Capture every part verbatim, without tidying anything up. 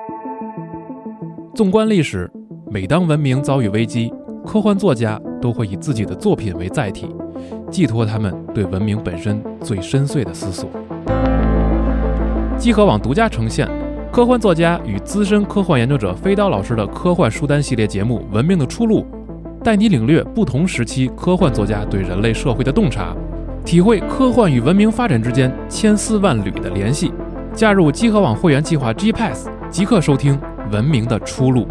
纵观历史，每当文明遭遇危机，科幻作家都会以自己的作品为载体，寄托他们对文明本身最深邃的思索。集合网独家呈现科幻作家与资深科幻研究者飞刀老师的科幻书单系列节目《文明的出路》，带你领略不同时期科幻作家对人类社会的洞察，体会科幻与文明发展之间千丝万缕的联系。加入集合网会员计划 G Pass， 即刻收听《文明的出路》。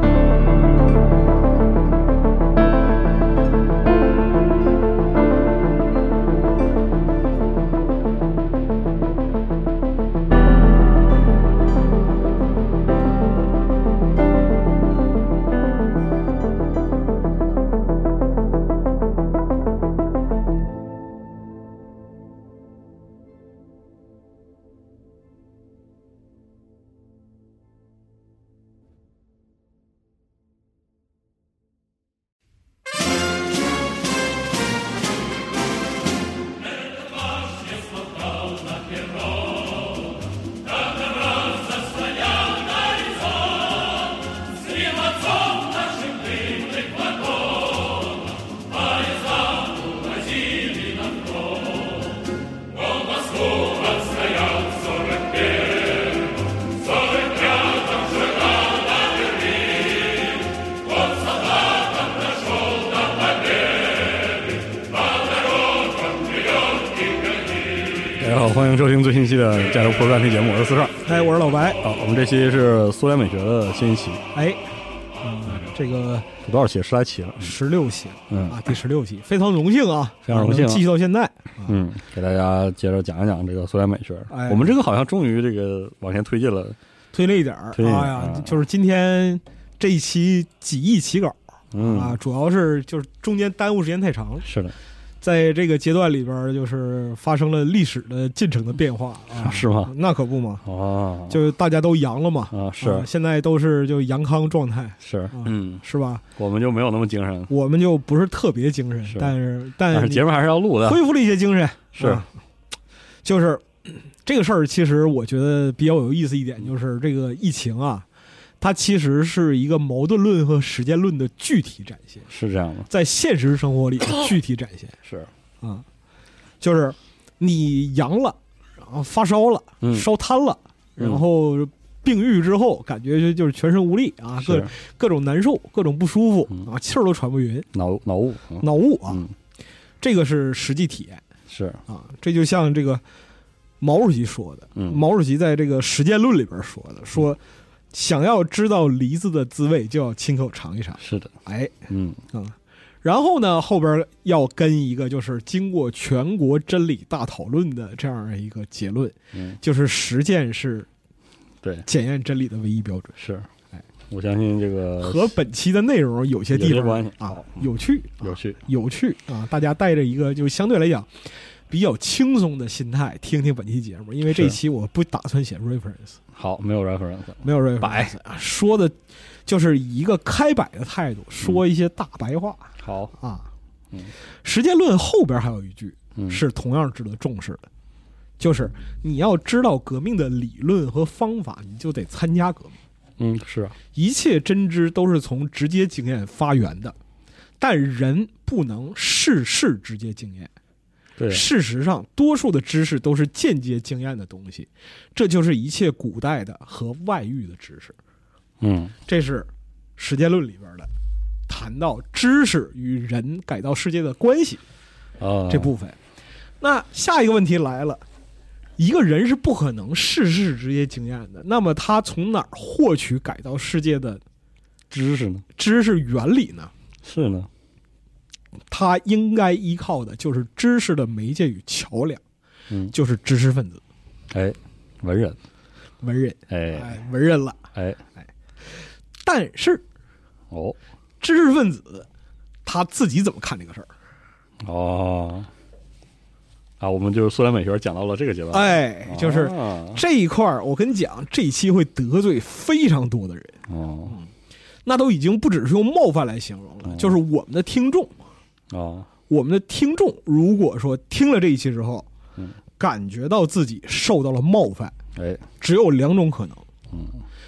欢迎收听最新期的《加油破专题》节目，我是四少， 哎，我是老白。 好，我们这期是苏联美学的新一期。 哎，嗯，这个多少期？十来期了， 十六期， 嗯啊，第十六期，非常荣幸啊， 非常荣幸、啊， 继续到现在。 嗯，给大家接着讲一讲这个苏联美学。 哎， 我们这个好像终于这个往前推进了， 推了一点儿。哎呀、啊，就是今天这一期几亿起稿， 嗯啊，主要是就是中间耽误时间太长了。 是的。 在这个阶段里边，就是发生了历史的进程的变化啊， 是吗？ 那可不嘛， 哦， 就大家都阳了嘛， 啊，是， 啊、现在都是就阳康状态， 是， 啊、 嗯， 是吧？ 我们就没有那么精神， 我们就不是特别精神， 是但是但是节目还是要录的， 恢复了一些精神， 是， 啊、就是这个事儿，其实我觉得比较有意思一点，就是这个疫情啊。它其实是一个矛盾论和实践论的具体展现， 是这样的， 在现实生活里的具体展现是啊，就是你阳了，然后发烧了， 嗯、 烧瘫了，然后病愈之后，感觉就是全身无力啊，各各种难受，各种不舒服、嗯、啊，气儿都喘不匀， 脑脑雾，嗯、 脑雾啊、 嗯， 这个是实际体验， 是啊，这就像这个毛主席说的， 嗯、 毛主席在这个实践论里边说的，说。想要知道梨子的滋味，就要亲口尝一尝。 是的， 哎， 嗯嗯，然后呢，后边要跟一个就是经过全国真理大讨论的这样一个结论， 嗯， 就是实践是对检验真理的唯一标准。 是， 哎， 我相信这个和本期的内容有些地方关系啊，有趣， 有趣， 有趣啊！大家带着一个就相对来讲比较轻松的心态听听本期节目，因为这一期我不打算写 reference。 好，没有 reference， 没有 reference， 白说的，就是以一个开摆的态度说一些大白话。 嗯、好啊， 嗯， 实践论后边还有一句、 嗯、 是同样值得重视的，就是你要知道革命的理论和方法，你就得参加革命。 嗯，是啊， 一切真知都是从直接经验发源的，但人不能事事直接经验。 对， 事实上多数的知识都是间接经验的东西，这就是一切古代的和外域的知识。 嗯， 这是实践论里边的谈到知识与人改造世界的关系、 哦、 这部分。那下一个问题来了，一个人是不可能事事直接经验的，那么他从哪儿获取改造世界的知识呢？ 知识原理呢？ 是呢， 他应该依靠的就是知识的媒介与桥梁， 嗯， 就是知识分子， 哎，文人， 文人， 哎， 哎文人了， 哎哎，但是， 哦， 知识分子他自己怎么看这个事儿？ 哦，啊，我们就是苏联美学讲到了这个阶段， 哎，就是这一块儿，我跟你讲，这一期会得罪非常多的人， 哦， 嗯、那都已经不只是用冒犯来形容了， 哦、 就是我们的听众。 哦， 我们的听众如果说听了这一期之后， 嗯， 感觉到自己受到了冒犯， 哎， 只有两种可能， 嗯，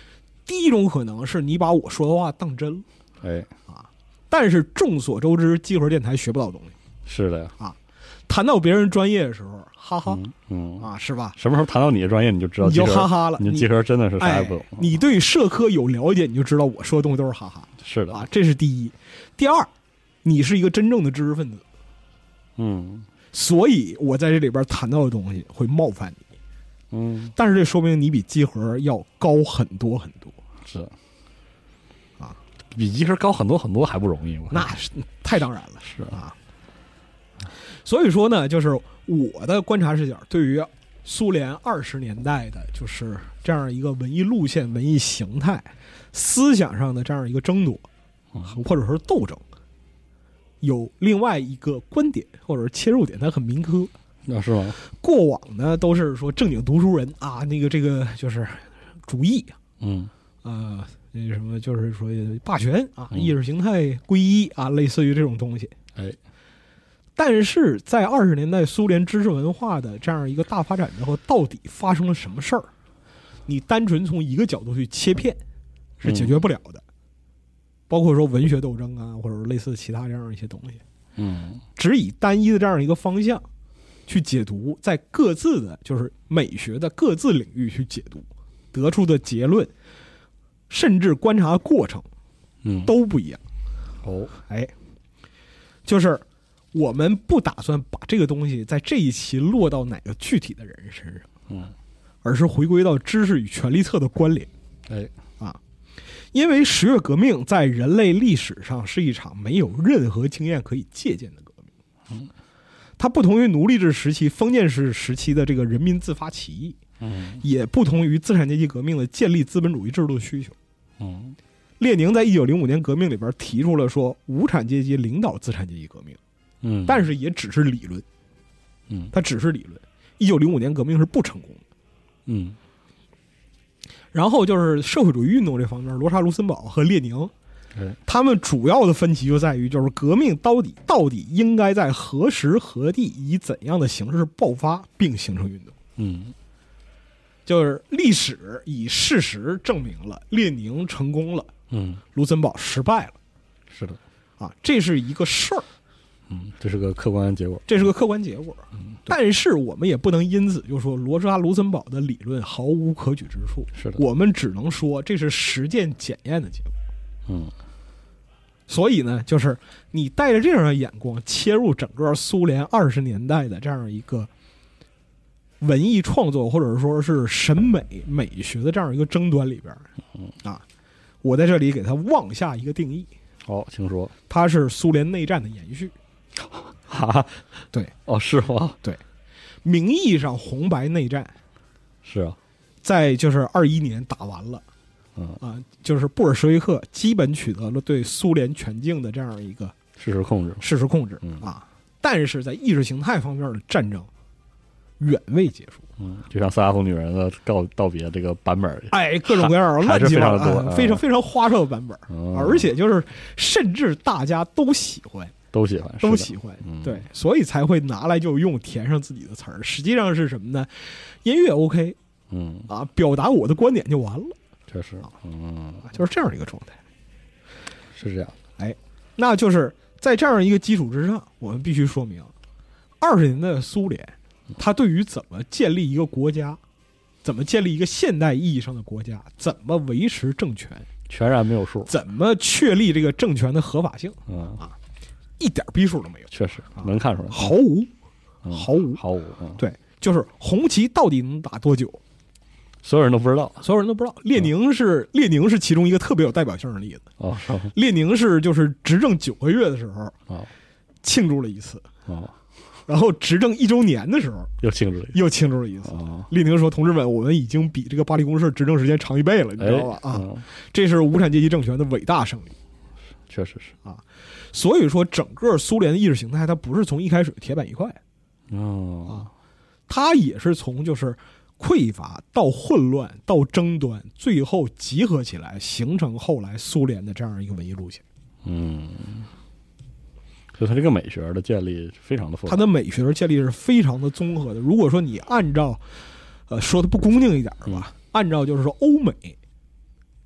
第一种可能是你把我说的话当真了， 哎， 但是众所周知，集合电台学不到东西。 是的呀， 啊，谈到别人专业的时候，哈哈， 嗯，嗯啊，是吧？ 什么时候谈到你的专业，你就知道你就集合哈哈了， 你集合真的是啥也哎不懂。 你对社科有了解，你就知道我说的东西都是哈哈是的啊，这是第一。第二，你是一个真正的知识分子， 嗯所以我在这里边谈到的东西会冒犯你， 嗯， 但是这说明你比集合要高很多很多。 是啊， 比集合高很多很多还不容易，我看那是太当然了， 是啊。所以说呢，就是我的观察视角，对于苏联二十年代的，就是这样一个文艺路线、文艺形态、思想上的这样一个争夺，或者说斗争，有另外一个观点或者是切入点，它很民科。 那、啊、是吗？ 过往呢都是说正经读书人啊，那个这个就是主义， 嗯呃，那什么就是说霸权啊、 嗯、 意识形态归一啊，类似于这种东西。 哎， 但是在二十年代苏联知识文化的这样一个大发展之后，到底发生了什么事儿？你单纯从一个角度去切片是解决不了的，嗯、包括说文学斗争啊，或者类似其他这样一些东西。 嗯， 只以单一的这样一个方向去解读，在各自的就是美学的各自领域去解读，得出的结论，甚至观察过程， 嗯， 都不一样。 哦， 哎，就是我们不打算把这个东西在这一期落到哪个具体的人身上， 嗯， 而是回归到知识与权力侧的关联。 哎， 啊，因为十月革命在人类历史上是一场没有任何经验可以借鉴的革命。 嗯， 它不同于奴隶制时期、封建式时期的这个人民自发起义， 嗯， 也不同于资产阶级革命的建立资本主义制度的需求。 嗯， 列宁在一九零五年革命里边提出了说无产阶级领导资产阶级革命， 嗯， 但是也只是理论， 嗯， 它只是理论。一九零五年革命是不成功的。 嗯， 然后就是社会主义运动这方面，罗莎卢森堡和列宁， 哎， 他们主要的分歧就在于，就是革命到底到底应该在何时何地以怎样的形式爆发并形成运动。 嗯， 就是历史以事实证明了列宁成功了， 嗯， 卢森堡失败了， 是的， 啊，这是一个事儿， 嗯，这是个客观结果， 这是个客观结果。 嗯， 但是我们也不能因此就说罗莎卢森堡的理论毫无可取之处。 是的， 我们只能说这是实践检验的结果。 嗯， 所以呢，就是你带着这样的眼光切入整个苏联二十年代的这样一个文艺创作，或者说是审美美学的这样一个争端里边，啊，我在这里给它妄下一个定义。 好，请说。 它是苏联内战的延续。 哈， 对， 哦，是吗？ 对，名义上红白内战是啊， 在就是二一年打完了。 嗯啊，就是布尔什维克基本取得了对苏联全境的这样一个事实控制， 事实控制、 嗯、 啊，但是在意识形态方面的战争远未结束。 嗯，就像斯拉夫女人的告道别这个版本， 哎，各种各样的乱七八糟的，非常非常花哨的版本、嗯，而且就是甚至大家都喜欢， 都喜欢， 都喜欢、嗯，对，所以才会拿来就用填上自己的词儿。实际上是什么呢？音乐 OK， 嗯啊，表达我的观点就完了。 确实，嗯， 就是这样一个状态， 是这样。 哎，那就是在这样一个基础之上，我们必须说明，二十年代的苏联，它对于怎么建立一个国家，怎么建立一个现代意义上的国家，怎么维持政权， 全然没有数。 怎么确立这个政权的合法性， 嗯啊，一点逼数都没有。 确实能看出来， 毫无， 嗯、 毫无， 毫无。嗯、 对，就是红旗到底能打多久？ 所有人都不知道， 所有人都不知道。列宁是、嗯、列宁是其中一个特别有代表性的例子。 哦， 列宁是就是执政九个月的时候， 哦， 庆祝了一次， 哦， 然后执政一周年的时候又庆祝了， 又庆祝了一次。 哦， 列宁说：“同志们，我们已经比这个巴黎公社执政时间长一倍了，你知道吧？” 哎、 啊、 嗯， 这是无产阶级政权的伟大胜利， 确实是啊。所以说，整个苏联的意识形态，它不是从一开始铁板一块， 哦， 啊，它也是从就是匮乏到混乱到争端，最后集合起来，形成后来苏联的这样一个文艺路线。 嗯，所以它这个美学的建立非常的复杂， 它的美学的建立是非常的综合的。如果说你按照，呃，说的不恭敬一点吧、嗯，按照就是说欧美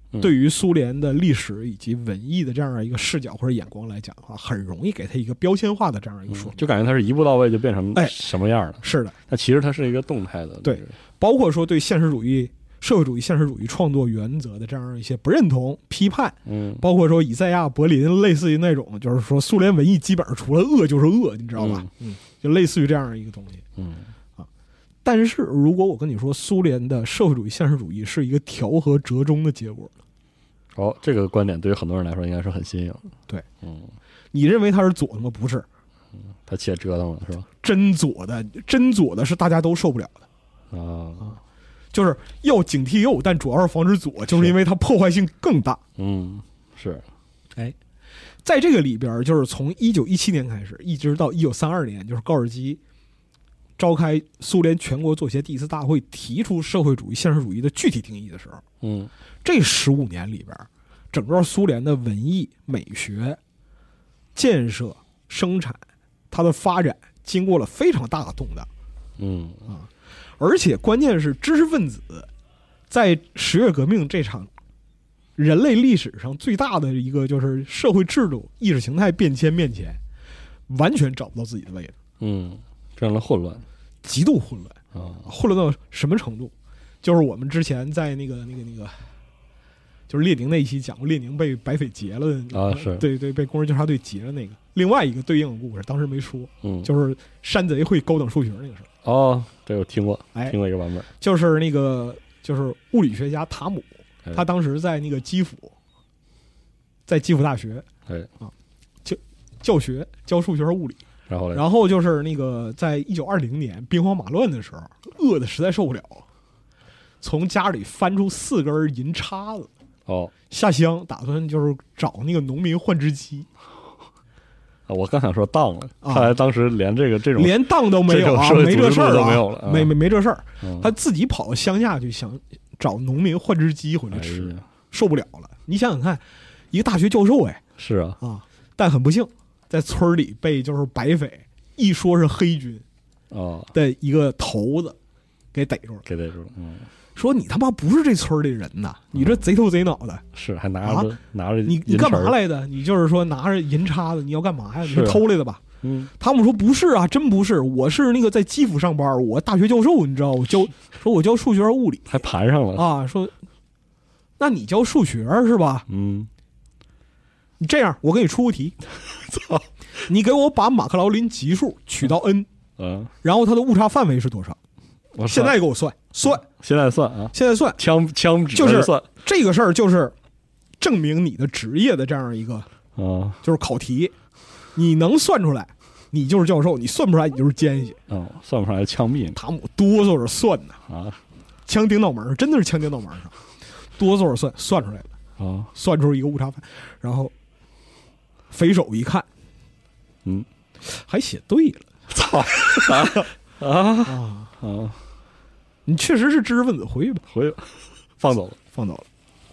对于苏联的历史以及文艺的这样一个视角或者眼光来讲的话，很容易给它一个标签化的这样一个说明， 就感觉它是一步到位就变成哎什么样了。 是的， 但其实它是一个动态的， 对，包括说对现实主义、社会主义、现实主义创作原则的这样一些不认同、批判， 嗯， 包括说以赛亚·柏林类似于那种，就是说苏联文艺基本上除了恶就是恶，你知道吧？嗯，就类似于这样一个东西， 嗯。 但是如果我跟你说，苏联的社会主义、现实主义是一个调和折中的结果， 哦，这个观点对于很多人来说应该是很新颖的。 对， 嗯， 你认为他是左的吗？不是， 嗯，他且折腾了是吧？ 真左的，真左的是大家都受不了的啊， 就是要警惕右，但主要是防止左，就是因为它破坏性更大。 嗯，是， 哎，在这个里边，就是从一九一七年开始，一直到一九三二年，就是高尔基召开苏联全国作协第一次大会，提出社会主义、现实主义的具体定义的时候， 嗯， 这十五年里边，整个苏联的文艺、美学、建设、生产，它的发展经过了非常大的动荡。 嗯啊，而且关键是知识分子在十月革命这场人类历史上最大的一个就是社会制度、意识形态变迁面前，完全找不到自己的位置。 嗯，非常的混乱， 极度混乱啊， 混乱到什么程度？就是我们之前在那个那个那个，就是列宁那一期讲过，列宁被白匪劫了的啊，是对对，被工人纠察队劫了那个。另外一个对应的故事，当时没说， 嗯， 就是山贼会高等数学那个事儿。 哦，这我听过， 哎， 听过一个版本， 就是那个就是物理学家塔姆， 哎、 他当时在那个基辅，在基辅大学， 哎啊，教教学教数学和物理。 然后， 然后就是那个，在一九二零年兵荒马乱的时候，饿的实在受不了，从家里翻出四根银叉子， 哦， 下乡打算就是找那个农民换织机。 啊，我刚想说当了， 啊、 看来当时连这个这种连当都没有啊，没这事儿、啊、 都没有了，啊、 没没没这事儿、 嗯， 他自己跑到乡下去想找农民换织机回来吃，哎、受不了了。你想想看，一个大学教授哎， 是啊啊，但很不幸。在村里被就是白匪一说是黑军啊的一个头子给逮住了， 给逮住了。嗯， 说你他妈不是这村里人呐，你这贼头贼脑的， 是还拿着、啊、拿着你你干嘛来的？你就是说拿着银叉子，你要干嘛呀？你是偷来的吧？ 嗯， 他们说不是啊，真不是，我是那个在基辅上班，我大学教授，你知道，我教说我教数学物理， 还盘上了啊。说，那你教数学是吧？ 嗯。 你这样，我给你出个题， 操！ 你给我把马克劳林级数取到 n， 嗯， 然后它的误差范围是多少？ 我现在给我算算， 现在算啊， 现在算， 枪枪指就是算这个事儿，就是证明你的职业的这样一个啊， 就是考题，你能算出来，你就是教授；你算不出来，你就是奸细。 嗯，算不出来枪毙。 塔姆哆嗦着算呢啊， 枪顶脑门上，真的是枪顶脑门上，哆嗦着算，算出来了啊， 算出一个误差范，然后。匪首一看， 嗯， 还写对了， 操啊啊啊！ 你确实是知识分子，回去吧， 回去吧，放走了， 放走了，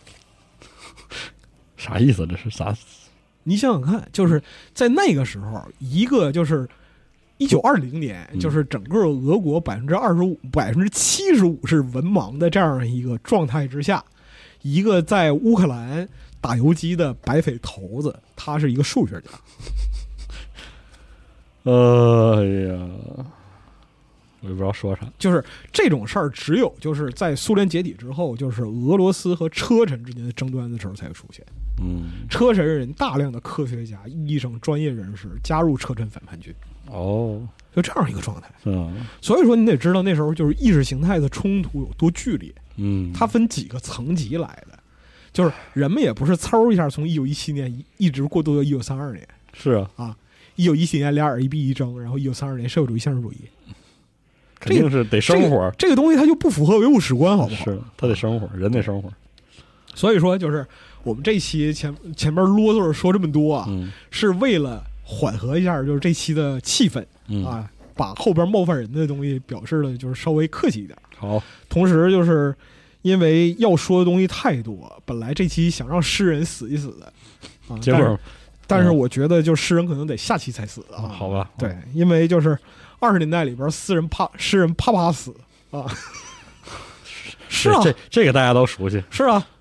啥意思？这是啥？ 你想想看，就是在那个时候，一个就是一九二零年， 嗯、 就是整个俄国百分之二十五、百分之七十五是文盲的这样一个状态之下，一个在乌克兰。打游击的白匪头子，他是一个数学家。 哎呀，我也不知道说啥。 就是这种事儿，只有就是在苏联解体之后，就是俄罗斯和车臣之间的争端的时候才会出现。 嗯， 车臣人大量的科学家、医生、专业人士加入车臣反叛军。 哦， 就这样一个状态。 嗯， 所以说你得知道那时候就是意识形态的冲突有多剧烈。 嗯， 它分几个层级来的。就是人们也不是嗖一下从一九一七年一直过渡到一九三二年， 是啊啊，一九一七年俩眼一闭一睁，然后一九三二年社会主义现实主义， 肯定是得生活， 这个、这个东西它就不符合唯物史观，好不好？ 是，它得生活，人得生活。 所以说，就是我们这期前前面啰嗦说这么多啊， 嗯、 是为了缓和一下就是这期的气氛、 嗯、 啊，把后边冒犯人的东西表示的就是稍微客气一点。 好， 同时就是。因为要说的东西太多，本来这期想让诗人死一死的，啊， 结果， 但是，但是我觉得就诗人可能得下期才死啊。 嗯、好吧， 对，因为就是二十年代里边，诗人怕诗人啪啪死啊，是啊， 这这个大家都熟悉， 是啊，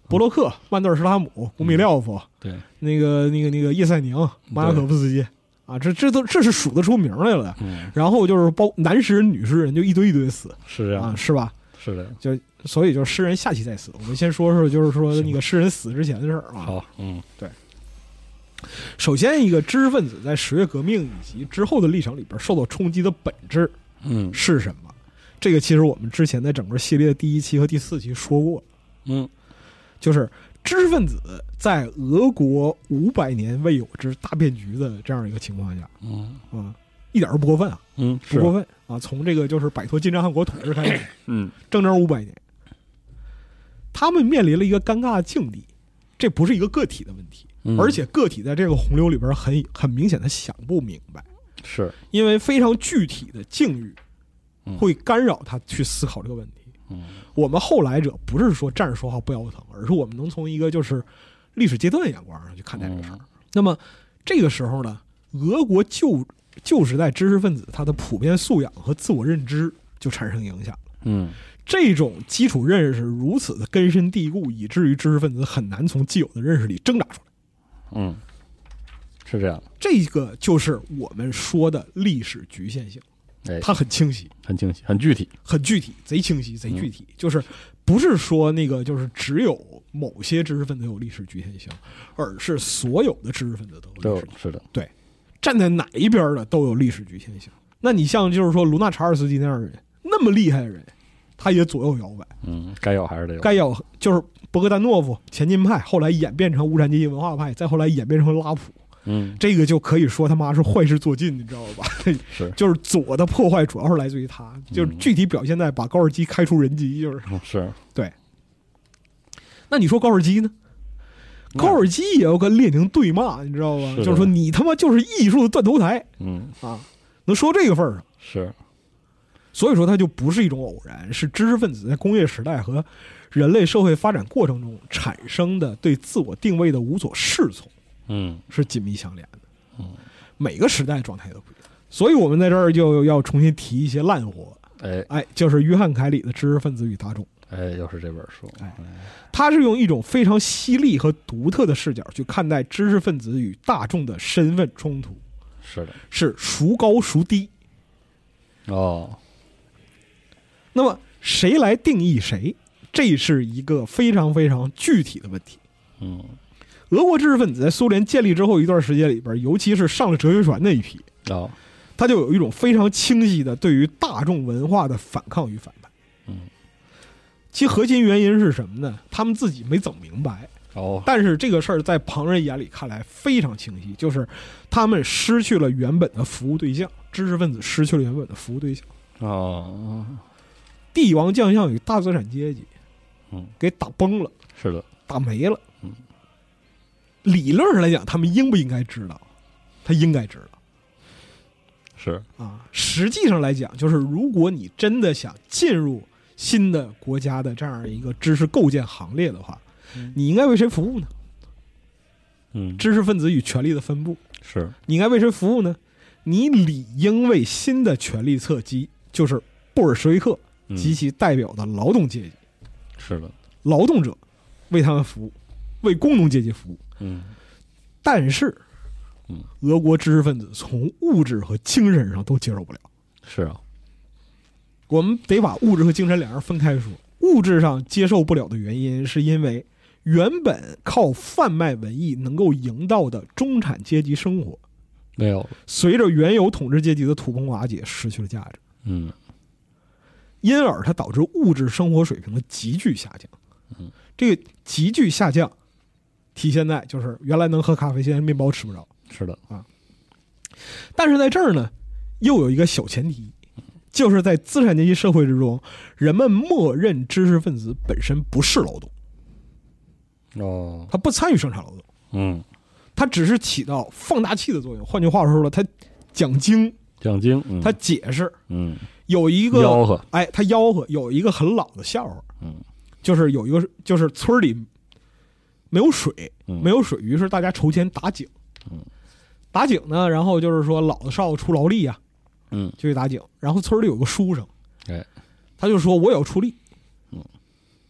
伯洛克、曼德尔施拉姆、古米廖夫， 对， 那个那个那个叶塞宁、马雅可夫斯基啊，这这都这是数得出名来了的。 嗯， 然后就是包男诗人、女诗人，就一堆一堆死是这样啊，是吧？ 是的， 就所以就是诗人下期再死。我们先说说，就是说那个诗人死之前的事儿啊。 好，嗯， 对。首先，一个知识分子在十月革命以及之后的历程里边受到冲击的本质， 嗯， 是什么？这个其实我们之前在整个系列的第一期和第四期说过， 嗯， 就是知识分子在俄国五百年未有之大变局的这样一个情况下， 嗯啊，一点都不过分啊， 嗯， 不过分啊！从这个就是摆脱金帐汗国统治开始， 嗯， 整整五百年，他们面临了一个尴尬的境地，这不是一个个体的问题， 嗯、 而且个体在这个洪流里边很很明显的想不明白， 是因为非常具体的境遇会干扰他去思考这个问题。 嗯， 我们后来者不是说站着说话不腰疼，而是我们能从一个就是历史阶段的眼光上去看待这个事儿。嗯、那么这个时候呢，俄国旧旧时代知识分子他的普遍素养和自我认知就产生影响了。 嗯， 这种基础认识如此的根深蒂固，以至于知识分子很难从既有的认识里挣扎出来。 嗯，是这样。 这个就是我们说的历史局限性。 哎， 它很清晰， 很清晰，很具体， 很具体，贼清晰，贼具体。嗯、就是不是说那个就是只有某些知识分子有历史局限性，而是所有的知识分子都有历史局限性。 是的， 对，站在哪一边的都有历史局限性。那你像就是说卢纳查尔斯基那样的人，那么厉害的人，他也左右摇摆。 嗯，该有还是得有。 该有就是博格丹诺夫前进派，后来演变成无产阶级文化派，再后来演变成拉普。 嗯， 这个就可以说他妈是坏事做尽，你知道吧？ 是， 就是左的破坏主要是来自于他，就是具体表现在把高尔基开除人机，就是、 嗯、是对。那你说高尔基呢？高尔基也要跟列宁对骂，你知道吧？就是说你他妈就是艺术的断头台， 嗯啊，能说这个份儿上是。 所以说它就不是一种偶然，是知识分子在工业时代和人类社会发展过程中产生的对自我定位的无所适从。 嗯， 是紧密相连的。 嗯， 每个时代状态都不一样，所以我们在这儿就要重新提一些烂货。 哎哎，就是约翰凯里的《知识分子与大众》。 哎，又是这本书。 哎，他是用一种非常犀利和独特的视角去看待知识分子与大众的身份冲突。 是的， 是孰高孰低。 哦， 那么谁来定义谁？这是一个非常非常具体的问题。 嗯。 俄国知识分子在苏联建立之后一段时间里边，尤其是上了哲学船那一批， 哦， 他就有一种非常清晰的对于大众文化的反抗与反叛。 嗯， 其核心原因是什么呢？他们自己没整明白。 哦， 但是这个事儿在旁人眼里看来非常清晰，就是他们失去了原本的服务对象，知识分子失去了原本的服务对象。 哦， 帝王将相与大资产阶级， 嗯， 给打崩了。 是的， 打没了。 嗯。 理论上来讲，他们应不应该知道？他应该知道， 是啊。实际上来讲，就是如果你真的想进入新的国家的这样一个知识构建行列的话，嗯、你应该为谁服务呢？ 嗯， 知识分子与权力的分布是， 你应该为谁服务呢？你理应为新的权力侧击，就是布尔什维克及其代表的劳动阶级。 嗯、是的， 劳动者为他们服务，为工农阶级服务。 嗯， 但是， 嗯， 俄国知识分子从物质和精神上都接受不了。 是啊， 我们得把物质和精神两样分开说。物质上接受不了的原因，是因为原本靠贩卖文艺能够营造的中产阶级生活， 没有了， 随着原有统治阶级的土崩瓦解，失去了价值。 嗯， 因而它导致物质生活水平的急剧下降。 嗯， 这个急剧下降。体现在就是原来能喝咖啡，现在面包吃不着。 是的啊，但是在这儿呢，又有一个小前提，就是在资产阶级社会之中，人们默认知识分子本身不是劳动。 哦， 他不参与生产劳动。 嗯， 他只是起到放大器的作用。换句话说了，他讲经， 讲经，嗯、 他解释， 嗯， 有一个吆喝， 哎，他吆喝，有一个很老的笑话， 嗯， 就是有一个就是村里。没有水，没有水，于是大家筹钱打井。 嗯， 打井呢，然后就是说老子少子出劳力啊， 嗯， 就去打井。然后村里有个书生， 哎， 他就说我也要出力， 嗯，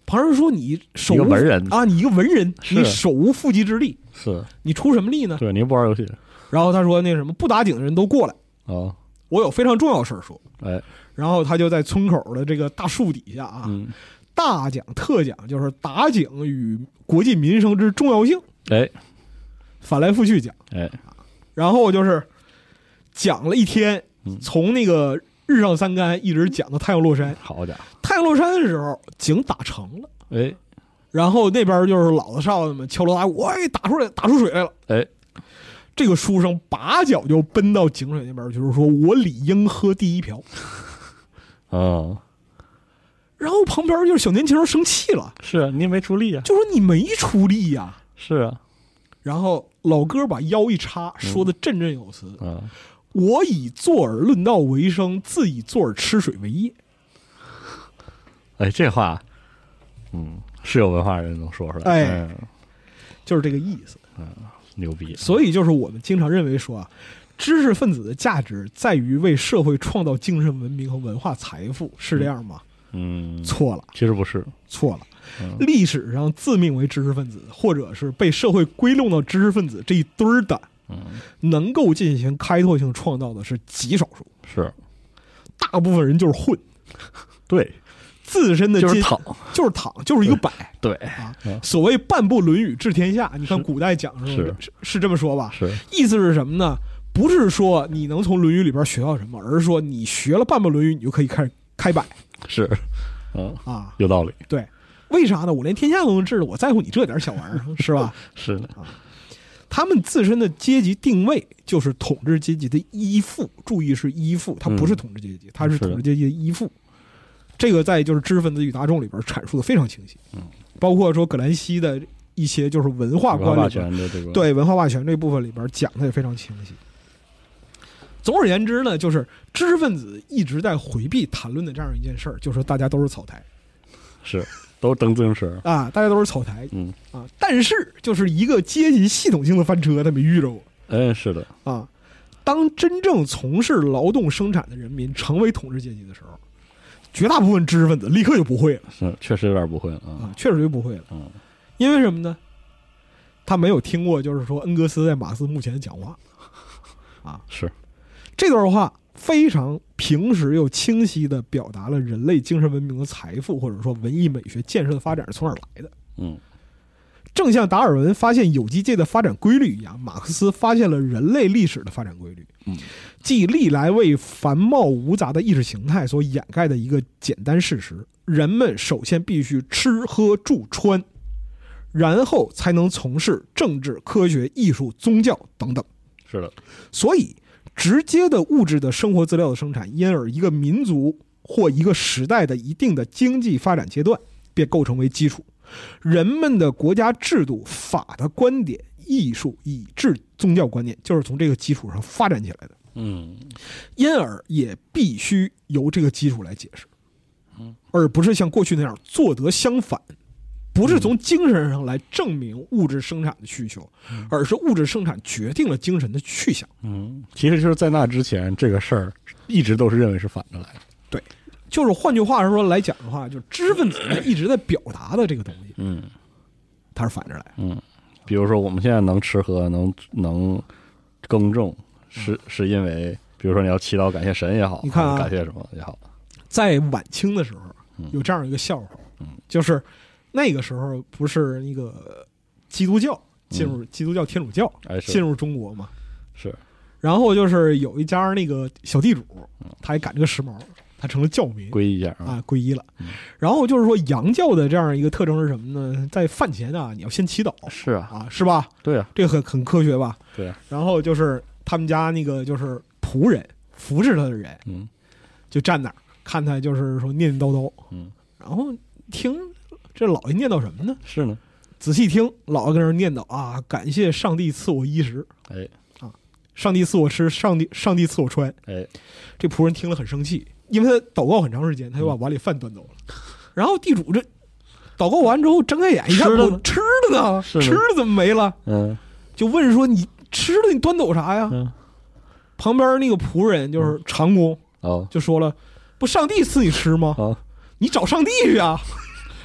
旁人说你手无一个文人啊，你一个文人， 是你手无缚鸡之力， 是你出什么力呢？ 对，你又不玩游戏然后他说那什么不打井的人都过来， 啊， 我有非常重要的事儿说。 哎， 然后他就在村口的这个大树底下啊， 嗯， 大讲特讲，就是打井与国计民生之重要性， 哎， 翻来覆去讲， 哎， 然后就是讲了一天， 嗯从那个日上三竿一直讲到太阳落山。 好家伙， 太阳落山的时候，井打成了， 哎， 然后那边就是老子少子们敲锣打鼓，哎，打出来，打出水来了， 哎， 这个书生拔脚就奔到井水那边，就是说我理应喝第一瓢。 啊， 然后旁边就是小年轻生气了， 是啊，你也没出力啊， 就说你没出力呀、 是啊， 然后老哥把腰一插，说的振振有词：“ 啊， 我以坐而论道为生，自以坐而吃水为业。 哎，这话，嗯，是有文化人能说出来， 哎嗯” 就是这个意思。 牛逼， 所以就是我们经常认为说啊，知识分子的价值在于为社会创造精神文明和文化财富，是这样吗？ 嗯， 错了， 其实不是， 错了。 嗯历史上自命为知识分子，或者是被社会归拢到知识分子这一堆儿的， 嗯， 能够进行开拓性创造的是极少数， 是， 大部分人就是混， 对， 自身的阶就是躺， 就是躺，就是一个摆对， 啊嗯。 所谓半部《论语》治天下，你看是古代讲是是是这么说吧？ 是， 意思是什么呢？不是说你能从《论语》里边学到什么，而是说你学了半部《论语》，你就可以开始开摆是，嗯， 啊。 有道理， 对，为啥呢？我连天下都能治了，我在乎你这点小玩意儿，是吧？ 是的， 他们自身的阶级定位就是统治阶级的依附，注意是依附，它不是统治阶级，它是统治阶级的依附。这个在就是知识分子与大众里边阐述的非常清晰， 嗯， 包括说葛兰西的一些就是文化观文化里边， 权的这个， 对文化霸权这部分里边讲的也非常清晰。总而言之呢，就是知识分子一直在回避谈论的这样一件事儿，就是大家都是草台是，都是蹬自行车， 啊，大家都是草台嗯， 啊，但是就是一个阶级系统性的翻车，他没遇着过哎，是的， 啊。当真正从事劳动生产的人民成为统治阶级的时候，绝大部分知识分子立刻就不会了是，确实有点不会了啊， 啊，确实就不会了。 嗯， 因为什么呢？他没有听过，就是说恩格斯在马克思墓前的讲话啊。 是， 这段话非常平实又清晰地表达了人类精神文明的财富，或者说文艺美学建设的发展是从哪儿来的。 嗯， 正像达尔文发现有机界的发展规律一样，马克思发现了人类历史的发展规律， 嗯， 即历来为繁茂无杂的意识形态所掩盖的一个简单事实：人们首先必须吃喝住穿，然后才能从事政治、科学、艺术、宗教等等。 是的， 所以，直接的物质的生活资料的生产，因而一个民族或一个时代的一定的经济发展阶段，便构成为基础。人们的国家制度、法的观点、艺术以至宗教观念，就是从这个基础上发展起来的。 嗯， 因而也必须由这个基础来解释，而不是像过去那样做得相反。不是从精神上来证明物质生产的需求，而是物质生产决定了精神的去向。 嗯，其实就是在那之前，这个事儿一直都是认为是反着来的。 对，就是换句话说来讲的话，就知识分子一直在表达的这个东西， 嗯， 它是反着来。 嗯，比如说我们现在能吃喝，能能耕种，是是因为，比如说你要祈祷感谢神也好， 你看啊感谢什么也好， 在晚清的时候，有这样一个笑话， 嗯， 就是那个时候不是那个基督教进入、嗯、基督教天主教进入中国嘛， 是， 然后就是有一家那个小地主，他也赶这个时髦，他成了教民， 皈依一下啊，皈依了、 嗯。 然后就是说洋教的这样一个特征是什么呢？在饭前啊，你要先祈祷， 是啊， 啊，是吧？ 对啊， 这个很很科学吧？ 对啊。 然后就是他们家那个就是仆人服侍他的人， 嗯， 就站那儿看他，就是说念念叨叨， 嗯， 然后听。这老爷念叨什么呢？ 是呢， 仔细听，老爷跟人念叨啊，感谢上帝赐我衣食， 哎， 啊，上帝赐我吃，上帝上帝赐我穿， 哎， 这仆人听了很生气，因为他祷告很长时间，他就把碗里饭端走了。嗯、然后地主这祷告完之后，睁开眼一看，我吃的呢，吃的怎么没了？ 嗯， 就问说你吃的你端走啥呀？ 嗯， 旁边那个仆人就是长工， 哦， 就说了，不，上帝赐你吃吗？ 哦， 你找上帝去啊！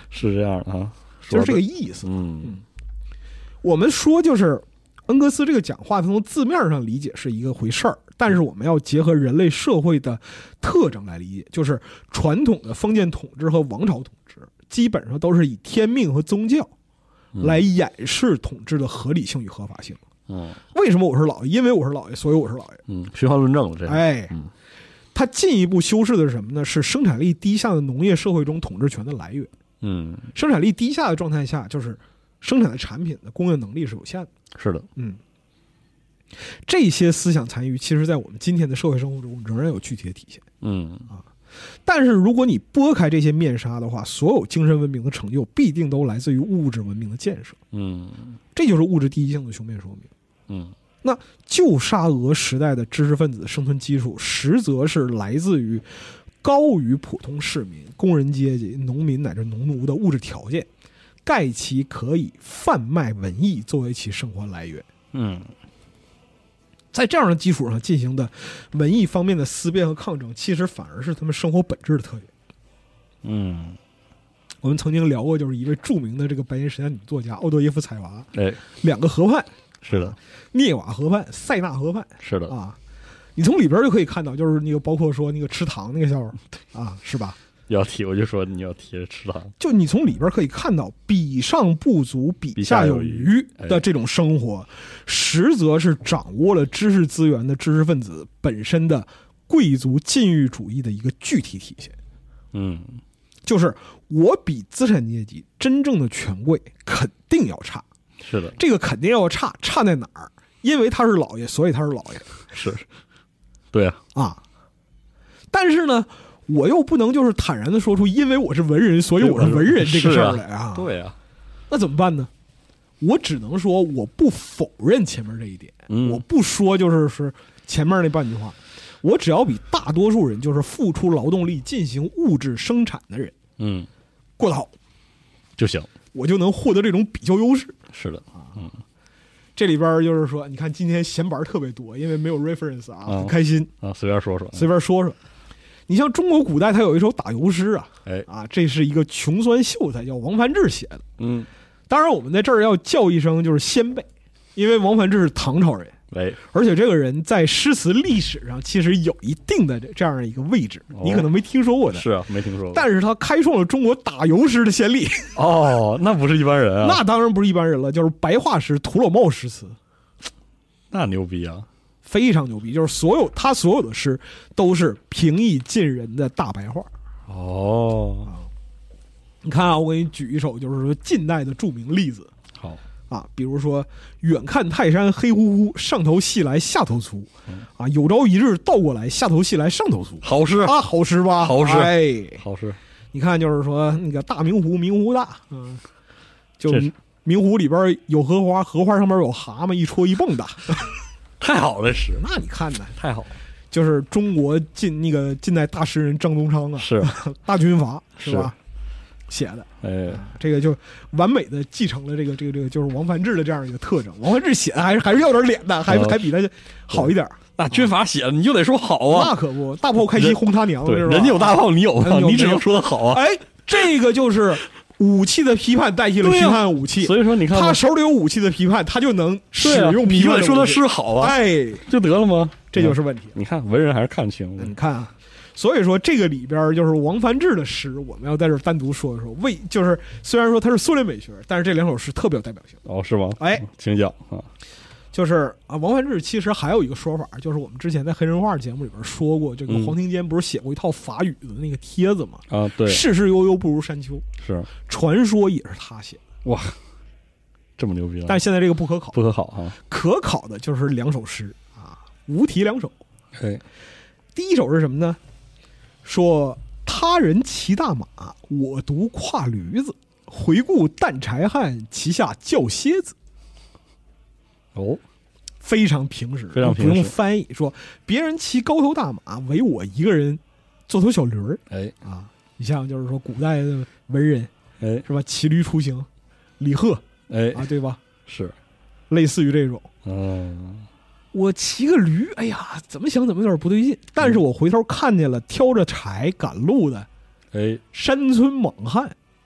是这样的啊， 就是这个意思。 嗯， 我们说就是恩格斯这个讲话，他从字面上理解是一个回事儿，但是我们要结合人类社会的特征来理解，就是传统的封建统治和王朝统治基本上都是以天命和宗教来掩饰统治的合理性与合法性。 嗯， 为什么我是老爷？因为我是老爷，所以我是老爷。 嗯，循环论证了这样。 哎， 嗯， 他进一步修饰的是什么呢？是生产力低下的农业社会中统治权的来源。 嗯， 生产力低下的状态下，就是生产的产品的供应能力是有限的。 是的， 嗯，这些思想残余，其实在我们今天的社会生活中仍然有具体的体现。 嗯啊，但是如果你拨开这些面纱的话，所有精神文明的成就必定都来自于物质文明的建设。 嗯， 这就是物质第一性的雄辩说明。 嗯， 那旧沙俄时代的知识分子的生存基础，实则是来自于高于普通市民、工人阶级、农民乃至农奴的物质条件，盖其可以贩卖文艺作为其生活来源。 嗯， 在这样的基础上进行的文艺方面的思辨和抗争，其实反而是他们生活本质的特点。 嗯， 我们曾经聊过，就是一位著名的这个白银时代女作家奥多耶夫采娃， 哎， 两个河畔， 是的， 涅瓦河畔、塞纳河畔， 是的啊，你从里边就可以看到，就是那个包括说那个吃糖那个笑话啊，是吧？ 要提我就说你要提吃糖， 就你从里边可以看到比上不足比下有余的这种生活，实则是掌握了知识资源的知识分子本身的贵族禁欲主义的一个具体体现。 嗯， 就是我比资产阶级真正的权贵肯定要差。 是的， 这个肯定要差，差在哪儿？因为他是老爷，所以他是老爷。 是，对啊， 啊，但是呢，我又不能就是坦然的说出，因为我是文人，所以我是文人这个事儿来啊。 对啊， 那怎么办呢？我只能说，我不否认前面这一点， 嗯、 我不说就是是前面那半句话，我只要比大多数人就是付出劳动力进行物质生产的人， 嗯， 过得好就行， 我就能获得这种比较优势。 是的，嗯。 这里边就是说，你看今天闲板特别多，因为没有 reference 啊， 很开心啊，随便说说， 随便说说。你像中国古代，它有一首打油诗啊， 哎啊，这是一个穷酸秀才叫王梵志写的。 嗯， 当然我们在这儿要叫一声就是先辈，因为王梵志是唐朝人， 哎， 而且这个人在诗词历史上其实有一定的这样的一个位置，哦、你可能没听说过的。 是啊，没听说过。 但是他开创了中国打油诗的先例。 哦，那不是一般人啊， 那当然不是一般人了，就是白话诗、土老帽诗词。 那牛逼啊， 非常牛逼！就是所有他所有的诗都是平易近人的大白话。 哦， 啊、你看啊，我给你举一首，就是说近代的著名例子。 好啊，比如说远看泰山黑乎乎，上头细来下头粗。啊，有朝一日倒过来，下头细来上头粗。 好诗啊，好诗吧？ 好诗， 哎， 好诗。 你看，就是说那个大明湖，明湖大，嗯，就。明湖里边有荷花，荷花上面有蛤蟆，一戳一蹦的， 太好了诗。 那你看呢？ 太好了， 就是中国近那个近代大诗人张宗昌啊， 是大军阀是吧？写的， 哎， 这个就完美的继承了这个这个这个就是王梵志的这样一个特征。王梵志写的还是还是要点脸的，还、呃、还比他好一点。 那军阀写的你就得说好啊， 那可不，大炮开西轰他娘， 对， 是吧？ 人家有大炮，你有啊，你只能说的好啊。 哎，这个就是。武器的批判代替了批判武器， 啊、所以说你看他手里有武器的批判，他就能使用批判的武器。 你说的是好啊， 哎， 就得了吗？ 这就是问题。 你看文人还是看清了。 你看啊，所以说这个里边就是王梵志的诗，我们要在这单独说一说。为就是虽然说他是苏联美学，但是这两首诗特别有代表性。 哦，是吗？ 哎， 请讲啊。 就是啊，王梵志其实还有一个说法，就是我们之前在黑人话节目里边说过，这个黄庭坚不是写过一套法语的那个帖子吗？ 啊，对， 世事悠悠不如山丘， 是传说也是他写的。 哇，这么牛逼了！ 但是现在这个不可考， 不可考哈。 可考的就是两首诗啊，无题两首。 哎， 第一首是什么呢？说他人骑大马，我独跨驴子，回顾担柴汉，旗下叫蝎子。 哦， 非常平实， 非常平实， 不用翻译。说别人骑高头大马，唯我一个人做头小驴儿。 哎啊，你像就是说古代的文人， 哎， 是吧？骑驴出行，李贺， 哎啊，对吧？ 是类似于这种。 嗯， 我骑个驴，哎呀，怎么想怎么有点不对劲。但是我回头看见了挑着柴赶路的， 哎， 山村猛汉。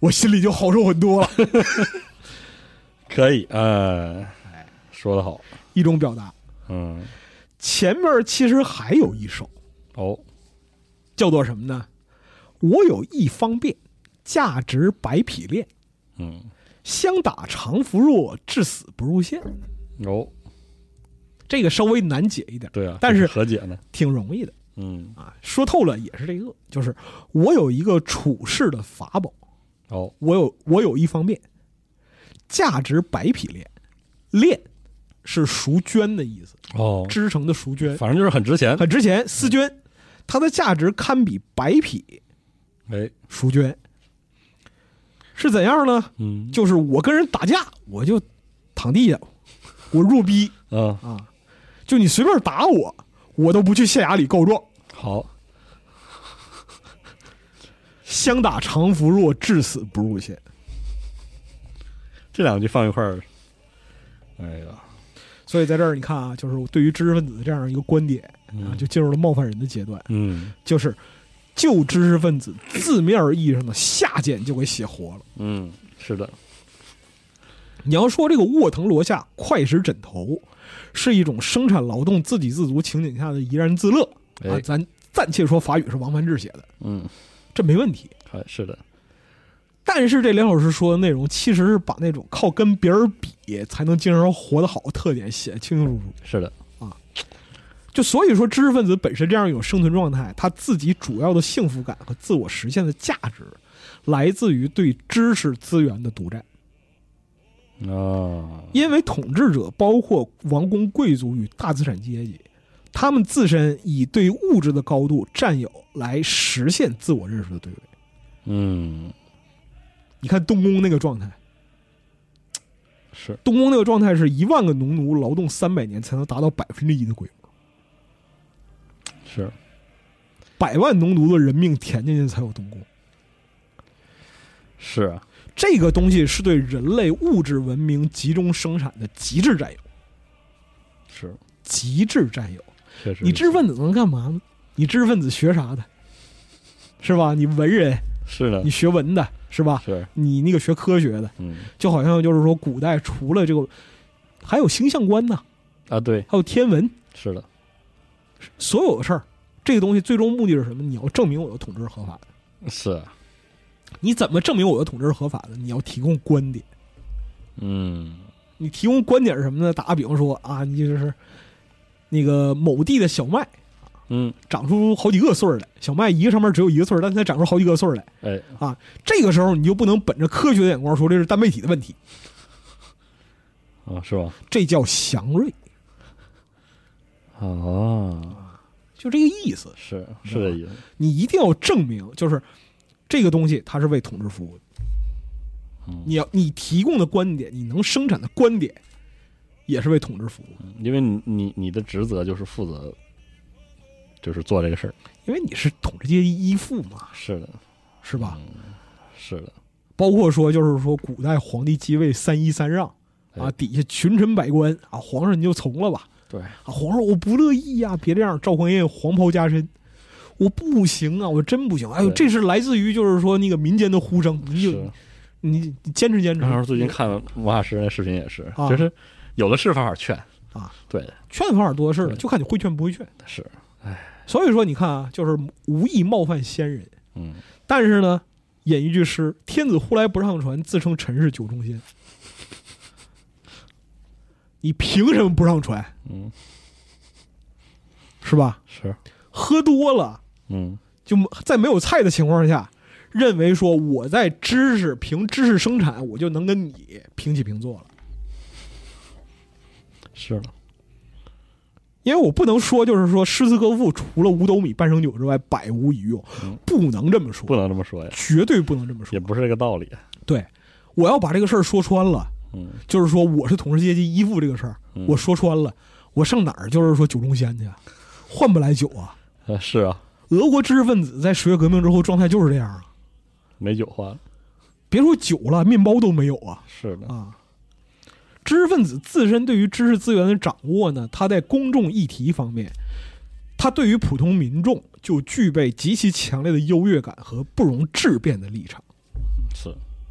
我心里就好受很多了。 可以，呃，说得好， 一种表达。 嗯， 前面其实还有一首， 哦， 叫做什么呢？我有一方便，价值百匹练。 嗯， 相打常服弱，至死不入线。 哦， 这个稍微难解一点， 对啊， 但是何解呢？ 挺容易的。 嗯啊，说透了也是这个，就是我有一个处世的法宝， 哦， 我有我有一方面，价值百匹练，练是赎绢的意思， 哦， 织成的赎绢， 反正就是很值钱， 很值钱，丝绢，它的价值堪比百匹哎， 赎绢。是怎样呢？ 嗯， 就是我跟人打架，我就躺地下，我弱逼啊啊，就你随便打我，我都不去县衙里告状。 好， 相打常服弱，至死不入县。 这两句放一块儿，哎呀， 所以在这儿你看啊，就是对于知识分子的这样一个观点啊，就进入了冒犯人的阶段。 嗯， 就是就知识分子字面意义上的下贱就给写活了。 嗯，是的。 你要说这个卧藤萝下，快食枕头，是一种生产劳动自给自足情景下的怡然自乐啊。咱暂且说法语是王梵志写的， 嗯， 这没问题。 哎，是的。 但是这梁老师说的内容，其实是把那种靠跟别人比才能经常活得好的特点写得清清楚楚。 是的啊，就所以说，知识分子本身这样一种生存状态，他自己主要的幸福感和自我实现的价值，来自于对知识资源的独占。 啊， 因为统治者包括王公贵族与大资产阶级，他们自身以对物质的高度占有来实现自我认识的对位。 嗯， 你看东宫那个状态， 是东宫那个状态是一万个农奴劳动三百年才能达到百分之一的规模， 是百万农奴的人命填进去才有东宫。 是啊， 这个东西是对人类物质文明集中生产的极致占有， 是极致占有。 确实， 你知识分子能干嘛呢？你知识分子学啥的，是吧？你文人是的， 你学文的是吧？ 是你那个学科学的， 嗯， 就好像就是说，古代除了这个，还有星象观呢， 啊，对， 还有天文， 是的， 所有的事儿，这个东西最终目的是什么？你要证明我的统治是合法的。 是啊， 你怎么证明我的统治是合法的？你要提供观点。 嗯， 你提供观点是什么呢？打个比方说啊，你就是那个某地的小麦， 嗯， 长出好几个穗儿来，小麦一个上面只有一个穗儿，但它长出好几个穗儿来， 哎， 啊，这个时候你就不能本着科学的眼光说这是单倍体的问题， 啊，是吧？ 这叫祥瑞， 啊， 就这个意思。 是是这意思。 你一定要证明，就是这个东西它是为统治服务的。 嗯， 你要你提供的观点，你能生产的观点，也是为统治服务。 因为你你你的职责就是负责，就是做这个事儿。 因为你是统治阶级依附嘛， 是的， 是吧？ 嗯，是的。 包括说，就是说，古代皇帝继位三依三让啊， 哎底下群臣百官啊，皇上你就从了吧。 对啊，皇上我不乐意呀、啊，别这样。赵匡胤黄袍加身，我不行啊，我真不行。哎呦，这是来自于就是说那个民间的呼声，你就你你坚持坚持。 然后最近看魔法师那视频也是， 啊、 就是有的是方法劝啊， 对， 劝方法多的是了，就看你会劝不会劝。 是，哎， 所以说你看啊，就是无意冒犯先人， 嗯， 但是呢，演一句诗：“天子呼来不上船，自称臣是酒中仙。”你凭什么不上船？ 嗯， 是吧？ 是， 喝多了， 嗯， 就在没有菜的情况下，认为说我在知识凭知识生产，我就能跟你平起平坐了。 是的， 因为我不能说，就是说诗词歌赋除了五斗米半生酒之外，百无一用， 嗯， 不能这么说， 不能这么说呀， 绝对不能这么说， 也不是这个道理。 对，我要把这个事儿说穿了。 嗯， 就是说我是统治阶级依附这个事儿， 嗯， 我说穿了，我上哪儿就是说酒中仙去，换不来酒啊。 啊，是啊， 俄国知识分子在十月革命之后状态就是这样啊， 没酒换， 别说酒了，面包都没有啊。 是的啊，知识分子自身对于知识资源的掌握呢，他在公众议题方面，他对于普通民众就具备极其强烈的优越感和不容置辩的立场。 是，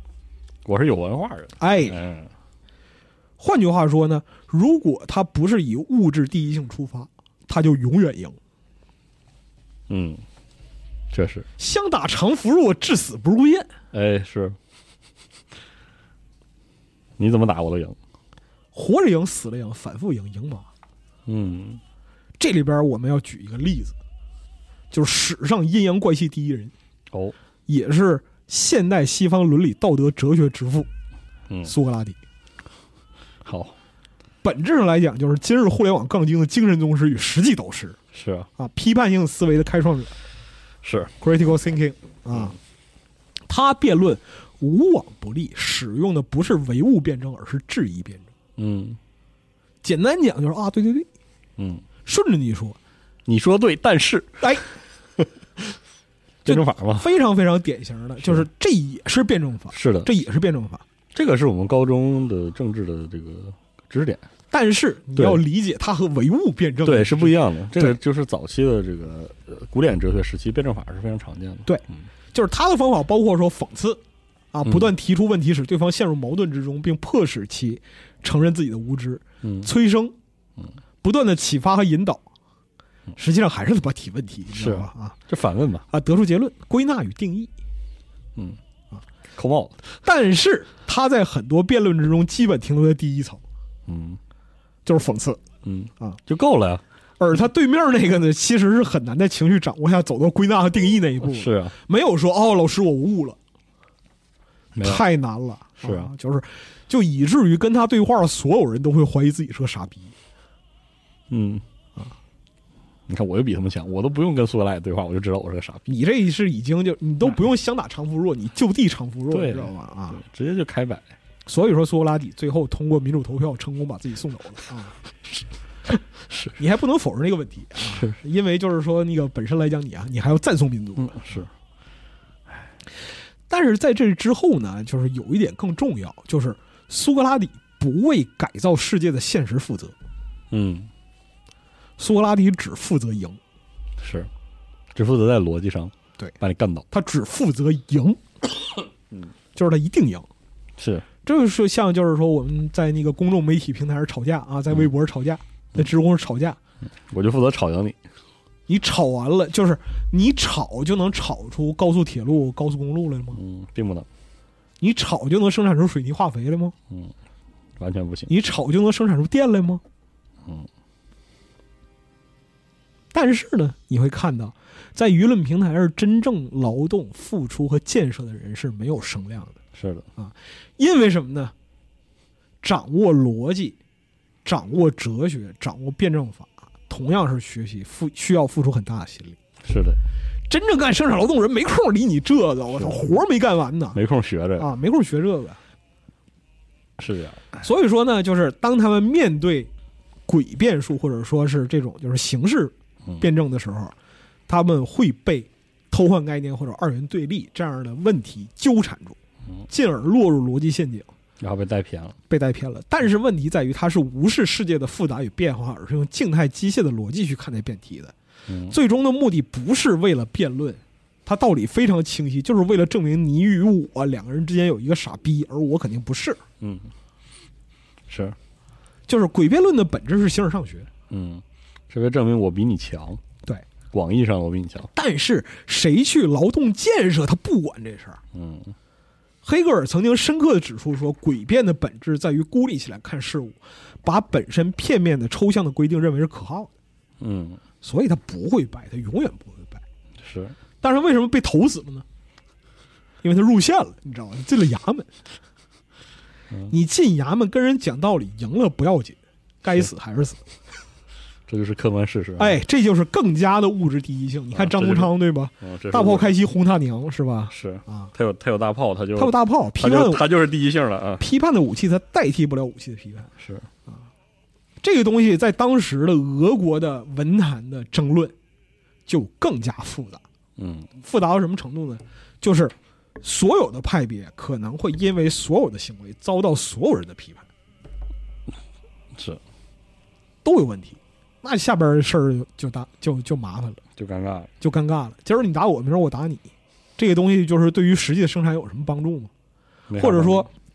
我是有文化人。 哎， 嗯， 换句话说呢，如果他不是以物质第一性出发，他就永远赢。 嗯，确实。 相打常服弱，至死不如厌。 哎，是。你怎么打我都赢， 活着赢，死了赢，反复赢，赢嘛。 嗯， 这里边我们要举一个例子，就是史上阴阳怪气第一人， 哦， 也是现代西方伦理道德哲学之父， 嗯， 苏格拉底。 好， 本质上来讲，就是今日互联网杠精的精神宗师与实际导师。 是啊， 啊，批判性思维的开创者， 是 critical thinking 啊。他辩论无往不利，使用的不是唯物辩证，而是质疑辩证。 嗯， 简单讲就是啊，对对对， 嗯， 顺着你说， 你说对，但是哎， 辩证法嘛， 非常非常典型的，就是这也是辩证法， 是的， 这也是辩证法。 这个是我们高中的政治的这个知识点， 但是你要理解它和唯物辩证对是不一样的。这个对就是早期的这个呃古典哲学时期，辩证法是非常常见的。 对， 嗯， 就是他的方法包括说讽刺啊， 嗯不断提出问题，使对方陷入矛盾之中，并迫使其承认自己的无知， 嗯， 催生， 嗯， 不断的启发和引导， 嗯实际上还是他妈提问题，你知道吧？啊这反问吧， 啊，得出结论、归纳与定义。 嗯啊，扣帽子， 但是他在很多辩论之中，基本停留在第一层， 嗯就是讽刺嗯啊， 就够了呀。 而他对面那个呢，其实是很难在情绪掌握下走到归纳和定义那一步。 是啊， 没有说哦，老师我无误了， 没有太难了。 是啊啊，就是就以至于跟他对话的所有人都会怀疑自己是个傻逼。 嗯啊，你看我又比他们强，我都不用跟苏格拉底对话，我就知道我是个傻逼。 你这是已经就你都不用相打常服弱，你就地常服弱， 对你知道吗？啊， 直接就开摆。 所以说苏格拉底最后通过民主投票成功把自己送走了啊。 是， 你还不能否认这个问题啊， 是因为就是说那个本身来讲你啊，你还要赞颂民族。 嗯，是， 但是在这之后呢，就是有一点更重要，就是苏格拉底不为改造世界的现实负责， 嗯， 苏格拉底只负责赢， 是，只负责在逻辑上对把你干倒。 他只负责赢， 嗯， 就是他一定赢。 是， 这就是像就是说我们在那个公众媒体平台上吵架啊，在微博上吵架，在知乎上吵架， 我就负责吵赢你。 你吵完了，就是你吵就能吵出高速铁路、高速公路来了吗？ 嗯，并不能。 你吵就能生产出水泥化肥来吗？ 嗯，完全不行。 你吵就能生产出电来吗？ 嗯。 但是呢，你会看到，在舆论平台上，真正劳动、付出和建设的人是没有声量的。 是的啊，因为什么呢？掌握逻辑、掌握哲学、掌握辩证法，同样是学习付需要付出很大的心力。 是的， 真正干生产劳动人没空理你这个，我操，活没干完呢， 没空学这个啊，没空学这个。 是这样。 所以说呢，就是当他们面对诡辩术或者说是这种就是形式辩证的时候，嗯、他们会被偷换概念或者二元对立这样的问题纠缠住。进而落入逻辑陷阱， 然后被带偏了， 被带偏了。但是问题在于，它是无视世界的复杂与变化，而是用静态机械的逻辑去看待辩题的。 嗯、 最终的目的不是为了辩论，它道理非常清晰，就是为了证明你与我两个人之间有一个傻逼，而我肯定不是。 嗯，是， 就是诡辩论的本质是形而上学。 嗯，是为证明我比你强。 对， 广义上我比你强。 但是谁去劳动建设，他不管这事儿。 嗯。 黑格尔曾经深刻地指出说，诡辩的本质在于孤立起来看事物，把本身片面的抽象的规定认为是可靠的。 嗯， 所以他不会败，他永远不会败。 是， 但是为什么被投死了呢？因为他入县了，你知道吗？进了衙门。 嗯、 你进衙门跟人讲道理，赢了不要紧，该死还是死。 这就是客观事实。 哎，这就是更加的物质第一性。你看张宗昌、啊、对吧？ 哦、 大炮开西轰他娘是吧？ 是啊， 他有他有大炮，他就他有大炮，批判他就他就是第一性了啊。 批判的武器，他代替不了武器的批判。 是啊，这个东西在当时的俄国的文坛的争论就更加复杂。 嗯， 复杂到什么程度呢？就是所有的派别可能会因为所有的行为遭到所有人的批判， 是都有问题。那下边的事儿就就大就就麻烦了， 就尴尬了， 就尴尬了。今儿你打我，明儿我打你，这个东西就是对于实际的生产有什么帮助吗？或者说，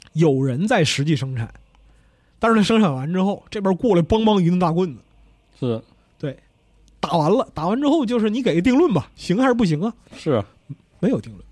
有人在实际生产，但是他生产完之后，这边过来梆梆一顿大棍子， 是， 对，打完了，打完之后就是你给个定论吧，行还是不行啊？ 是啊， 没有定论。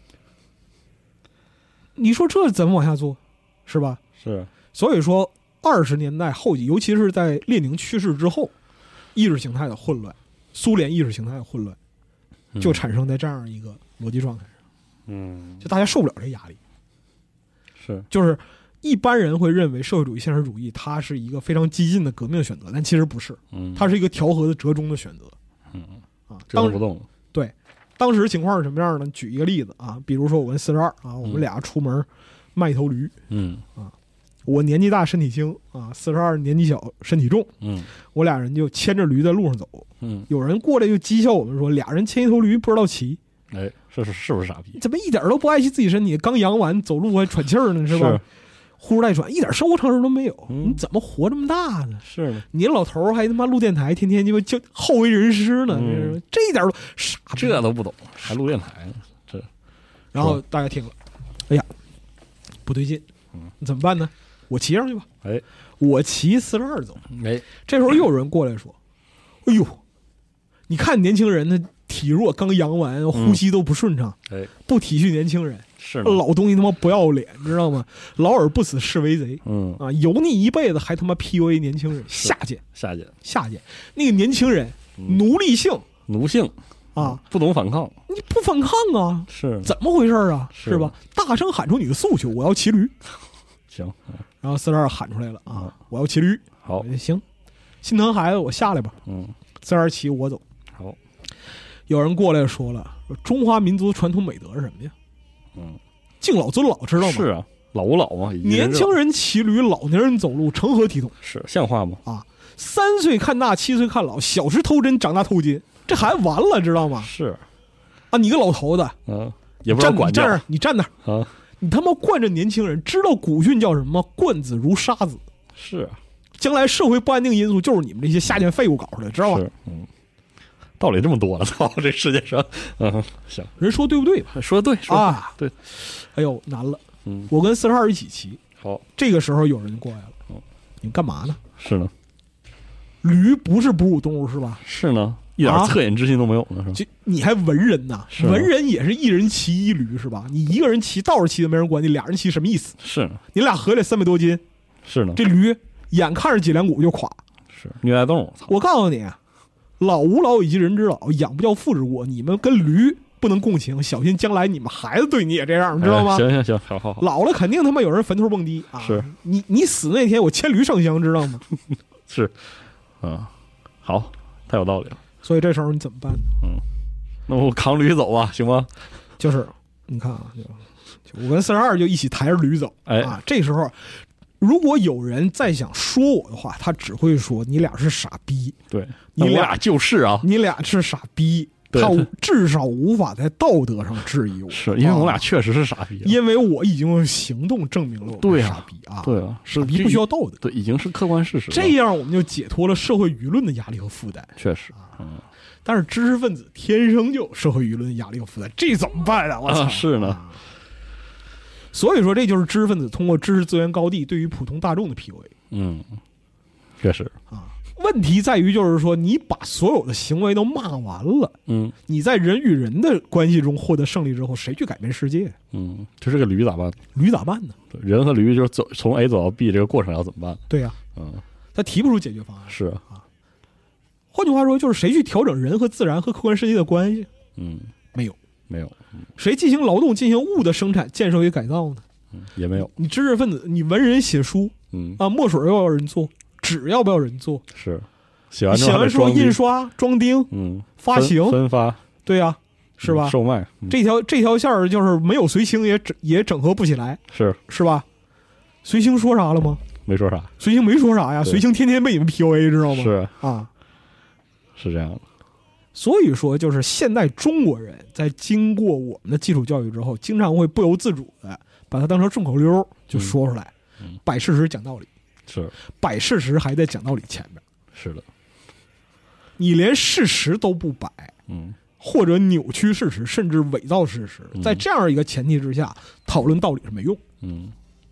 你说这怎么往下做，是吧？ 是， 所以说二十年代后期，尤其是在列宁去世之后，意识形态的混乱，苏联意识形态的混乱，就产生在这样一个逻辑状态上。 嗯， 就大家受不了这压力。 是， 就是一般人会认为社会主义现实主义它是一个非常激进的革命选择，但其实不是， 嗯， 它是一个调和的折中的选择。 嗯啊， 折中不动。 对，当时情况是什么样呢？举一个例子啊，比如说我跟四十二啊，我们俩出门卖一头驴， 嗯啊，我年纪大身体轻啊，四十二年纪小身体重， 嗯， 我俩人就牵着驴在路上走， 嗯， 有人过来就讥笑我们说，俩人牵一头驴不知道骑。 哎，这是是不是傻逼？ 怎么一点都不爱惜自己身体？刚养完，走路还喘气儿呢，是吧？ 是呼哧带喘，一点生活常识都没有。 嗯你怎么活这么大呢？ 是呢， 你老头儿还他妈录电台，天天就就好为人师呢， 嗯这一点都傻逼， 这都不懂，还录电台呢？这， 然后大家听了，哎呀，不对劲， 嗯， 怎么办呢？我骑上去吧。 哎， 我骑四十二走。 哎， 这时候又有人过来说：“哎呦，你看年轻人他体弱，刚阳完，呼吸都不顺畅， 哎， 不体恤年轻人。” 是呢， 老东西他妈不要脸，知道吗？老而不死是为贼。 嗯啊，油腻一辈子还他妈 P U A 年轻人，下贱下贱下贱。那个年轻人奴隶性奴性啊， 不懂反抗， 你不反抗啊？ 是怎么回事啊？ 是是吧？大声喊出你的诉求，我要骑驴。 行， 然后四十二喊出来了啊，我要骑驴。 好， 行，心疼孩子，我下来吧。 嗯， 四十二骑，我走。 好， 有人过来说了，说中华民族传统美德是什么呀？ 嗯， 敬老尊老，知道吗？ 是啊，老吾老嘛， 年轻人骑驴，老年人走路，成何体统？ 是像话吗？ 啊，三岁看大，七岁看老，小时偷针，长大偷金，这孩子完了，知道吗？ 是啊，你个老头子， 嗯，也不知道管教， 站那儿，你站那儿啊， 你他妈惯着年轻人，知道古训叫什么吗？惯子如杀子。 是啊， 将来社会不安定因素就是你们这些下贱废物搞出来，知道吧？ 是，嗯，道理这么多了，操，这世界上，嗯，行， 人说对不对吧？ 说的对，说啊， 对， 哎呦，难了， 嗯， 我跟四十二一起骑， 好， 这个时候有人过来了， 嗯， 你干嘛呢？ 是呢， 驴不是哺乳动物是吧？ 是呢，一点恻隐之心都没有呢，是吧？ 就你还文人呐？ 是啊文人也是一人骑一驴是吧？你一个人骑倒是骑的没人管你，俩人骑什么意思？ 是呢， 你俩合起来三百多斤， 是呢， 这驴眼看着脊梁骨就垮。 是虐待动物，操， 我告诉你，老吾老以及人之老，养不教父之过。你们跟驴不能共情，小心将来你们孩子对你也这样，你知道吗？ 哎行行行，好好好， 老了肯定他妈有人坟头蹦迪啊！ 是你你死那天我牵驴上香，知道吗？ 是，嗯，好，太有道理了， 所以这时候你怎么办呢？ 嗯，那我扛驴走啊，行吗？ 就是你看啊，就就我跟四十二就一起抬着驴走， 哎啊，这时候如果有人再想说我的话，他只会说你俩是傻逼， 对， 你俩那我俩就是啊， 你俩是傻逼，他对他至少无法在道德上质疑我， 是因为我俩啊确实是傻逼啊， 因为我已经用行动证明了我是对啊傻逼啊， 对啊， 傻逼不需要道德， 对，已经是客观事实了， 这样我们就解脱了社会舆论的压力和负担。 确实，嗯， 但是知识分子天生就有社会舆论压力和负担，这怎么办啊？我操！ 啊是呢啊所以说，这就是知识分子通过知识资源高地对于普通大众的 P U A 嗯，确实， 啊。问题在于，就是说，你把所有的行为都骂完了， 嗯你在人与人的关系中获得胜利之后，谁去改变世界？ 嗯，就这个驴咋办？ 驴咋办呢？ 对人和驴就是走从 A 走到 B 这个过程要怎么办？ 对呀、 嗯， 他提不出解决方案。 是啊， 换句话说，就是谁去调整人和自然和客观世界的关系？ 嗯， 没有。 没有，嗯谁进行劳动、进行物的生产、建设与改造呢？ 嗯，也没有， 你知识分子，你文人写书嗯， 啊，墨水要不要人做？纸要不要人做？ 是写完之后还写完书得装订印，刷、装订， 嗯， 发行分分发对呀、是吧？ 嗯售卖，嗯这条这条线儿就是没有随清也整也整合不起来， 是是吧？随清说啥了吗？ 没说啥， 随清没说啥呀， 对随清天天被你们 P U A，知道吗？ 是啊， 是这样的， 所以说就是现代中国人在经过我们的基础教育之后，经常会不由自主的把它当成顺口溜就说出来， 嗯嗯摆事实讲道理， 是摆事实还在讲道理前面， 是的， 你连事实都不摆， 嗯或者扭曲事实，甚至伪造事实， 嗯在这样一个前提之下，讨论道理是没用。 嗯，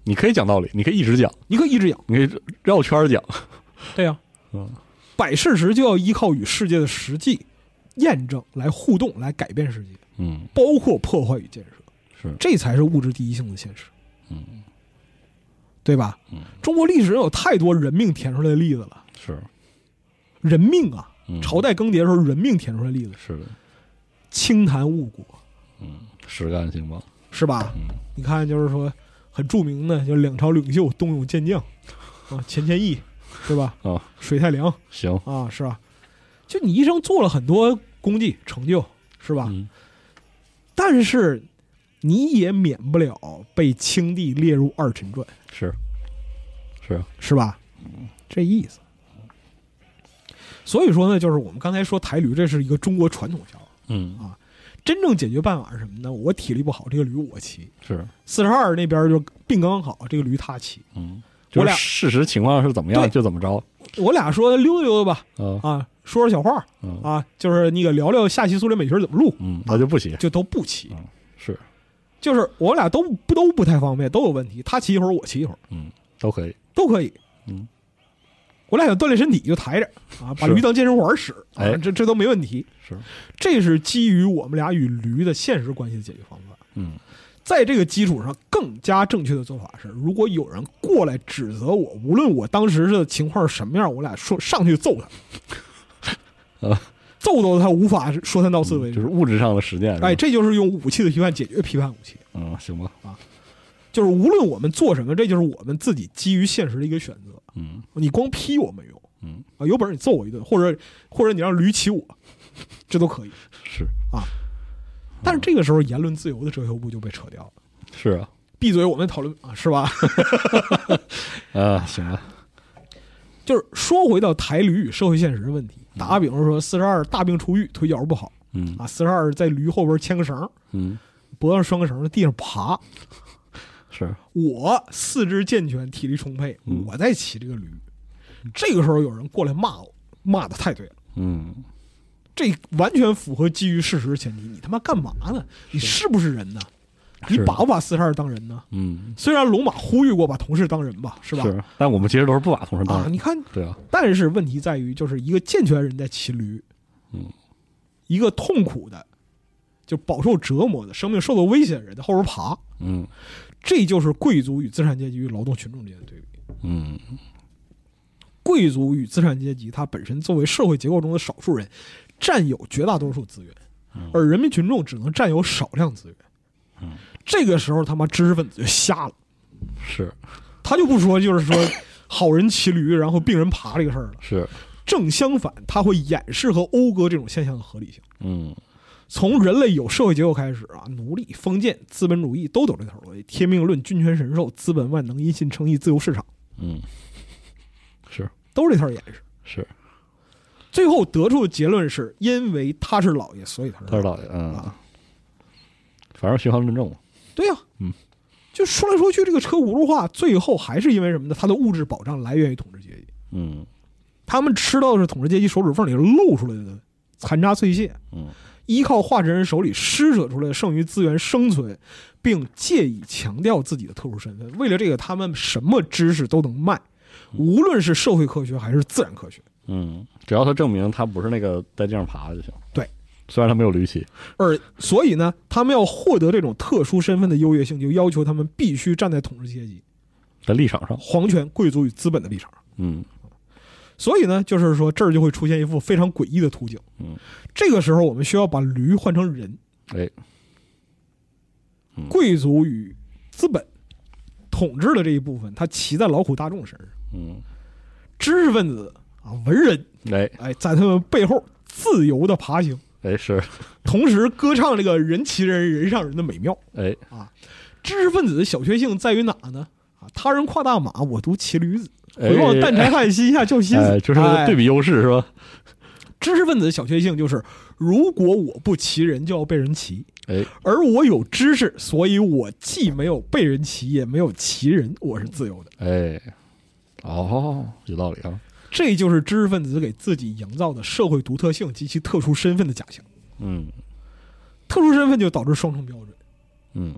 你可以讲道理，你可以一直讲， 你可以一直讲， 你可以绕圈讲。 对呀、啊， 嗯， 摆事实就要依靠与世界的实际验证来互动，来改变世界， 嗯， 包括破坏与建设， 是， 这才是物质第一性的现实， 嗯， 对吧？ 嗯， 中国历史上有太多人命填出来的例子了， 是， 人命啊， 嗯、 朝代更迭的时候人命填出来的例子， 是的， 清谈误国， 嗯，实干兴邦， 是吧？ 嗯， 你看，就是说很著名的，就两朝领袖动用健将啊，钱谦益，对吧？ 啊， 水太良， 行啊，是吧？就你一生做了很多功绩成就，是吧？ 嗯， 但是你也免不了被清帝列入二臣传， 是是是吧？这意思。所以说呢，就是我们刚才说台驴，这是一个中国传统笑话。 嗯啊，真正解决办法是什么呢？我体力不好，这个驴我骑。 是四十二那边就病刚刚好，这个驴他骑。 嗯， 我俩事实情况是怎么样对就怎么着。 我俩说溜达溜达吧， 啊啊，说说小话嗯啊，就是那个聊聊下棋苏联美学怎么录， 嗯，那就不骑。 就都不骑。 嗯，是， 就是我俩都不都不太方便，都有问题。他骑一会儿，我骑一会儿， 嗯，都可以。 都可以。 嗯， 我俩想锻炼身体，就抬着啊，把是驴当健身环使，啊哎这这都没问题。 是， 这是基于我们俩与驴的现实关系的解决方法。 嗯， 在这个基础上，更加正确的做法是，如果有人过来指责我，无论我当时的情况是什么样，我俩说上去揍他， 啊， 揍到他无法说三道四为止。 就是物质上的实践。 哎，，这就是用武器的批判解决批判武器。 嗯，行吧。 就是无论我们做什么，这就是我们自己基于现实的一个选择。 嗯你光批我没用， 嗯， 啊，有本事你揍我一顿，或者或者你让驴骑我，这都可以。 是但是这个时候言论自由的遮羞布就被扯掉了。 是啊， 闭嘴，我们讨论啊，是吧？ 啊，行吧。 就是说回到台驴与社会现实的问题，打个比方说，四十二大病初愈，腿脚不好嗯啊，四十二在驴后边牵个绳， 嗯， 脖子上拴个绳，在地上爬。 是， 我四肢健全，体力充沛， 嗯我在骑这个驴。这个时候有人过来骂我，骂的太对了。 嗯这完全符合基于事实的前提。你他妈干嘛呢？你是不是人呢？你是把不把四十二当人呢？ 嗯， 虽然龙马呼吁过把同事当人吧，是吧？ 是，但我们其实都是不把同事当啊， 人。 你看， 对啊， 但是问题在于，就是一个健全人在骑驴， 嗯， 一个痛苦的，就饱受折磨的生命受到威胁的人在后边爬， 嗯这就是贵族与资产阶级与劳动群众之间的对比。 嗯贵族与资产阶级，它本身作为社会结构中的少数人，占有绝大多数资源，而人民群众只能占有少量资源。 嗯， 这个时候他妈知识分子就瞎了， 是他就不说就是说好人骑驴，然后病人爬这个事儿了。 是， 正相反，他会掩饰和讴歌这种现象的合理性。 嗯从人类有社会结构开始啊，奴隶、封建、资本主义都走这头逻辑，天命论、君权神授、资本万能、因信称义、自由市场， 嗯，是都是这套掩饰。 是， 最后得出的结论是因为他是老爷，所以他是他是老爷。嗯啊， 反正循环论证嘛。 对呀、 嗯， 就说来说去，这个车轱辘话，最后还是因为什么呢？它的物质保障来源于统治阶级， 嗯他们吃到的是统治阶级手指缝里露出来的残渣碎屑， 嗯依靠化职人手里施舍出来的剩余资源生存，并借以强调自己的特殊身份。为了这个，他们什么知识都能卖，无论是社会科学还是自然科学。 嗯，只要他证明他不是那个在地上爬的就行。 对， 虽然他没有驴骑。 而所以呢，他们要获得这种特殊身份的优越性，就要求他们必须站在统治阶级、 在立场上。 皇权、贵族与资本的立场上。 嗯所以呢，就是说这儿就会出现一幅非常诡异的图景。 嗯， 这个时候我们需要把驴换成人。 哎，嗯贵族与资本统治的这一部分，他骑在劳苦大众身上。 嗯， 知识分子啊，文人， 哎哎，在他们背后自由的爬行， 哎是， 同时歌唱这个人骑人人上人的美妙。 哎知识分子的小确幸在于哪呢？啊，他人跨大马，我独骑驴子。 哎回望蛋柴汉，膝下救妻子， 哎，就是哎对比优势是吧？ 知识分子的小确幸就是，如果我不骑人，就要被人骑。 哎， 而我有知识，所以我既没有被人骑，也没有骑人，我是自由的。 哎，哦，有道理啊。 这就是知识分子给自己营造的社会独特性及其特殊身份的假象。 嗯特殊身份就导致双重标准， 嗯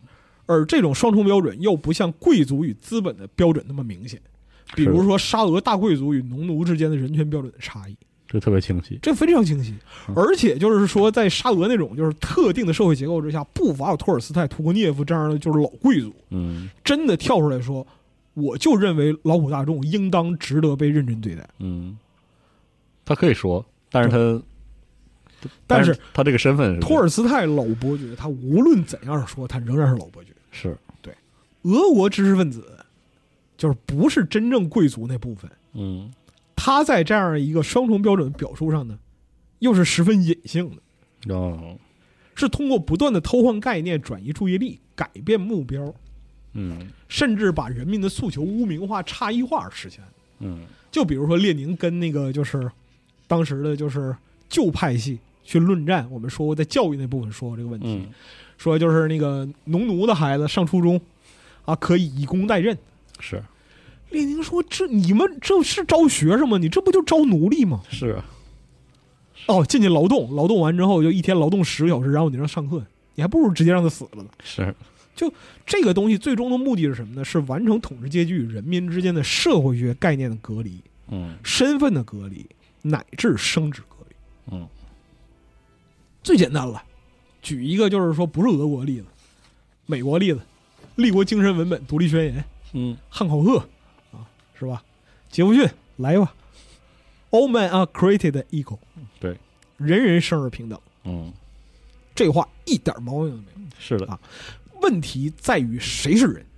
而这种双重标准又不像贵族与资本的标准那么明显，比如说沙俄大贵族与农奴之间的人权标准的差异， 这特别清晰， 这非常清晰。而且就是说，在沙俄那种就是特定的社会结构之下，不乏有托尔斯泰、屠格涅夫这样的就是老贵族， 嗯， 真的跳出来说，我就认为劳苦大众应当值得被认真对待。 嗯，他可以说，但是他， 但是他这个身份是托尔斯泰老伯爵，他无论怎样说，他仍然是老伯爵。 是对，俄国知识分子就是不是真正贵族那部分， 嗯， 他在这样一个双重标准表述上呢，又是十分隐性的， 哦， 是通过不断的偷换概念、转移注意力、改变目标， 嗯甚至把人民的诉求污名化、差异化而实现。 嗯， 就比如说列宁跟那个就是当时的就是旧派系去论战，我们说过在教育那部分说过这个问题， 嗯， 说就是那个农奴的孩子上初中啊，可以以工代赈。 是列宁说：“这你们这是招学生吗？你这不就招奴隶吗？” 是啊， 哦，进去劳动，劳动完之后就一天劳动十个小时，然后你让上课，你还不如直接让他死了呢。 是， 就这个东西最终的目的是什么呢？是完成统治阶级与人民之间的社会学概念的隔离， 嗯身份的隔离，乃至生殖隔离。 嗯， 最简单了，举一个就是说不是俄国例子，美国例子，立国精神文本独立宣言， 嗯， 汉考克啊，是吧？杰弗逊来吧 ，All men are created equal， 对， 人人生而平等。 嗯， 这话一点毛病都没有。 是的啊，问题在于谁是人。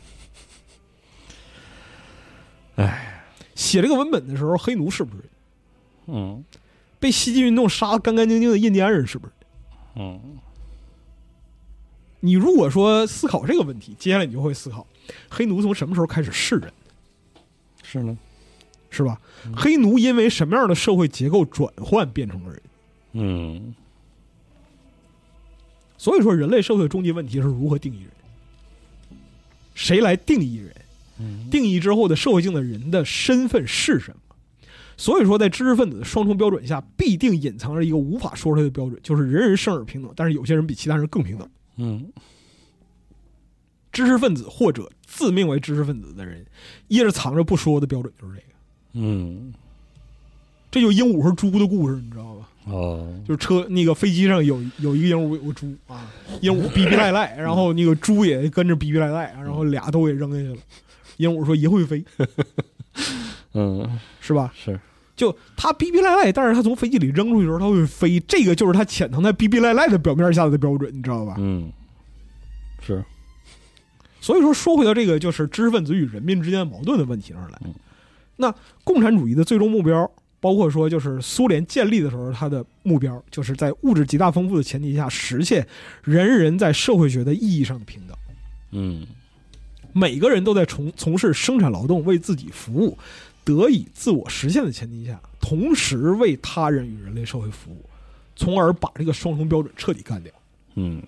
哎， 写这个文本的时候，黑奴是不是人？ 嗯被西进运动杀得干干净净的印第安人是不是人？ 嗯， 你如果说思考这个问题，接下来你就会思考，黑奴从什么时候开始是人？ 是呢， 是吧？黑奴因为什么样的社会结构转换变成了人？ 嗯， 所以说，人类社会的终极问题是如何定义人？谁来定义人？定义之后的社会性的人的身份是什么？所以说，在知识分子的双重标准下，必定隐藏着一个无法说出来的标准，就是人人生而平等，但是有些人比其他人更平等。 嗯， 知识分子或者自命为知识分子的人，掖着藏着不说的标准就是这个。 嗯， 这就鹦鹉和猪的故事，你知道吧？ 哦， 就是车那个飞机上有有一个鹦鹉，有个猪啊，鹦鹉逼逼赖赖，然后那个猪也跟着逼逼赖赖，然后俩都给扔下去了。鹦鹉说也会飞， 嗯， 是吧？ 是， 就他逼逼赖赖，但是他从飞机里扔出去的时候他会飞，这个就是他潜藏在逼逼赖赖的表面下的标准，你知道吧？ 嗯，是。 所以说，说回到这个就是知识分子与人民之间的矛盾的问题上来， 嗯、 那共产主义的最终目标，包括说就是苏联建立的时候，它的目标就是在物质极大丰富的前提下，实现人人在社会学的意义上的平等。 嗯， 每个人都在从从事生产劳动，为自己服务，得以自我实现的前提下，同时为他人与人类社会服务，从而把这个双重标准彻底干掉。 嗯。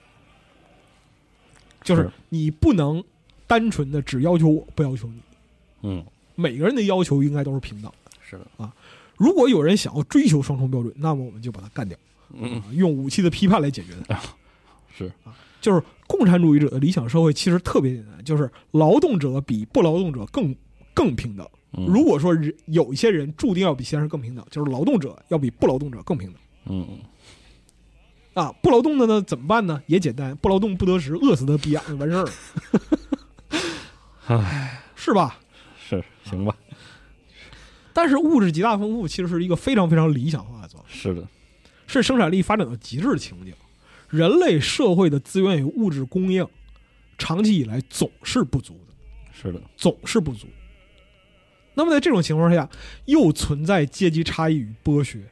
就是你不能单纯的只要求我不要求你， 嗯， 每个人的要求应该都是平等的。 是的啊，如果有人想要追求双重标准，那么我们就把它干掉， 嗯， 啊、用武器的批判来解决它。 是啊，就是共产主义者的理想社会其实特别简单，就是劳动者比不劳动者更更平等。 嗯、 如果说人有一些人注定要比其他人更平等，就是劳动者要比不劳动者更平等。 嗯。 啊，不劳动的呢怎么办呢？也简单，不劳动不得食，饿死的逼养就完事儿了。 唉， 是吧？ 是，行吧。 但是物质极大丰富其实是一个非常非常理想化的状态。 是的， 是生产力发展到极致的情景。人类社会的资源与物质供应，长期以来总是不足的。 是的， 总是不足。那么在这种情况下，又存在阶级差异与剥削。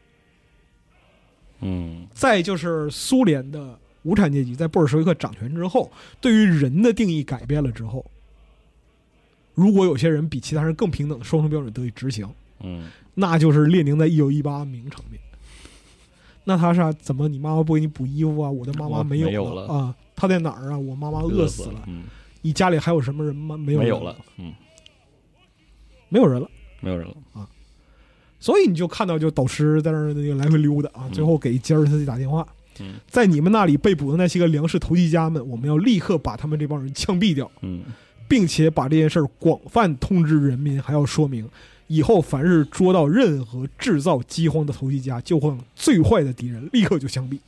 嗯， 再就是苏联的无产阶级在布尔什维克掌权之后，对于人的定义改变了之后，如果有些人比其他人更平等的双重标准得以执行， 嗯， 那就是列宁在一九一八名场面。那他是怎么？你妈妈不给你补衣服啊？我的妈妈没有 了, 没有了啊！他在哪儿啊？我妈妈饿死了。 了嗯， 你家里还有什么人吗？没有没有了，嗯， 没有人了， 没有人了啊！所以你就看到，就导师在那儿那个来回溜达啊，最后给吉尔斯基打电话， 嗯， 在你们那里被捕的那些个粮食投机家们，我们要立刻把他们这帮人枪毙掉， 嗯， 并且把这件事儿广泛通知人民，还要说明以后凡是捉到任何制造饥荒的投机家，就会用最坏的敌人立刻就枪毙。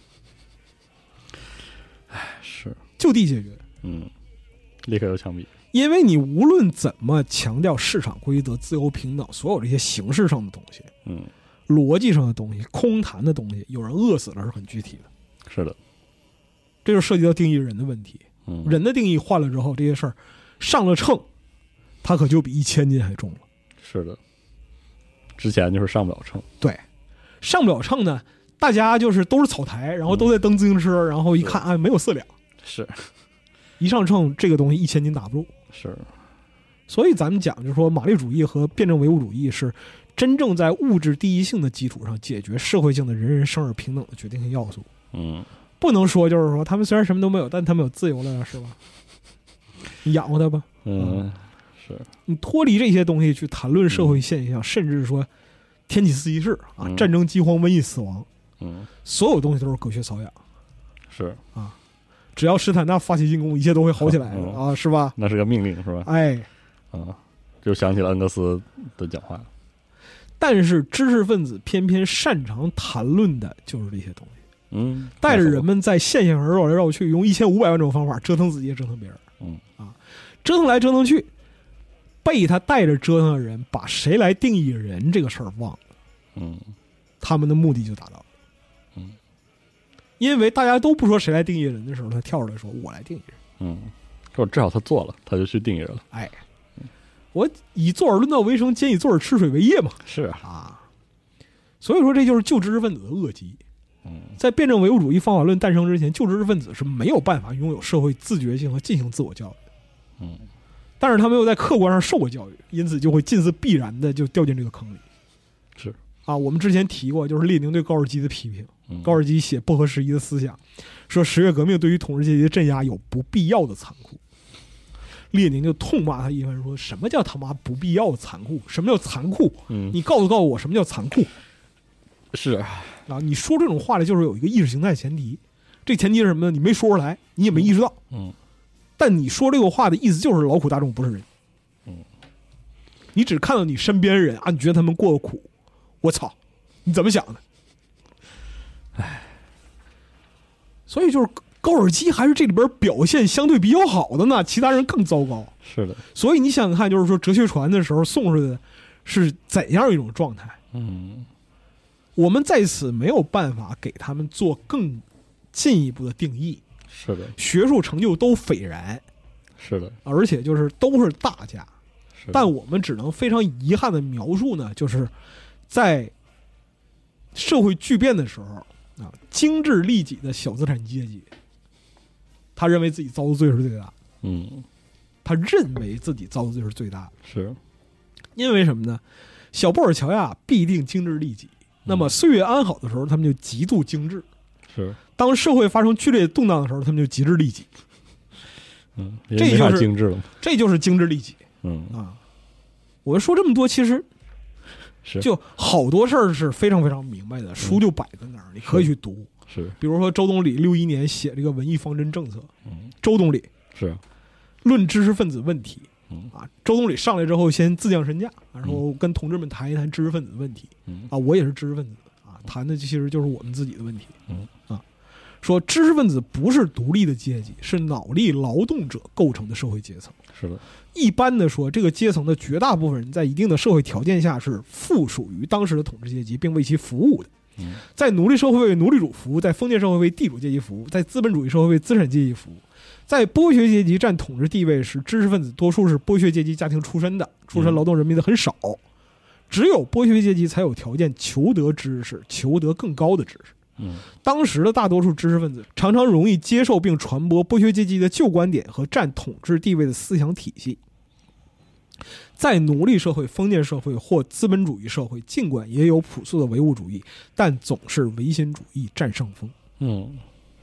哎，是就地解决， 嗯，立刻就枪毙。 因为你无论怎么强调市场规则、自由平等，所有这些形式上的东西， 嗯， 逻辑上的东西、空谈的东西，有人饿死了是很具体的。 是的， 这就涉及到定义人的问题。 嗯， 人的定义换了之后，这些事儿上了秤，它可就比一千斤还重了。 是的，之前就是上不了秤。 对，上不了秤呢，大家就是都是草台，然后都在蹬自行车，嗯、然后一看啊，没有四两。 是， 一上秤，这个东西一千斤打不住。 是， 所以咱们讲，就是说，马列主义和辩证唯物主义是真正在物质第一性的基础上解决社会性的人人生而平等的决定性要素。 嗯， 不能说就是说，他们虽然什么都没有，但他们有自由了，是吧？你养活他吧。 嗯，是你脱离这些东西去谈论社会现象，嗯、甚至说天启四骑士啊， 嗯、 战争、饥荒、瘟疫、死亡， 嗯， 所有东西都是隔靴搔痒。 是啊。只要史坦纳发起进攻，一切都会好起来的、嗯、啊，是吧？ 那是个命令，是吧？ 哎， 啊，就想起了恩格斯的讲话。 但是知识分子偏偏擅长谈论的就是这些东西， 嗯， 带着人们在线性上绕来绕去，用一千五百万种方法折腾自己，也折腾别人。 嗯啊，折腾来折腾去，被他带着折腾的人，把谁来定义人这个事儿忘了。 嗯， 他们的目的就达到了。 嗯。 因为大家都不说谁来定义人的时候，他跳出来说我来定义人。 嗯，或者至少他做了，他就去定义人了。 哎，我以坐而论道为生，兼以坐而吃水为业嘛。 是啊， 啊，所以说这就是旧知识分子的恶疾。 嗯，在辩证唯物主义方法论诞生之前，旧知识分子是没有办法拥有社会自觉性和进行自我教育的。 嗯， 但是他没有在客观上受过教育，因此就会近似必然的就掉进这个坑里。 是啊，我们之前提过，就是列宁对高尔基的批评。 嗯、 高尔基写不合时宜的思想，说十月革命对于统治阶级的镇压有不必要的残酷。列宁就痛骂他一番，说什么叫他妈不必要的残酷？什么叫残酷？ 嗯， 你告诉告诉我什么叫残酷？ 是啊，你说这种话的就是有一个意识形态前提，这前提是什么呢？你没说出来，你也没意识到。 嗯， 但你说这个话的意思就是劳苦大众不是人。 嗯， 你只看到你身边人啊，你觉得他们过得苦，我操，你怎么想的？唉，所以就是高尔基还是这里边表现相对比较好的呢，其他人更糟糕。 是的， 所以你想想看，就是说哲学传的时候送出来的是怎样一种状态？ 嗯， 我们在此没有办法给他们做更进一步的定义。 是的， 学术成就都斐然。 是的， 而且就是都是大家， 是的， 但我们只能非常遗憾的描述呢，就是在社会巨变的时候。啊，精致利己的小资产阶级，他认为自己遭的罪是最大的。 嗯， 他认为自己遭的罪是最大的， 是因为什么呢？小布尔乔亚必定精致利己，那么岁月安好的时候，他们就极度精致； 是当社会发生剧烈动荡的时候，他们就极致利己。 嗯， 这就是精致了， 这就是精致利己。 嗯啊，我说这么多，其实。 是就好多事儿是非常非常明白的， 嗯、 书就摆在那儿，你可以去读。 是， 比如说周总理六一年写这个文艺方针政策， 嗯， 周总理是论知识分子问题， 嗯啊，周总理上来之后先自降身价，然后跟同志们谈一谈知识分子的问题。 嗯啊，我也是知识分子啊，谈的其实就是我们自己的问题。 嗯啊，说知识分子不是独立的阶级，是脑力劳动者构成的社会阶层。 是的。 一般的说，这个阶层的绝大部分人在一定的社会条件下是附属于当时的统治阶级，并为其服务的。 嗯、 在奴隶社会为奴隶主服务，在封建社会为地主阶级服务，在资本主义社会为资产阶级服务。在剥削阶级占统治地位时，知识分子多数是剥削阶级家庭出身的，出身劳动人民的很少。嗯、只有剥削阶级才有条件求得知识，求得更高的知识。 嗯， 当时的大多数知识分子常常容易接受并传播剥削阶级的旧观点和占统治地位的思想体系。在奴隶社会、封建社会或资本主义社会，尽管也有朴素的唯物主义，但总是唯心主义占上风。 嗯，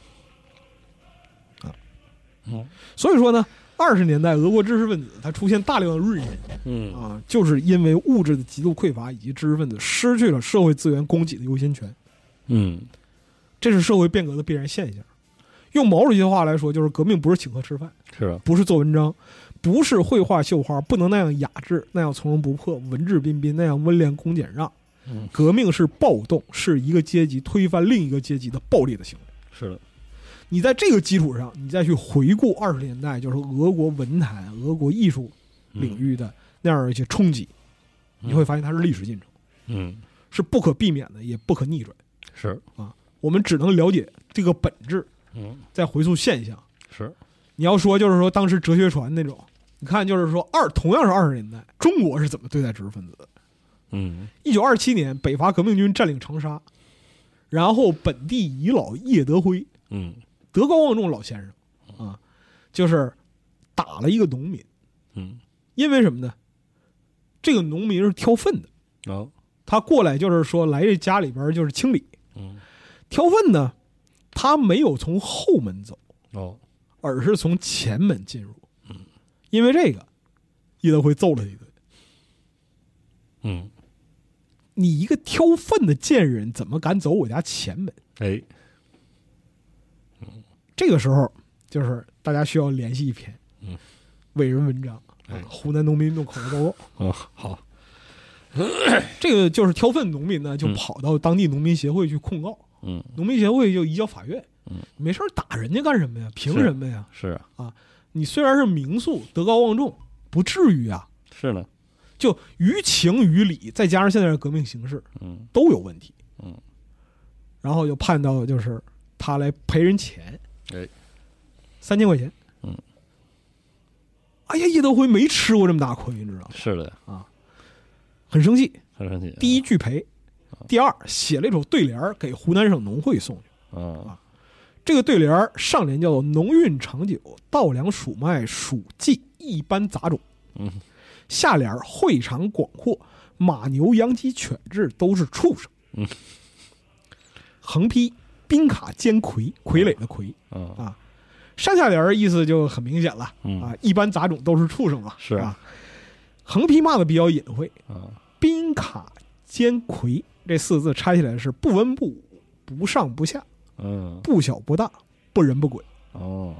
啊， 嗯， 所以说呢，二十年代俄国知识分子它出现大量的锐人， 嗯啊，就是因为物质的极度匮乏以及知识分子失去了社会资源供给的优先权。 嗯， 这是社会变革的必然现象。用毛主席的话来说，就是革命不是请客吃饭， 是啊， 不是做文章，不是绘画绣花，不能那样雅致，那样从容不迫，文质彬彬，那样温良恭俭让。 嗯， 革命是暴动，是一个阶级推翻另一个阶级的暴烈的行为。 是的， 你在这个基础上，你再去回顾二十年代，就是俄国文坛、俄国艺术领域的那样一些冲击， 嗯、 你会发现它是历史进程， 嗯， 是不可避免的，也不可逆转。 是啊，我们只能了解这个本质， 嗯， 再回溯现象。 是， 你要说就是说当时哲学传那种，你看就是说二同样是二十年代，中国是怎么对待知识分子的？ 嗯， 一九二七年，北伐革命军占领长沙，然后本地遗老叶德辉， 嗯， 德高望重老先生啊，就是打了一个农民， 嗯， 因为什么呢？这个农民是挑粪的， 哦， 他过来就是说来这家里边就是清理， 嗯， 挑粪呢，他没有从后门走， 哦， 而是从前门进入，嗯，因为这个，叶德辉揍了他一顿， 嗯。 你一个挑粪的贱人，怎么敢走我家前门？ 哎， 嗯，这个时候就是大家需要联系一篇， 嗯， 伟人文章， 哎， 啊，湖南农民运动口头报告。 哦，好， 这个就是挑粪农民呢，就跑到当地农民协会去控告， 嗯， 农民协会就移交法院， 嗯， 没事打人家干什么呀？凭什么呀？ 是啊， 啊，你虽然是名宿，德高望重，不至于啊。 是呢。 就于情于理，再加上现在的革命形势， 嗯， 都有问题， 嗯， 然后就判到就是他来赔人钱， 哎， 三千块钱， 嗯， 哎呀，叶德辉没吃过这么大亏，你知道吗？ 是的啊，很生气， 很生气。 第一拒赔， 啊、 第二写了一首对联给湖南省农会送去， 啊， 这个对联上联叫做“农运长久，稻粮黍麦黍稷一般杂种”， 嗯。 下联会场广阔，马牛羊鸡犬彘都是畜生。 嗯， 横批宾卡奸傀，傀儡的傀、 嗯、 啊。上下联意思就很明显了、 嗯、 啊，一般杂种都是畜生嘛。 是啊。横批骂的比较隐晦啊， 宾卡奸傀这四字拆起来是不文不武，不上不下， 嗯， 不小不大，不人不鬼。 哦，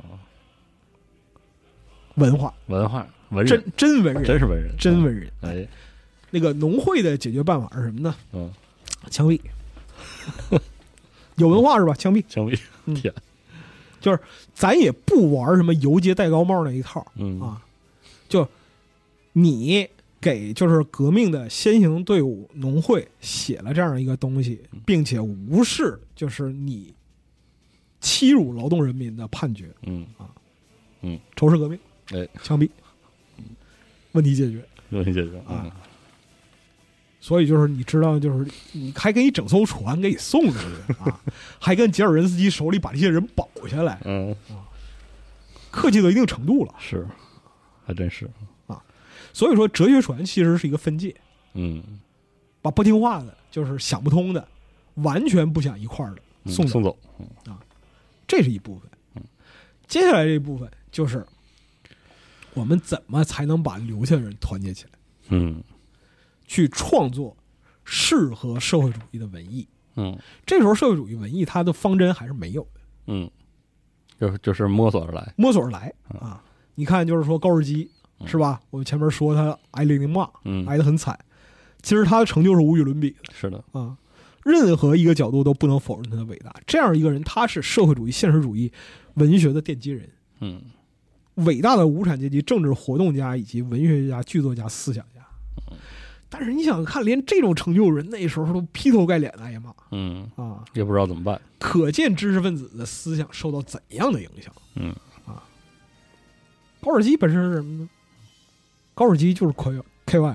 文化， 文化。文人真真文人， 真是文人， 真文人。 哎， 那个农会的解决办法是什么呢？ 嗯， 枪毙。有文化是吧？枪毙， 枪毙。天、嗯， 就是咱也不玩什么游街戴高帽那一套， 嗯啊，就你给就是革命的先行队伍农会写了这样一个东西，并且无视就是你欺辱劳动人民的判决， 嗯啊， 嗯， 仇视革命， 哎， 枪毙。问题解决， 问题解决啊、 嗯！所以就是你知道，就是你还给你整艘船给你送出去啊，还跟吉尔任斯基手里把这些人保下来， 嗯啊，客气到一定程度了， 是，还真是啊。所以说，哲学船其实是一个分界， 嗯， 把不听话的，就是想不通的，完全不想一块儿的送走、 嗯、送走、 嗯、啊，这是一部分。 嗯， 接下来这一部分就是。我们怎么才能把留下的人团结起来？ 嗯， 去创作适合社会主义的文艺。 嗯， 这时候社会主义文艺它的方针还是没有的。 嗯，就就是摸索而来， 摸索而来啊！你看，就是说高尔基、嗯、是吧？我们前面说他挨零零骂， 嗯， 挨得很惨，其实他的成就是无与伦比的。 是的啊，任何一个角度都不能否认他的伟大。这样一个人，他是社会主义、现实主义文学的奠基人。 嗯。 伟大的无产阶级政治活动家以及文学家、剧作家、思想家，但是你想看，连这种成就人那时候都劈头盖脸的挨骂， 嗯啊， 也不知道怎么办。 可见知识分子的思想受到怎样的影响？ 嗯啊，高尔基本身是什么呢？高尔基就是 K Y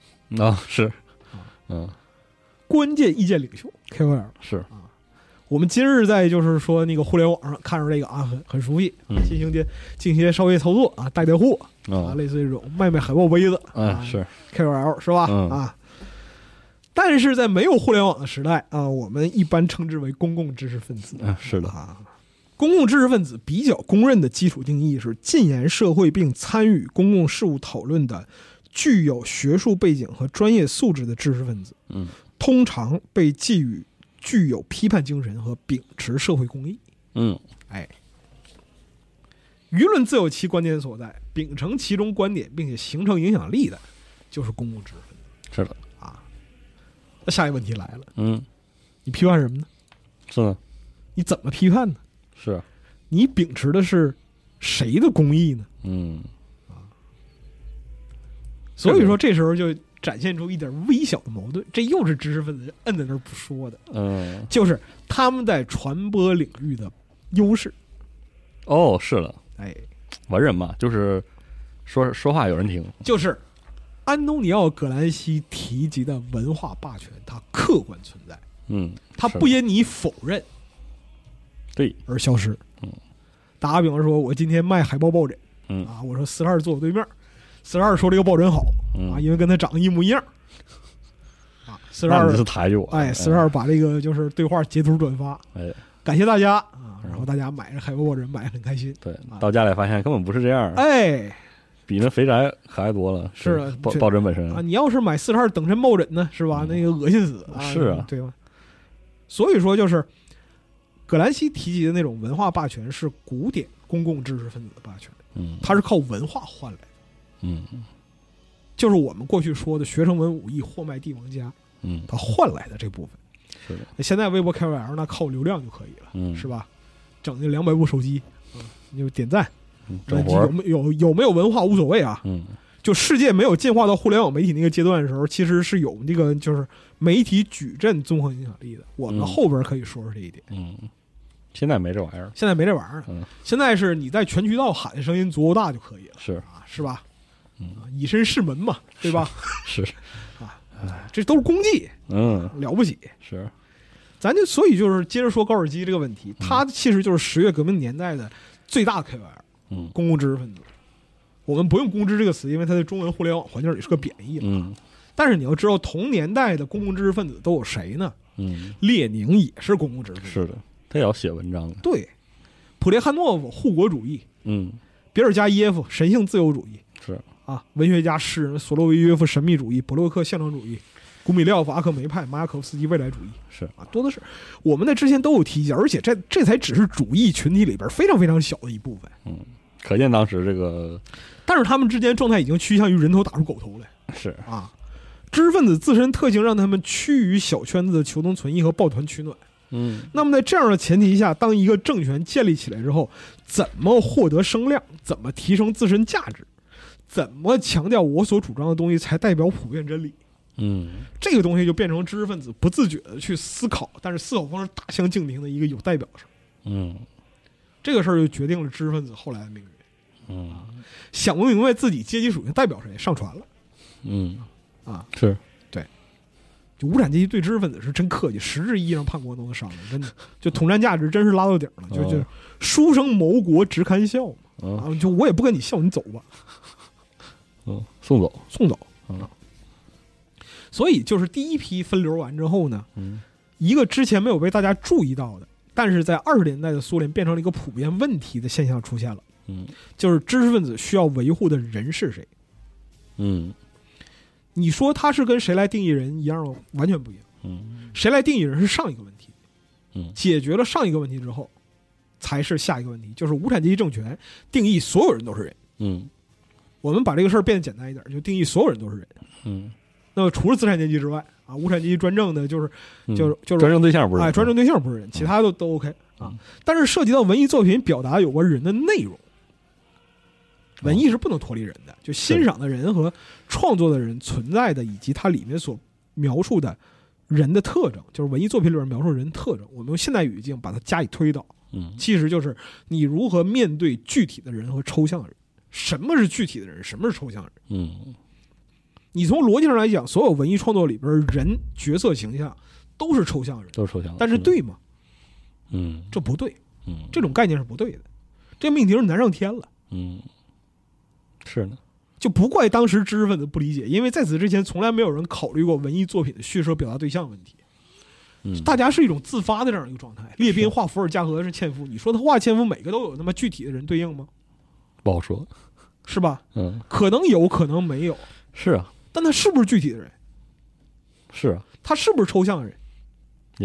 L 啊，是，嗯， 关键意见领袖 K Y L 是啊。我们今日在就是说那个互联网上看着这个啊，很很熟悉， 嗯、 进行些进行些商业操作啊，带带货、 哦、 啊，类似于这种卖卖海报杯子啊，是 K O L 是吧？ 嗯、 啊，但是在没有互联网的时代啊，我们一般称之为公共知识分子啊，是的啊。公共知识分子比较公认的基础定义是进言社会并参与公共事务讨论的具有学术背景和专业素质的知识分子， 嗯， 通常被寄予具有批判精神和秉持社会公义。 嗯， 哎，舆论自有其观点所在，秉承其中观点并且形成影响力的，就是公共知识分子。 是的啊。那下一个问题来了， 嗯， 你批判什么呢？ 是呢， 你怎么批判呢？ 是， 你秉持的是谁的公义呢？ 嗯， 所以说这时候就展现出一点微小的矛盾，这又是知识分子摁在那儿不说的， 嗯， 就是他们在传播领域的优势。 哦，是了， 哎， 文人嘛，就是说说话有人听， 就是安东尼奥·葛兰西提及的文化霸权，它客观存在， 嗯， 它不因你否认对而消失。 嗯， 打个比方说，我今天卖海豹抱枕， 嗯啊，我说四十二坐我对面，四十二说这个抱枕好， 嗯啊，因为跟他长得一模一样，啊，四十二那你是抬举我， 哎，四十二把这个就是对话截图转发， 哎， 感谢大家啊，然后大家买着海豹抱枕买得很开心， 对啊， 到家里发现根本不是这样， 哎， 比那肥宅可爱多了， 是啊抱这抱枕本身啊，你要是买四十二等身抱枕呢，是吧？ 嗯那个恶心死啊！ 是啊对吧？所以说，就是葛兰西提及的那种文化霸权，是古典公共知识分子的霸权， 嗯， 它是靠文化换来的， 嗯就是我们过去说的学生文武艺货卖帝王家， 嗯， 它换来的这部分。 是的， 现在微博 K O L 那靠流量就可以了， 嗯， 是吧？整那两百部手机，嗯，你就点赞， 嗯整活儿， 有没有有没有文化无所谓啊， 嗯就世界没有进化到互联网媒体那个阶段的时候，其实是有这个就是媒体矩阵综合影响力的。我们嗯后边可以说说这一点。 嗯，现在没这玩意儿， 现在没这玩意儿了， 嗯， 现在是你在全渠道喊的声音足够大就可以了， 是啊，是吧？ 嗯啊，以身试门嘛，对吧？ 是， 这都是功绩， 嗯了不起。 是， 咱就所以就是接着说高尔基这个问题， 嗯他其实就是十月革命年代的最大 K O L， 嗯公共知识分子。我们不用公知这个词，因为它在中文互联网环境里是个贬义了。 嗯但是你要知道，同年代的公共知识分子都有谁呢？ 嗯， 列宁也是公共知识分子， 是的，他也要写文章的， 对，普列汉诺夫护国主义， 嗯， 比尔加耶夫神性自由主义是， 啊，文学家诗人索洛维约夫神秘主义，伯洛克象征主义，古米廖夫阿克梅派，马雅可夫斯基未来主义是， 啊，多的是。我们在之前都有提及，而且这这才只是主义群体里边非常非常小的一部分。 嗯，可见当时这个但是他们之间状态已经趋向于人头打出狗头来是， 啊。知识分子自身特性让他们趋于小圈子的求同存异和抱团取暖。 嗯那么在这样的前提下，当一个政权建立起来之后，怎么获得声量，怎么提升自身价值，怎么强调我所主张的东西才代表普遍真理， 嗯这个东西就变成知识分子不自觉的去思考，但是思考方式大相径庭的一个有代表性。 嗯这个事儿就决定了知识分子后来的命运。 嗯想不明白自己阶级属性代表谁，上传了嗯啊！ 是， 就无产阶级对知识分子是真客气，实质意义上叛国都能上来，真的就统战价值真是拉到顶了，就就书生谋国直堪笑嘛嗯啊！就我也不跟你笑，你走吧， 嗯，送走， 送走。 嗯所以就是第一批分流完之后呢， 嗯一个之前没有被大家注意到的，但是在二十年代的苏联变成了一个普遍问题的现象出现了， 嗯就是知识分子需要维护的人是谁？ 嗯你说他是跟谁来定义人一样吗？完全不一样。 嗯谁来定义人是上一个问题， 嗯解决了上一个问题之后，才是下一个问题，就是无产阶级政权定义所有人都是人。 嗯我们把这个事儿变得简单一点，就定义所有人都是人。 嗯， 那么除了资产阶级之外啊，无产阶级专政的就是嗯就是就是专政对象不是哎，专政对象不是人，其他都都 OK 啊嗯。 但是涉及到文艺作品表达有关人的内容，文艺是不能脱离人的，就欣赏的人和创作的人存在的，以及它里面所描述的人的特征，就是文艺作品里边描述人的特征，我们用现代语境把它加以推导， 嗯其实就是你如何面对具体的人和抽象的人。什么是具体的人？什么是抽象的人？ 嗯你从逻辑上来讲，所有文艺创作里边人角色形象都是抽象人， 都是抽象的， 但是对吗？ 嗯这不对， 嗯这种概念是不对的，这命题是难上天了。 嗯是呢， 就不怪当时知识分子不理解，因为在此之前从来没有人考虑过文艺作品的叙事和表达对象问题。 嗯大家是一种自发的这样一个状态。列宾画伏尔加河是纤夫，你说他画纤夫每个都有那么具体的人对应吗？ 不好说， 是吧？ 嗯可能有可能没有， 是啊但他是不是具体的人？ 是啊他是不是抽象的人？ 也是，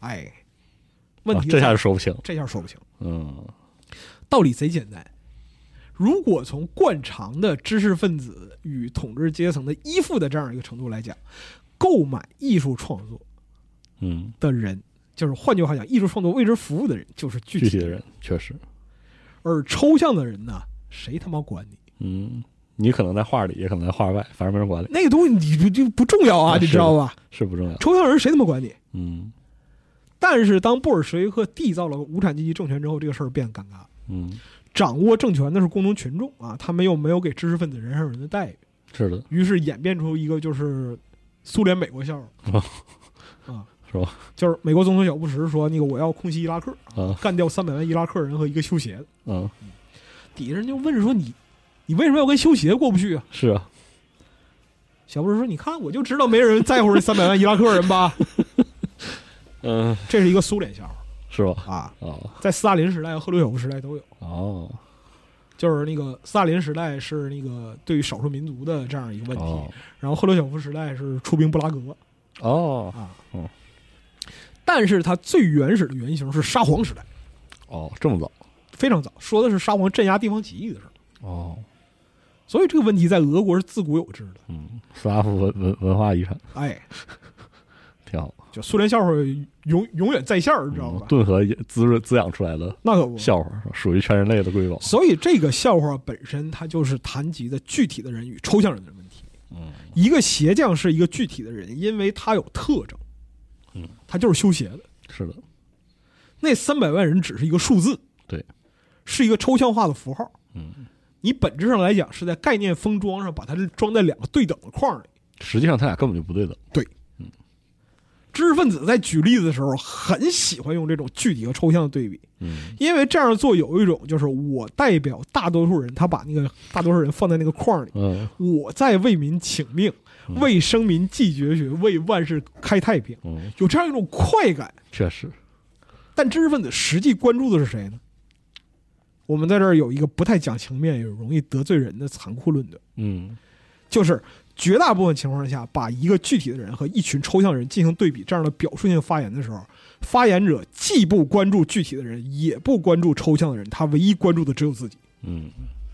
哎，问题、 啊、这下是说不清， 这下说不清。 嗯， 道理贼简单。如果从惯常的知识分子与统治阶层的依附的这样一个程度来讲，购买艺术创作嗯的人，就是换句话讲，艺术创作为之服务的人就是具体的人， 具体的人，确实。 而抽象的人呢，谁他妈管你？ 嗯，你可能在画里，也可能在画外，反正没人管你。 那个东西你就不重要啊，你知道吧？ 是不重要。 抽象人谁他妈管你？ 嗯。 但是当布尔什维克缔造了无产阶级政权之后，这个事儿变尴尬。 嗯。 掌握政权的是工农群众啊，他们又没有给知识分子人上人的待遇， 是的。 于是演变出一个就是苏联美国笑话啊， 是吧？ 就是美国总统小布什说那个我要空袭伊拉克啊， 干掉三百万伊拉克人和一个修鞋的。 嗯， 底下人就问说你你为什么要跟修鞋过不去啊？ 是啊。 小布什说你看我就知道没人在乎这三百万伊拉克人吧。 嗯， 这是一个苏联笑话。 是吧？ 啊， 哦， 在斯大林时代和赫鲁晓夫时代都有。 哦， 就是那个斯大林时代是那个对于少数民族的这样一个问题， 哦、 然后赫鲁晓夫时代是出兵布拉格。 哦啊， 哦， 但是它最原始的原型是沙皇时代。 哦，这么早？ 非常早，说的是沙皇镇压地方起义的事儿。 哦， 所以这个问题在俄国是自古有之的。 嗯，斯拉夫文文文化遗产。 哎， 挺好。 就苏联笑话永永远在线，你知道吧？ 嗯、顿河滋润滋养出来的那可不笑话，属于全人类的瑰宝。 所以这个笑话本身，它就是谈及的具体的人与抽象人的问题。 嗯， 一个鞋匠是一个具体的人，因为他有特征。 嗯， 他就是修鞋的。 是的。 那三百万人只是一个数字， 对， 是一个抽象化的符号。 嗯， 你本质上来讲是在概念封装上把它装在两个对等的框里。 实际上，他俩根本就不对等。 对。知识分子在举例子的时候很喜欢用这种具体和抽象的对比， 嗯， 因为这样做有一种就是我代表大多数人，他把那个大多数人放在那个框里， 嗯， 我在为民请命， 嗯、 为生民继绝学，为万世开太平， 嗯， 有这样一种快感。 确实， 但知识分子实际关注的是谁呢？我们在这儿有一个不太讲情面也容易得罪人的残酷论断， 嗯， 就是绝大部分情况下，把一个具体的人和一群抽象人进行对比，这样的表述性发言的时候，发言者既不关注具体的人，也不关注抽象的人，他唯一关注的只有自己。 嗯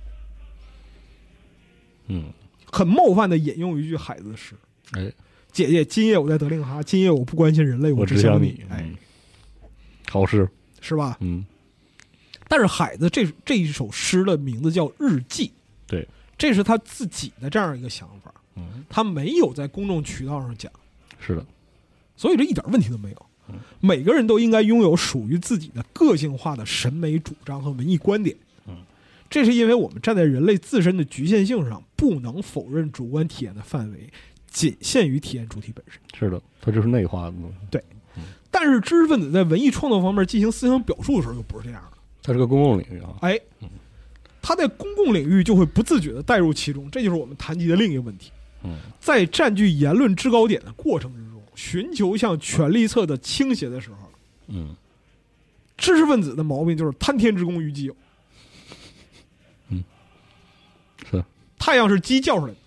嗯， 很冒犯的引用一句海子诗：“ 哎， 姐姐，今夜我在德令哈，今夜我不关心人类， 我只想你。” 哎， 好诗是吧？ 嗯。 但是海子这这一首诗的名字叫《日记》， 对， 这是他自己的这样一个想法。 嗯， 他没有在公众渠道上讲， 是的， 所以这一点问题都没有。 嗯、 每个人都应该拥有属于自己的个性化的审美主张和文艺观点。 嗯， 这是因为我们站在人类自身的局限性上，不能否认主观体验的范围仅限于体验主体本身。 是的，它就是内化的东西。 对，嗯、但是知识分子在文艺创作方面进行思想表述的时候，就不是这样的。 它是个公共领域啊。 哎， 嗯、 他在公共领域就会不自觉地带入其中，这就是我们谈及的另一个问题。 嗯， 在占据言论制高点的过程之中，寻求向权力侧的倾斜的时候， 嗯， 知识分子的毛病就是贪天之功于己有。 嗯，是太阳是鸡叫出来的，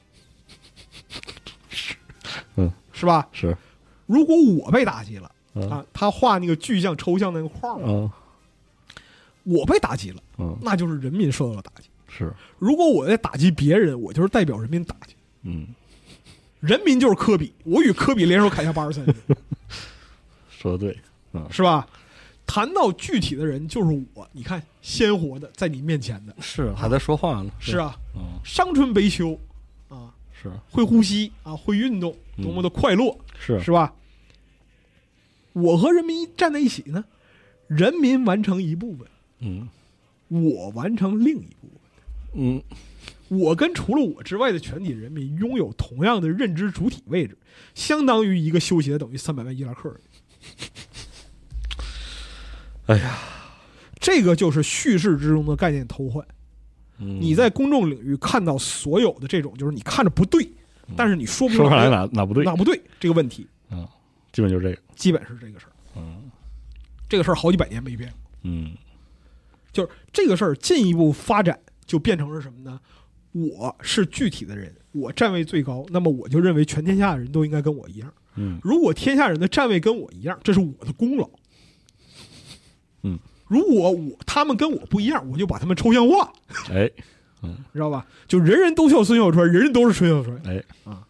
嗯， 是吧？ 是。 如果我被打击了、 嗯、 啊，他画那个具象抽象那个框， 嗯， 我被打击了， 嗯， 那就是人民受到了打击。 是。 如果我在打击别人，我就是代表人民打击。 嗯。 人民就是科比，我与科比联手砍下八十三人， 说的对，嗯， 是吧？谈到具体的人，就是我，你看鲜活的在你面前的， 是还在说话呢， 是啊， 嗯， 伤春悲秋啊， 是会呼吸啊，会运动，多么的快乐， 嗯、是是吧？我和人民站在一起呢，人民完成一部分， 嗯， 我完成另一部分， 嗯。 我跟除了我之外的全体人民拥有同样的认知主体位置，相当于一个修鞋等于三百万伊拉克人。 哎呀， 这个就是叙事之中的概念偷换。 嗯、 你在公众领域看到所有的这种，就是你看着不对，嗯、但是你说不说出来哪哪不对， 哪不对这个问题， 嗯，基本就是这个， 基本是这个事儿。 嗯， 这个事儿好几百年没变。 嗯， 就是这个事儿进一步发展，就变成是什么呢？我是具体的人，我站位最高，那么我就认为全天下的人都应该跟我一样。 嗯， 如果天下人的站位跟我一样，这是我的功劳。 嗯， 如果我他们跟我不一样，我就把他们抽象化。 哎， 嗯，知道吧？就人人都笑孙小川，人人都是孙小川。 哎啊，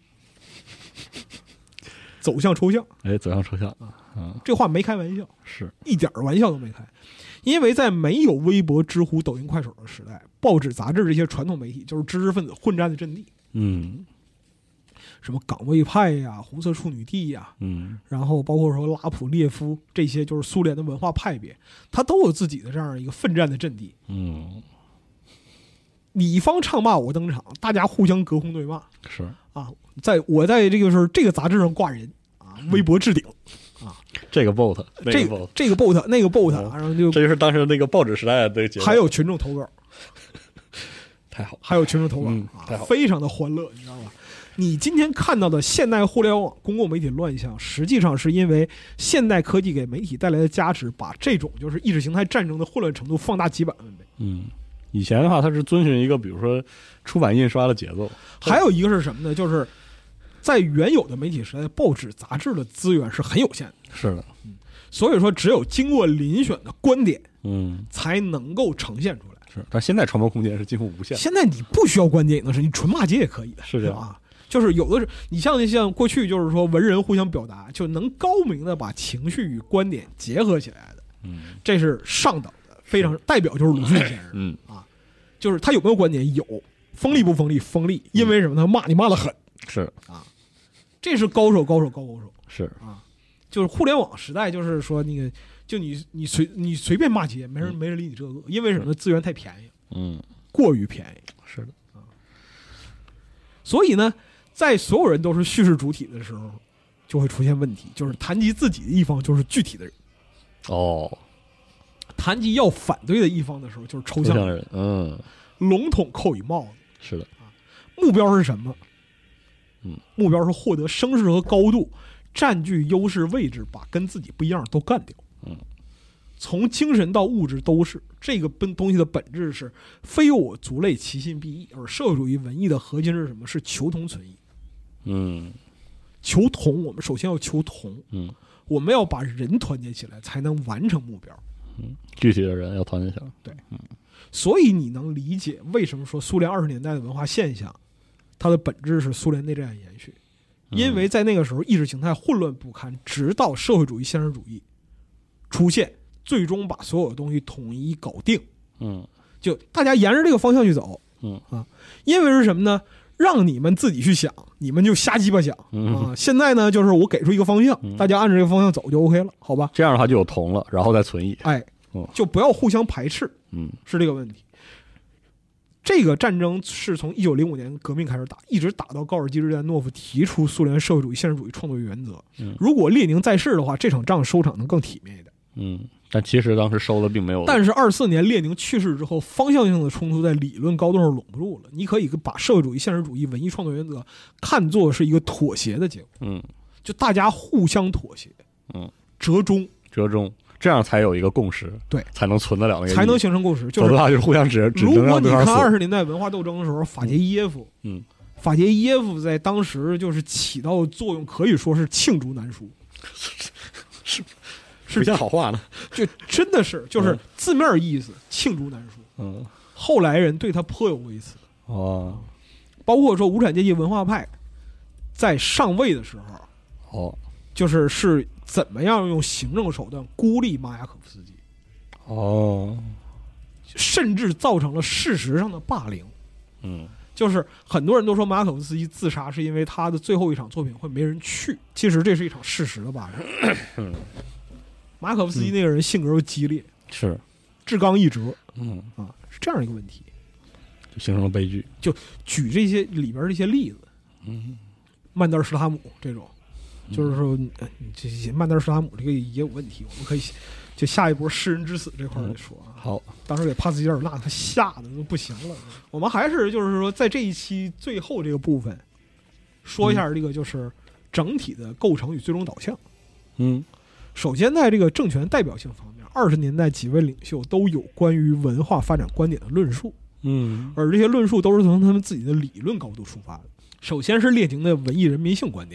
走向抽象。 哎，走向抽象啊， 啊， 这话没开玩笑， 是一点玩笑都没开。因为在没有微博、知乎、抖音、快手的时代，报纸、杂志这些传统媒体就是知识分子混战的阵地。 嗯什么岗位派呀、红色处女地呀， 嗯， 然后包括说拉普列夫这些，就是苏联的文化派别，它都有自己的这样一个奋战的阵地。 嗯， 你方唱罢我登场，大家互相隔空对骂是啊。在我在这个时候这个杂志上挂人啊，微博置顶啊， 这个 bot， 那这个 bot， 这个 bot 那个 bot，然后就这就是当时那个报纸时代的节目， 还有群众投稿， 太好， 还有群众投稿嗯啊太好， 非常的欢乐，你知道吧？你今天看到的现代互联网公共媒体乱象，实际上是因为现代科技给媒体带来的加持，把这种就是意识形态战争的混乱程度放大几百万倍。 嗯，以前的话，它是遵循一个比如说出版印刷的节奏， 还有一个是什么呢？就是在原有的媒体时代，报纸、杂志的资源是很有限的， 是的， 所以说只有经过遴选的观点， 嗯， 才能够呈现出来。 是，但现在传播空间是近乎无限的。 现在你不需要观点的是，你纯骂街也可以的， 是这样啊。就是有的是，你像像过去就是说文人互相表达，就能高明的把情绪与观点结合起来的， 嗯， 这是上等的，非常代表就是鲁迅先生， 嗯啊，就是他有没有观点？有，锋利不锋利？锋利，因为什么？他骂你骂得狠， 是啊，这是高手，高手，高高手， 是啊，就是互联网时代，就是说那个，就你你随你随便骂街，没人没人理你这个，因为什么？资源太便宜， 嗯， 过于便宜， 是的， 啊，所以呢。在所有人都是叙事主体的时候，就会出现问题，就是谈及自己的一方就是具体的人， 哦， 谈及要反对的一方的时候就是抽象的人，嗯， 笼统扣以帽子。 是的， 目标是什么？ 嗯， 目标是获得声势和高度，占据优势位置，把跟自己不一样都干掉。 嗯， 从精神到物质都是这个东西的本质是非我族类，其心必异。而社会主义文艺的核心是什么？是求同存异。 嗯， 求同，我们首先要求同， 嗯， 我们要把人团结起来，才能完成目标。 嗯，具体的人要团结起来。 对， 嗯， 所以你能理解为什么说苏联二十年代的文化现象，它的本质是苏联内战延续，因为在那个时候意识形态混乱不堪，直到社会主义现实主义出现，最终把所有东西统一搞定。 嗯， 就大家沿着这个方向去走。 嗯啊，因为是什么呢？让你们自己去想，你们就瞎鸡巴想啊！现在呢，就是我给出一个方向，大家按照这个方向走就 OK 了，好吧？ 这样的话就有同了，然后再存异， 哎，就不要互相排斥， 嗯， 是这个问题。这个战争是从一九零五年革命开始打，一直打到高尔基日代诺夫提出苏联社会主义现实主义创作原则。如果列宁在世的话，这场仗收场能更体面一点。 嗯，但其实当时收的并没有。 但是二四年列宁去世之后，方向性的冲突在理论高度上拢不住了。你可以把社会主义现实主义文艺创作原则看作是一个妥协的结果。 嗯， 就大家互相妥协， 嗯， 折中， 折中，这样才有一个共识， 对， 才能存得了那个， 才能形成共识。就是否则的话就是互相指指。 如果你看二十年代文化斗争的时候，法捷耶夫， 嗯， 法捷耶夫在当时就是起到作用，可以说是罄竹难书。 是。是不像好话呢， 就真的是就是字面意思，罄竹难书。 嗯， 后来人对他颇有微词。 哦， 包括说无产阶级文化派在上位的时候， 哦， 就是是怎么样用行政手段孤立马雅可夫斯基， 哦， 甚至造成了事实上的霸凌。 嗯， 就是很多人都说马雅可夫斯基自杀是因为他的最后一场作品会没人去，其实这是一场事实的霸凌。 嗯， 马可夫斯基那个人性格又激烈， 是志刚一折， 嗯啊，是这样一个问题， 就形成了悲剧。 就举这些里边这些例子， 嗯， 曼德尔施塔姆这种，就是说，呃这些曼德尔施塔姆这个也有问题，我们可以就下一波诗人之死这块来说啊。 好， 当时给帕斯捷尔纳他吓得都不行了。我们还是就是说，在这一期最后这个部分，说一下这个就是整体的构成与最终导向。 嗯。 首先，在这个政权代表性方面，二十年代几位领袖都有关于文化发展观点的论述， 嗯， 而这些论述都是从他们自己的理论高度出发的。首先是列宁的文艺人民性观点，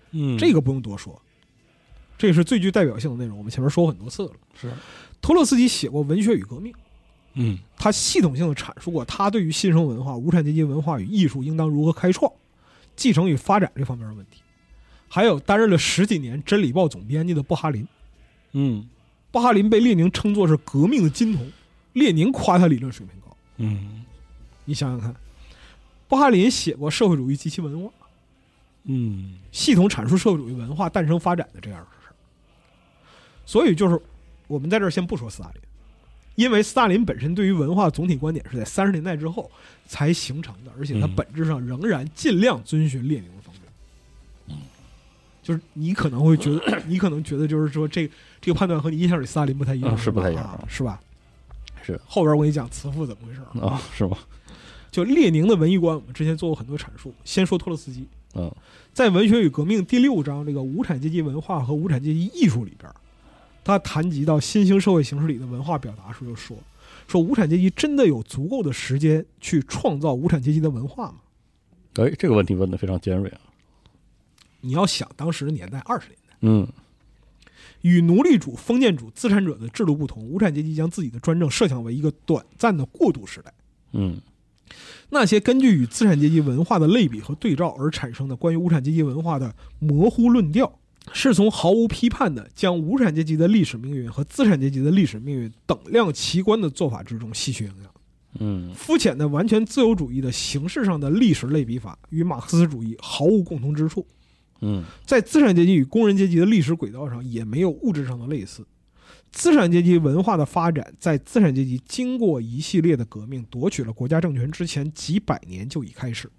嗯， 这个不用多说，这是最具代表性的内容，我们前面说过很多次了。 是托洛斯基写过《文学与革命》， 嗯， 他系统性的阐述过他对于新生文化、无产阶级文化与艺术应当如何开创、继承与发展这方面的问题。还有担任了十几年《真理报》总编辑的布哈林， 嗯， 布哈林被列宁称作是革命的金童，列宁夸他理论水平高。 嗯， 你想想看，布哈林写过《社会主义及其文化》， 嗯， 系统阐述社会主义文化诞生发展的这样的事儿。所以就是我们在这儿先不说斯大林，因为斯大林本身对于文化总体观点是在三十年代之后才形成的，而且他本质上仍然尽量遵循列宁的方针。就是你可能会觉得，你可能觉得就是说这这个判断和你印象里斯大林不太一样， 啊、是不太一样、 啊，是吧？ 是后边我跟你讲慈父怎么回事啊、哦？是吗？ 就列宁的文艺观，我们之前做过很多阐述。先说托洛斯基， 嗯， 在《文学与革命》第六章这个无产阶级文化和无产阶级艺术里边，他谈及到新兴社会形式里的文化表达时就说，说无产阶级真的有足够的时间去创造无产阶级的文化吗？ 哎，这个问题问得非常尖锐啊！ 你要想当时的年代，二十年代， 嗯， 与奴隶主、封建主、资产者的制度不同，无产阶级将自己的专政设想为一个短暂的过渡时代。 嗯， 那些根据与资产阶级文化的类比和对照而产生的关于无产阶级文化的模糊论调，是从毫无批判的将无产阶级的历史命运和资产阶级的历史命运等量齐观的做法之中吸取营养。 嗯， 肤浅的完全自由主义的形式上的历史类比法与马克思主义毫无共同之处。 嗯， 在资产阶级与工人阶级的历史轨道上也没有物质上的类似。资产阶级文化的发展在资产阶级经过一系列的革命夺取了国家政权之前几百年就已开始。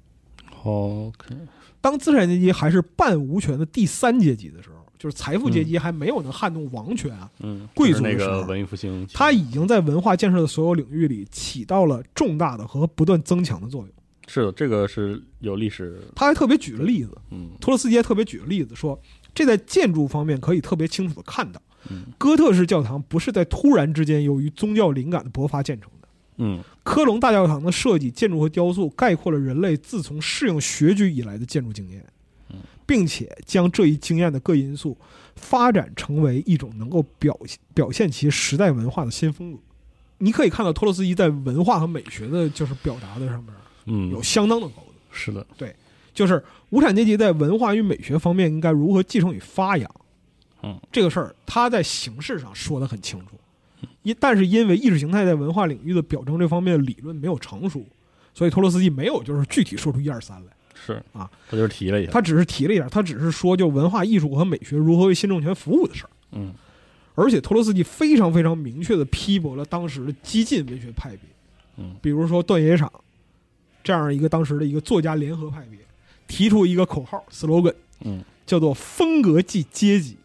OK， 当资产阶级还是半无权的第三阶级的时候，就是财富阶级还没有能撼动王权啊， 嗯， 贵族的那时候， 个文艺复兴， 它已经在文化建设的所有领域里起到了重大的和不断增强的作用。 是的，这个是有历史。 他还特别举了例子， 嗯， 托洛斯基还特别举了例子说，这在建筑方面可以特别清楚的看到， 嗯， 哥特式教堂不是在突然之间由于宗教灵感的勃发建成的。 嗯， 科隆大教堂的设计、建筑和雕塑概括了人类自从适应学居以来的建筑经验，并且将这一经验的各因素发展成为一种能够表现表现其时代文化的新风格。你可以看到托洛斯基在文化和美学的就是表达的上面， 嗯， 有相当的高度。 是的， 对，就是无产阶级在文化与美学方面应该如何继承与发扬， 嗯， 这个事儿他在形式上说得很清楚。因但是因为意识形态在文化领域的表征这方面的理论没有成熟，所以托洛斯基没有就是具体说出一二三来。 是啊， 他就是提了一下， 他只是提了一下，他只是说就文化艺术和美学如何为新政权服务的事儿。 嗯， 而且托洛斯基非常非常明确地批驳了当时的激进文学派别， 嗯， 比如说段野场这样一个当时的一个作家联合派别，提出一个口号 slogan， 嗯， 叫做风格即阶级。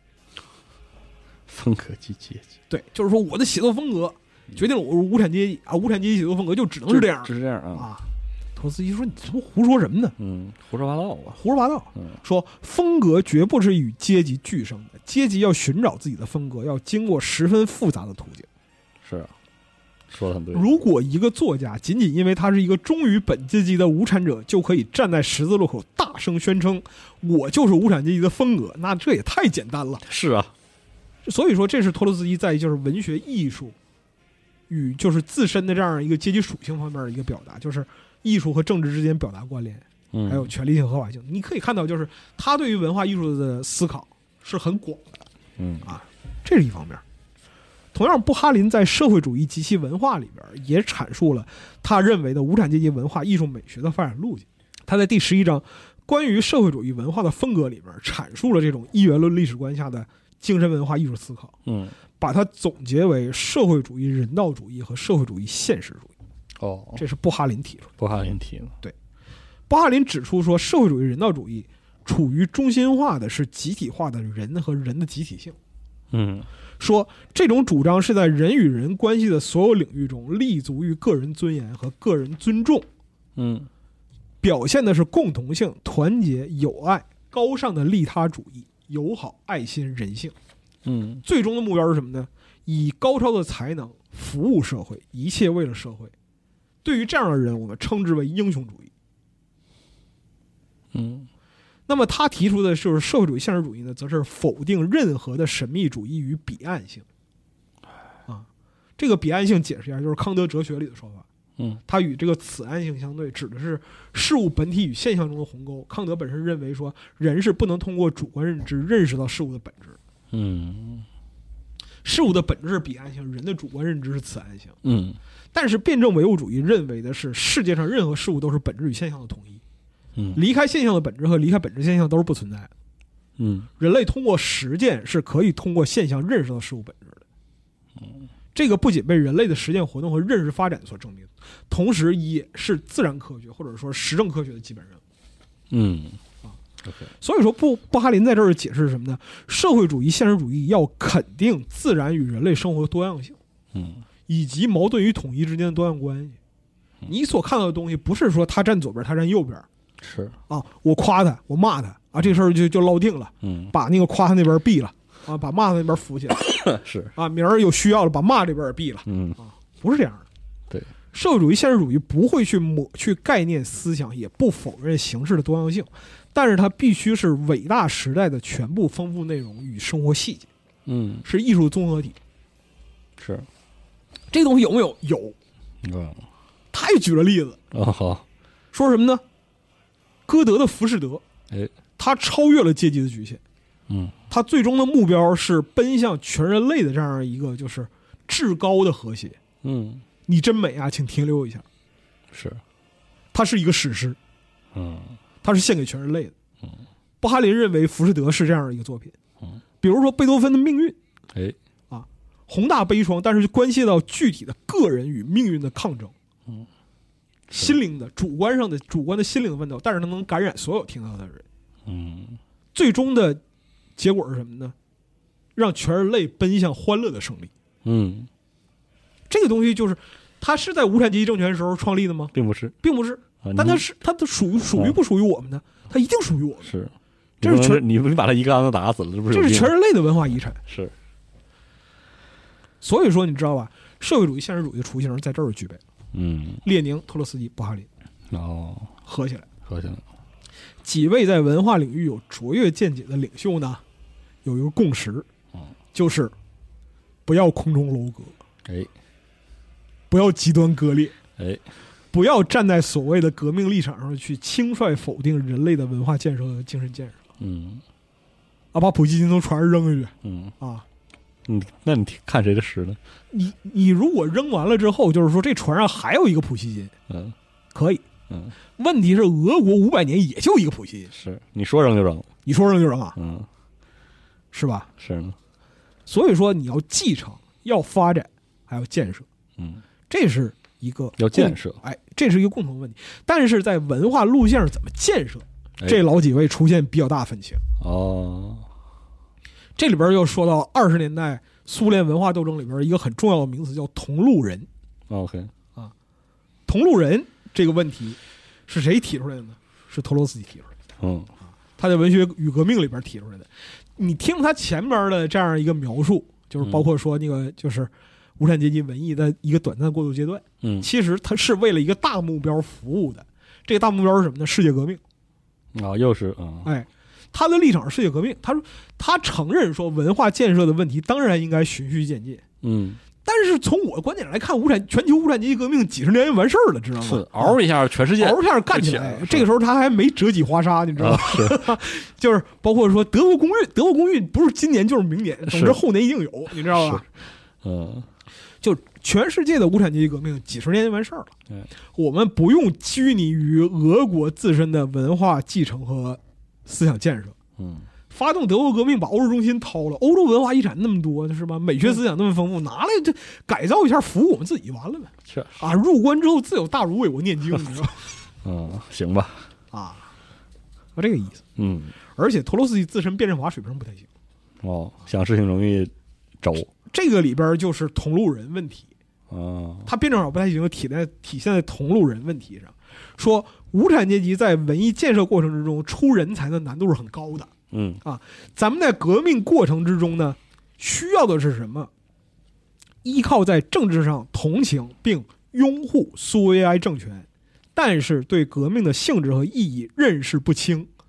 风格即阶级， 对，就是说我的写作风格决定了我是无产阶级啊，无产阶级写作风格就只能是这样， 就是这样啊。 啊，托洛斯基说你这不胡说什么呢？ 嗯，胡说八道啊， 胡说八道。 嗯， 说风格绝不是与阶级俱生的，阶级要寻找自己的风格，要经过十分复杂的途径。 是啊，说的很对。 如果一个作家仅仅因为他是一个忠于本阶级的无产者，就可以站在十字路口大声宣称我就是无产阶级的风格，那这也太简单了。 是啊， 所以说这是托洛斯基在就是文学艺术与就是自身的这样一个阶级属性方面的一个表达，就是艺术和政治之间表达关联， 嗯， 还有权利性合法性。你可以看到，就是他对于文化艺术的思考是很广的， 嗯啊，这是一方面。同样，布哈林在《社会主义及其文化》里边也阐述了他认为的无产阶级文化艺术美学的发展路径。他在第十一章关于社会主义文化的风格里边阐述了这种一元论历史观下的精神文化艺术思考， 嗯， 把它总结为社会主义人道主义和社会主义现实主义。 哦， 这是布哈林提出的。 布哈林提的。 对，布哈林指出说，社会主义人道主义处于中心化的是集体化的人和人的集体性。 嗯， 说这种主张是在人与人关系的所有领域中立足于个人尊严和个人尊重， 嗯， 表现的是共同性、团结、友爱、高尚的利他主义、友好、爱心、人性。 嗯， 最终的目标是什么呢？以高超的才能服务社会，一切为了社会。对于这样的人，我们称之为英雄主义。 嗯， 那么他提出的就是社会主义现实主义呢，则是否定任何的神秘主义与彼岸性。啊，这个彼岸性解释一下，就是康德哲学里的说法。 嗯， 它与这个此岸性相对，指的是事物本体与现象中的鸿沟。康德本身认为说，人是不能通过主观认知认识到事物的本质。 嗯， 事物的本质是彼岸性，人的主观认知是此岸性。 嗯， 但是辩证唯物主义认为的是，世界上任何事物都是本质与现象的统一。 嗯， 离开现象的本质和离开本质现象都是不存在的。 嗯， 人类通过实践是可以通过现象认识到事物本质的。嗯，这个不仅被人类的实践活动和认识发展所证明，同时也是自然科学或者说实证科学的基本任务。 嗯， 啊 ，OK， 所以说布布哈林在这儿解释什么呢？社会主义现实主义要肯定自然与人类生活的多样性， 嗯， 以及矛盾与统一之间的多样关系。你所看到的东西不是说他站左边他站右边， 是啊，我夸他我骂他啊，这事儿就就落定了， 嗯， 把那个夸他那边毙了啊，把骂他那边扶起来是啊，明儿有需要了把骂这边也毙了， 嗯啊，不是这样的。 对， 社会主义现实主义不会去抹去概念思想，也不否认形式的多样性，但是它必须是伟大时代的全部丰富内容与生活细节， 嗯， 是艺术综合体。 是这东西有没有？有。 嗯， 他也举了例子， 哦好， 说什么呢？歌德的《浮士德》， 哎， 他超越了阶级的局限， 嗯， 他最终的目标是奔向全人类的这样一个就是至高的和谐。 嗯， 你真美啊，请停留一下。 是， 它是一个史诗， 嗯， 它是献给全人类的。 嗯， 布哈林认为《浮士德》是这样的一个作品。 嗯， 比如说贝多芬的《命运》， 哎， 啊，宏大悲怆，但是关系到具体的个人与命运的抗争。 嗯， 心灵的主观上的主观的心灵的奋斗，但是它能感染所有听到的人。 嗯， 最终的结果是什么呢？让全人类奔向欢乐的胜利。 嗯， 这个东西就是，它是在无产阶级政权时候创立的吗？ 并不是， 并不是， 啊但它是它的属于属于不属于我们的？它一定属于我们。 是， 这是全你你把他一竿子打死了，这不是这是全人类的文化遗产。 是， 所以说你知道吧？社会主义现实主义的雏形在这儿具备了。 嗯， 列宁、托洛斯基、布哈林， 哦， 合起来， 合起来， 几位在文化领域有卓越见解的领袖呢，有一个共识，就是不要空中楼阁， 哎， 不要极端割裂， 哎， 不要站在所谓的革命立场上去轻率否定人类的文化建设和精神建设， 嗯， 啊，把普希金从船上扔下去， 嗯啊， 嗯，那你看谁的诗呢？ 你你如果扔完了之后，就是说这船上还有一个普希金， 嗯， 可以， 嗯， 问题是俄国五百年也就一个普希金， 是你说扔就扔， 你说扔就扔啊， 嗯， 是吧？ 是呢， 所以说你要继承，要发展，还要建设， 嗯， 这是一个要建设， 哎，这是一个共同问题。但是在文化路线上怎么建设， 哎这老几位出现比较大分歧。 哦， 这里边又说到二十年代苏联文化斗争里边一个很重要的名词叫同路人。 OK， 同路人这个问题是谁提出来的呢？是托洛斯基提出来的， 嗯， 他在《文学与革命》里边提出来的。你听他前边的这样一个描述，就是包括说那个就是无产阶级文艺的一个短暂过渡阶段， 嗯， 其实他是为了一个大目标服务的。这个大目标是什么呢？世界革命。 啊，又是啊， 哎，他的立场是世界革命。他说他承认说文化建设的问题当然应该循序渐进， 嗯， 但是从我的观点来看，无产全球无产阶级革命几十年就完事儿了，知道吗？ 是嗷一下全世界嗷一下干起来，这个时候他还没折戟华沙，你知道吗？ 啊、 是就是包括说德国公运，德国公运不是今年就是明年，总之后年一定有，你知道吧？ 嗯， 就全世界的无产阶级革命几十年就完事儿了。 嗯， 我们不用拘泥于俄国自身的文化继承和思想建设。 嗯， 发动德国革命把欧洲中心掏了，欧洲文化遗产那么多是吧？美学思想那么丰富，拿来这改造一下服务我们自己完了呗。 是啊，入关之后自有大儒为我念经，你知道吗？ 嗯，行吧。 啊，我这个意思。 嗯， 而且托洛斯基自身辩证法水平不太行。 哦，想事情容易轴。 这个里边就是同路人问题。 啊， 他辩证法不太行，体在体现在同路人问题上。说无产阶级在文艺建设过程之中出人才的难度是很高的。 嗯啊，咱们在革命过程之中呢，需要的是什么？依靠在政治上同情并拥护苏维埃政权，但是对革命的性质和意义认识不清。 嗯，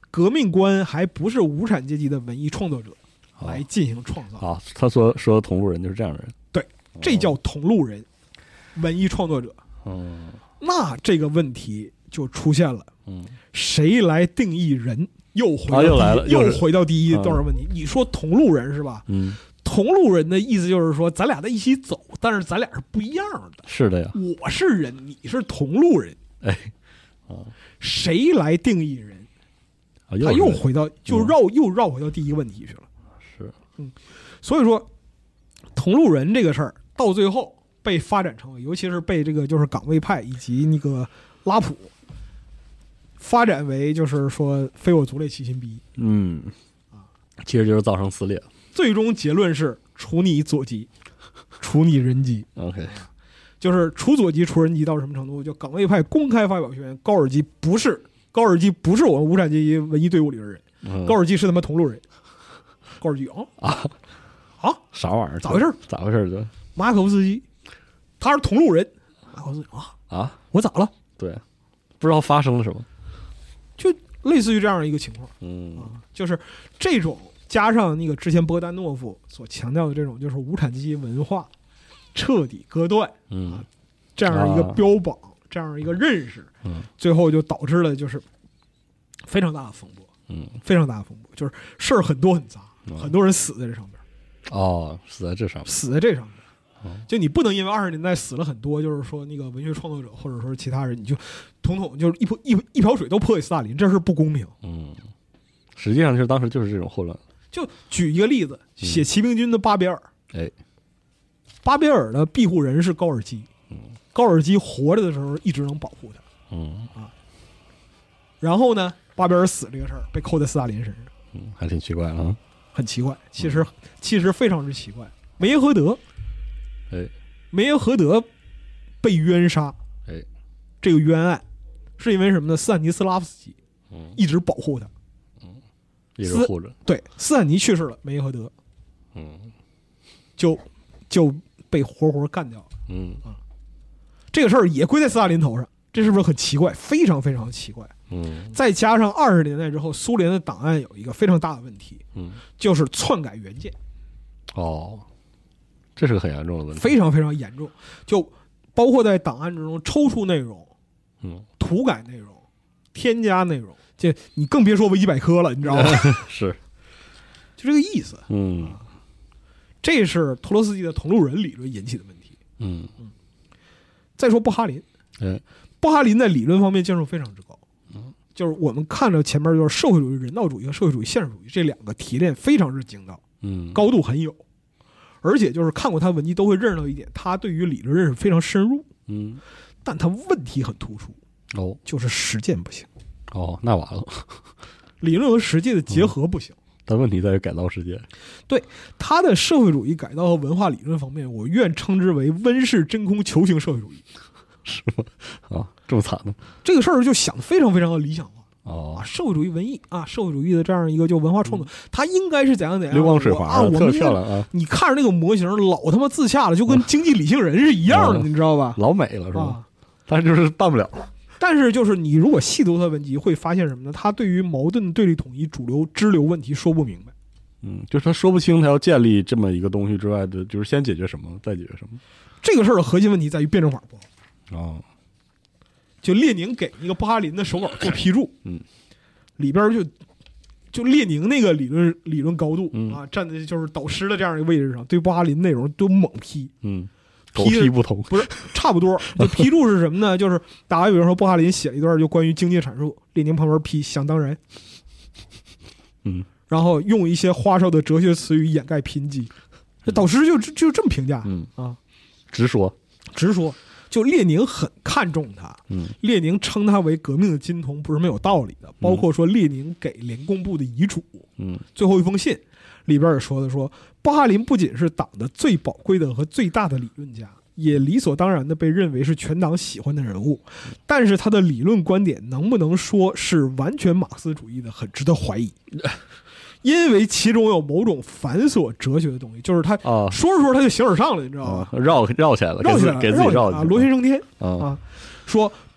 革命观还不是无产阶级的文艺创作者来进行创造啊。他说说的同路人就是这样的人， 对，这叫同路人，文艺创作者。 嗯， 那这个问题就出现了， 嗯， 谁来定义人？又回到、 啊、又来了， 又回到第一段问题。嗯、你说同路人是吧？ 嗯， 同路人的意思就是说，咱俩在一起走，但是咱俩是不一样的。 是的呀， 我是人，你是同路人。 哎，啊， 谁来定义人？ 啊、 他又回到，就绕、嗯、又绕回到第一个问题去了。 是， 嗯，所以说，同路人这个事儿到最后被发展成为，尤其是被这个就是岗位派以及那个拉普。发展为就是说非我族类其心必异， 嗯，啊，其实就是造成撕裂。 最终结论是除你左籍，除你人籍。 OK， 就是除左籍除人籍到什么程度？就岗位派公开发表宣言，高尔基不是高尔基不是我们无产阶级文艺队伍里的人，嗯、高尔基是他妈同路人。高尔基啊啊啊， 啥玩意儿？ 咋回事？ 咋回事？就马可夫斯基，他是同路人。马可夫斯基啊啊， 我咋了？ 对，不知道发生了什么。 就类似于这样的一个情况， 嗯、 啊，就是这种加上那个之前波丹诺夫所强调的这种，就是无产阶级文化彻底割断， 嗯、 啊，这样一个标榜，啊、这样一个认识， 嗯， 最后就导致了就是非常大的风波， 嗯， 非常大的风波，就是事儿很多很杂， 嗯、 很多人死在这上边， 哦，死在这上面， 死在这上面。就你不能因为二十年代死了很多，就是说那个文学创作者或者说其他人，你就统统就是一泼一一瓢水都泼给斯大林，这是不公平。 嗯，实际上就是当时就是这种混乱。 就举一个例子，写骑兵军的巴别尔， 哎、嗯， 巴别尔的庇护人是高尔基， 嗯， 高尔基活着的时候一直能保护他， 嗯啊，然后呢，巴别尔死这个事儿被扣在斯大林身上， 嗯，还挺奇怪啊， 很奇怪，其实、嗯、其实非常之奇怪。梅耶荷德。 哎， 梅耶荷德被冤杀， 哎， 这个冤案是因为什么呢？斯坦尼斯拉夫斯基嗯一直保护他， 嗯，一直护着。 对，斯坦尼去世了，梅耶荷德嗯就就被活活干掉了。 嗯啊，这个事儿也归在斯大林头上，这是不是很奇怪？非常非常奇怪。 嗯， 再加上二十年代之后，苏联的档案有一个非常大的问题， 嗯， 就是篡改原件。 哦。这是个很严重的问题， 非常非常严重，就包括在档案之中抽出内容， 嗯， 涂改内容，添加内容，这你更别说维基百科了，你知道吗？ 是， 就这个意思。 嗯， 这是托洛斯基的同路人理论引起的问题。 嗯嗯。再说布哈林， 哎， 布哈林在理论方面建树非常之高。 嗯， 就是我们看着前面就是社会主义人道主义和社会主义现实主义这两个提炼非常之精到， 嗯， 高度很有。而且就是看过他文集都会认识到一点，他对于理论认识非常深入， 嗯， 但他问题很突出， 哦， 就是实践不行， 哦，那完了， 理论和实践的结合不行。 嗯、但问题在于改造世界， 对他的社会主义改造和文化理论方面，我愿称之为温室真空球形社会主义， 是吗？啊，这么惨呢？ 这个事儿就想得非常非常的理想化。 哦， 社会主义文艺啊，社会主义的这样一个就文化创作，嗯、它应该是怎样怎样流光水滑啊，我们特漂亮啊！ 你看着那个模型，老他妈自洽了，就跟经济理性人是一样的， 嗯、 你知道吧？ 老美了是吧？ 啊、 但是就是办不了。 但是就是你如果细读他文集，会发现什么呢？他对于矛盾对立统一主流支流问题说不明白。 嗯，就是他说不清，他要建立这么一个东西之外的，就是先解决什么，再解决什么。 这个事儿的核心问题在于辩证法不好。 哦， 就列宁给那个布哈林的手稿做批注， 嗯。 里边就就列宁那个理论理论高度、 嗯、 啊，站在就是导师的这样一个位置上，对布哈林内容都猛批， 嗯，狗屁不通， 不是差不多。就批注是什么呢？就是打个比方说，布哈林写了一段就关于经济阐述，列宁旁边批想当然， 嗯， 然后用一些花哨的哲学词语掩盖贫瘠，这导师就就这么评价， 嗯啊， 直说直说。就列宁很看重他， 嗯， 列宁称他为革命的金童不是没有道理的。包括说列宁给联共部的遗嘱， 嗯， 最后一封信里边也说的说，布哈林不仅是党的最宝贵的和最大的理论家，也理所当然的被认为是全党喜欢的人物，但是他的理论观点能不能说是完全马克思主义的，很值得怀疑。因为其中有某种繁琐哲学的东西，就是他说着说着他就形而上了，你知道吗？ 啊、绕绕起来了， 绕起来了， 给自己绕啊，螺旋升天、 啊。 啊，说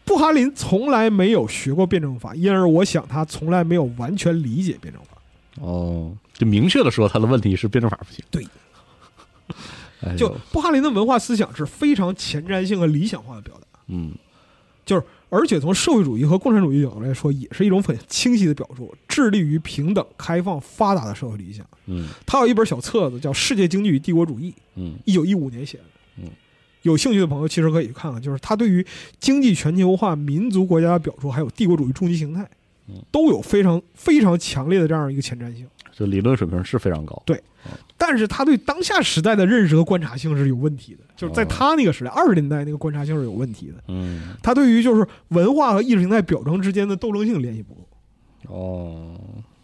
布哈林从来没有学过辩证法，因而我想他从来没有完全理解辩证法。 哦，就明确的说他的问题是辩证法不行。 对， 哎、 就布哈林的文化思想是非常前瞻性和理想化的表达。 嗯， 就是而且从社会主义和共产主义角度来说，也是一种很清晰的表述，致力于平等、开放、发达的社会理想。 嗯， 他有一本小册子叫《世界经济与帝国主义》， 嗯， 一九一五年写的。 嗯， 有兴趣的朋友其实可以去看看，就是他对于经济全球化、民族国家的表述，还有帝国主义终极形态，都有非常非常强烈的这样一个前瞻性。 就理论水平是非常高。 对，但是他对当下时代的认识和观察性是有问题的，就是在他那个时代，二十年代那个观察性是有问题的。 嗯， 他对于就是文化和意识形态表征之间的斗争性联系不够。 哦，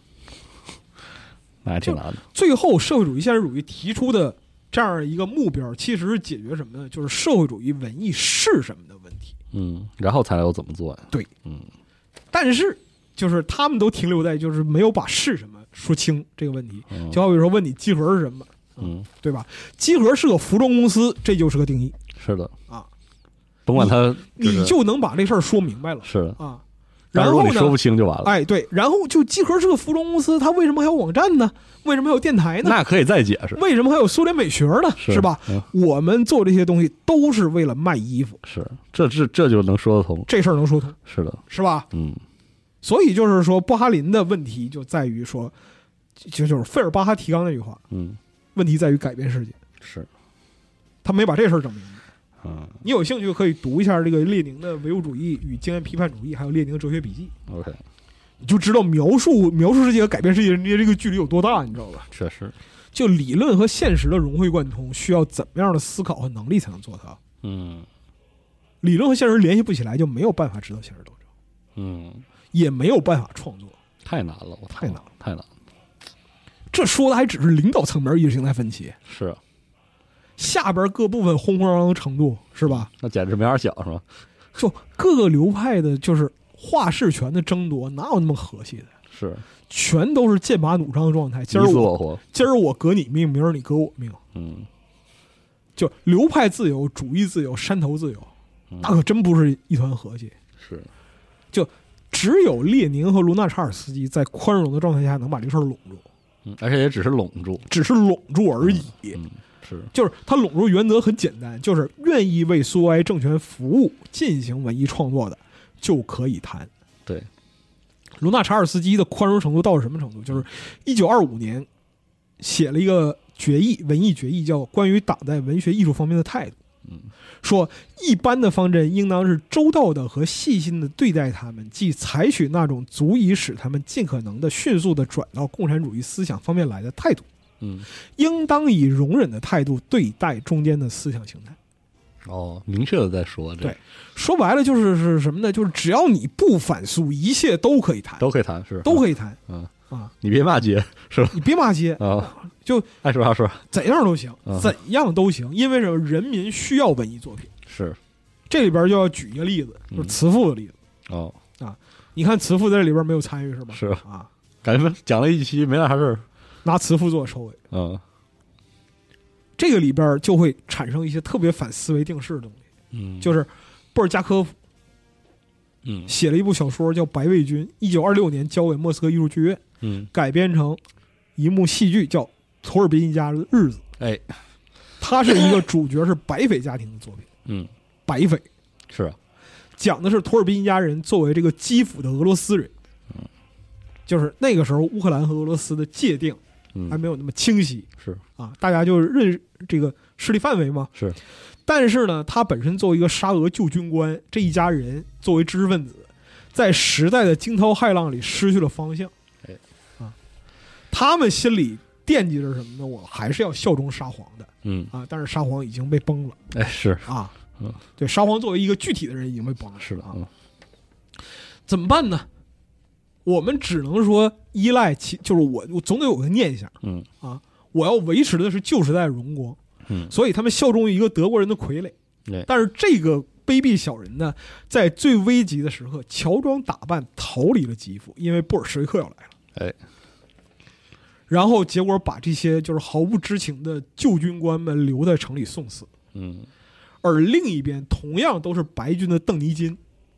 那还挺难的。 最后，社会主义现实主义提出的这样一个目标，其实是解决什么呢？就是社会主义文艺是什么的问题。 嗯，然后才有怎么做呀？ 对， 嗯， 但是就是他们都停留在就是没有把是什么说清这个问题。 嗯、 就好比说问你集合是什么， 嗯， 对吧？集合是个服装公司，这就是个定义。 是的啊， 甭管他、 就是，你就能把这事儿说明白了。 是的啊。然后呢？ 你说不清就完了。 哎，对，然后就集合是个服装公司，它为什么还有网站呢？为什么还有电台呢？ 那可以再解释。 为什么还有苏联美学呢？是, 是吧、嗯？我们做这些东西都是为了卖衣服。 是，这这这就能说得通， 这事儿能说通。 是的， 是吧？ 嗯。 所以就是说，布哈林的问题就在于说，就就是费尔巴哈提纲那句话， 嗯， 问题在于改变世界。 是， 他没把这事儿整明白。 嗯， 你有兴趣可以读一下这个列宁的唯物主义与经验批判主义，还有列宁的哲学笔记。 OK， 你就知道描述描述世界和改变世界之间这个距离有多大，你知道吧？ 确实， 就理论和现实的融会贯通，需要怎么样的思考和能力才能做到？ 嗯， 理论和现实联系不起来，就没有办法指导现实斗争。 嗯， 也没有办法创作， 太难了，我太难了， 太难了。 这说的还只是领导层面意识形态分歧。 是。 下边各部分轰轰嚷嚷的程度是吧？ 那简直没法想是吧？ 就各个流派的，就是话事权的争夺，哪有那么和谐的？ 是， 全都是剑拔弩张的状态。今儿我今儿我革你命，明儿你革我命。 嗯， 就流派自由、主义自由、山头自由，嗯、那可真不是一团和谐。 是， 就只有列宁和卢纳查尔斯基在宽容的状态下能把这个事儿拢住。 嗯，而且也只是拢住， 只是拢住而已。 嗯嗯是， 就是他笼住原则很简单，就是愿意为苏维埃政权服务、进行文艺创作的，就可以谈。 对， 卢纳查尔斯基的宽容程度到什么程度？就是一九二五年写了一个决议，文艺决议，叫《关于党在文学艺术方面的态度》。 嗯， 说一般的方针应当是周到的和细心的对待他们，即采取那种足以使他们尽可能的迅速的转到共产主义思想方面来的态度。 嗯， 应当以容忍的态度对待中间的思想形态。 哦，明确的在说这。 对，说白了就是是什么呢？就是只要你不反苏，一切都可以谈， 都可以谈，是都可以谈。 嗯啊， 你别骂街是吧？ 你别骂街啊， 就爱说啥说， 怎样都行， 啊、 怎样都行，因为什么？人民需要文艺作品。 是， 这里边就要举一个例子，就是慈父的例子。 嗯、哦啊，你看慈父在这里边没有参与是吧？ 是啊， 感觉讲了一期没啥事儿， 拿慈父做收尾。 嗯。 这个里边就会产生一些特别反思维定式的东西， 嗯， 就是布尔加科夫， 嗯， 写了一部小说叫《白卫军》，一九二六年交给莫斯科艺术剧院， 嗯， 改编成一幕戏剧叫《图尔宾一家的日子》。 哎， 它是一个主角是白匪家庭的作品， 嗯， 白匪是啊， 讲的是图尔宾一家人作为这个基辅的俄罗斯人， 嗯， 就是那个时候乌克兰和俄罗斯的界定还没有那么清晰， 嗯、是啊，大家就认这个势力范围嘛。 是， 但是呢，他本身作为一个沙俄旧军官，这一家人作为知识分子，在时代的惊涛骇浪里失去了方向。 哎， 啊，他们心里惦记着什么呢？我还是要效忠沙皇的。 嗯啊，但是沙皇已经被崩了。 哎，是啊， 嗯， 对，沙皇作为一个具体的人已经被崩了。 是的，嗯， 怎么办呢？我们只能说依赖其，就是我，我总得有个念想， 嗯啊，我要维持的是旧时代的荣光， 嗯， 所以他们效忠于一个德国人的傀儡， 对， 但是这个卑鄙小人呢，在最危急的时刻乔装打扮逃离了基辅，因为布尔什维克要来了， 哎， 然后结果把这些就是毫不知情的旧军官们留在城里送死， 嗯， 而另一边同样都是白军的邓尼金，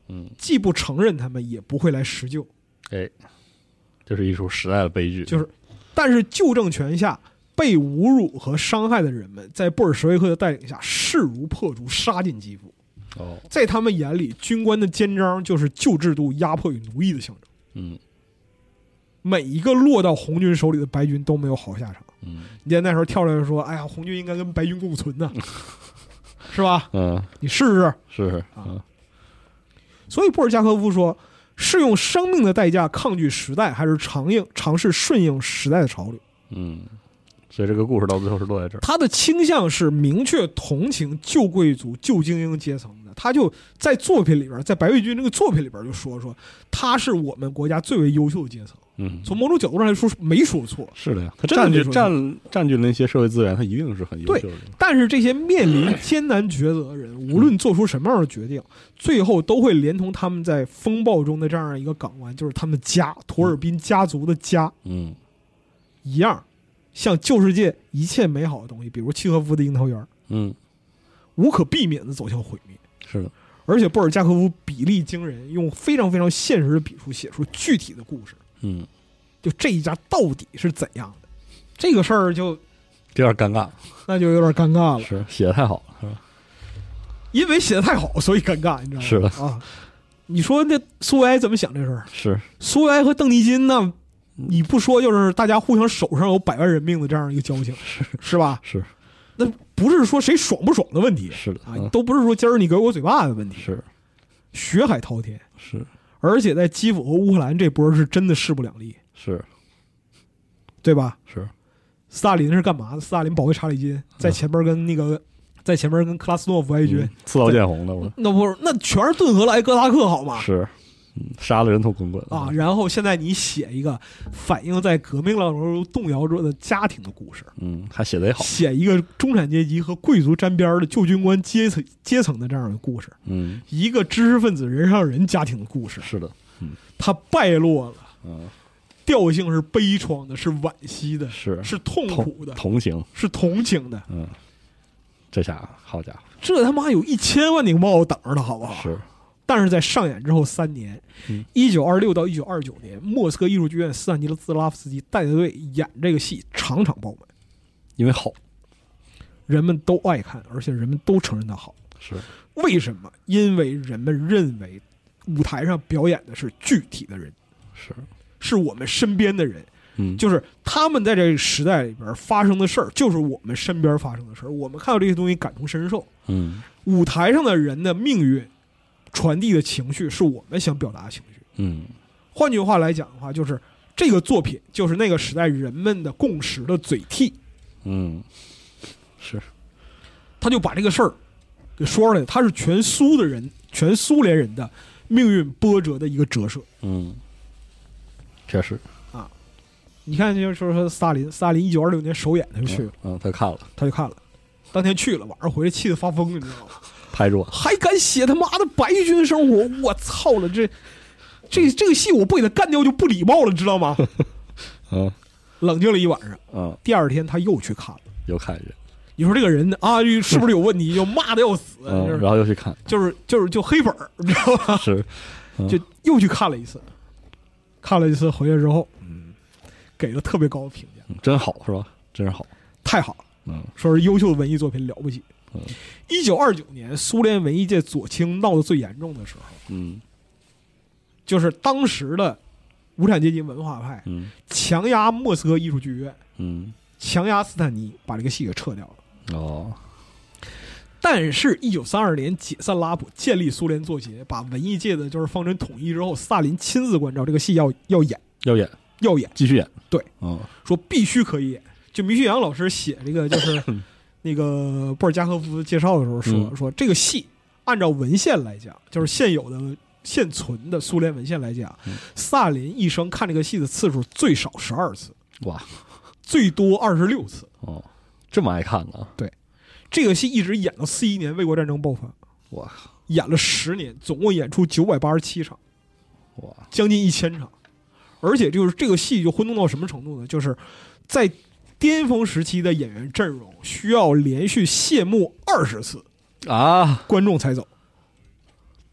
嗯， 既不承认他们，也不会来施救。 哎，这是一出时代的悲剧。 就是，但是旧政权下被侮辱和伤害的人们，在布尔什维克的带领下，势如破竹，杀进基辅。 哦， 在他们眼里，军官的肩章就是旧制度压迫与奴役的象征。 嗯， 每一个落到红军手里的白军都没有好下场。 嗯， 你在那时候跳出来说：“哎呀，红军应该跟白军共存呢，是吧？ 嗯， 你试试。” 是啊。所以布尔加科夫说：“是用生命的代价抗拒时代，还是尝应尝试顺应时代的潮流？” 嗯，所以这个故事到最后是落在这儿。 他的倾向是明确同情旧贵族、旧精英阶层的。他就在作品里边，在白卫军这个作品里边就说说，他是我们国家最为优秀的阶层。 嗯， 从某种角度上来说，没说错。 是的呀，他占据真的没说错占占据了那些社会资源，他一定是很优秀对的。 但是这些面临艰难抉择的人，无论做出什么样的决定，最后都会连同他们在风暴中的这样一个港湾，就是他们的家——图尔宾家族的家， 嗯， 一样，像旧世界一切美好的东西，比如契诃夫的樱桃园， 嗯， 无可避免的走向毁灭。 是的， 而且布尔加科夫比例惊人，用非常非常现实的笔触写出具体的故事。 嗯， 就这一家到底是怎样的，这个事儿就有点尴尬， 那就有点尴尬了。 是写的太好了，是吧？ 因为写的太好，所以尴尬，你知道吗？ 是的啊。你说那苏维埃怎么想这事儿？ 是苏维埃和邓尼金呢？你不说，就是大家互相手上有百万人命的这样一个交情，是是吧？ 是， 那不是说谁爽不爽的问题， 是的啊， 嗯都不是说今儿你给我嘴巴的问题， 是血海滔天， 是而且在基辅和乌克兰这波是真的势不两立， 是对吧？ 是， 斯大林是干嘛的？斯大林保卫查理金，在前边跟那个，在前边跟克拉斯诺夫挨军， 嗯刺刀见红的，我那不是那全是顿河了挨哥达克好吗？ 是，嗯，杀了人头滚滚啊，然后现在你写一个反映在革命浪潮中动摇着的家庭的故事， 嗯，还写得也好， 写一个中产阶级和贵族沾边的旧军官阶层阶层的这样的故事， 嗯， 一个知识分子人上人家庭的故事， 是的，嗯， 他败落了， 嗯， 调性是悲怆的，是惋惜的， 是是痛苦的， 同情， 是同情的， 嗯，这下好家伙， 这他妈有一千万顶帽子等着他，好不好？ 是， 但是在上演之后三年，一九二六到一九二九年，莫斯科艺术剧院斯坦尼斯拉夫斯基带队演这个戏，场场爆满， 因为好， 人们都爱看，而且人们都承认它好。 是为什么？因为人们认为舞台上表演的是具体的人， 是， 是我们身边的人， 嗯， 就是他们在这个时代里边发生的事儿，就是我们身边发生的事儿。我们看到这些东西感同身受。 嗯， 舞台上的人的命运传递的情绪是我们想表达的情绪。 嗯， 换句话来讲的话，就是这个作品就是那个时代人们的共识的嘴替。 嗯，是， 他就把这个事儿给说出来，他是全苏的人，全苏联人的命运波折的一个折射。 嗯，确实啊，你看，就是说斯大林，斯大林一九二六年首演他就去了， 嗯，嗯他看了， 他就看了，当天去了，晚上回来气得发疯，你知道吗？ 拍桌还敢写他妈的白军生活，我操了，这这这个戏我不给他干掉就不礼貌了，知道吗？ 嗯， 冷静了一晚上， 嗯， 第二天他又去看了， 又看一遍， 你说这个人啊，是不是有问题？就骂的要死， 嗯， 就是然后又去看， 就是就是就黑粉儿，你知道吗？ 是，嗯就又去看了一次，看了一次回来之后，嗯，给了特别高的评价， 嗯真好是吧？真是好， 太好了， 嗯， 说是优秀的文艺作品，了不起。 嗯， 一九二九年，苏联文艺界左倾闹得最严重的时候， 嗯就是当时的无产阶级文化派嗯强压莫斯科艺术剧院， 嗯， 强压斯坦尼，把这个戏给撤掉了。 哦， 但是，一九三二年解散拉普，建立苏联作协，把文艺界的就是方针统一之后，斯大林亲自关照这个戏要要演， 要演， 要演， 继续演， 对， 嗯， 说必须可以演。就米旭阳老师写这个就是那个布尔加科夫介绍的时候说、 嗯、 说这个戏按照文献来讲，就是现有的现存的苏联文献来讲， 嗯、 斯大林一生看这个戏的次数最少十二次， 哇， 最多二十六次。 哦，这么爱看呢？ 对，这个戏一直演到四一年卫国战争爆发， 哇， 演了十年，总共演出九百八十七场， 哇， 将近一千场。而且就是这个戏就轰动到什么程度呢？就是在巅峰时期的演员阵容需要连续谢幕二十次啊， 观众才走。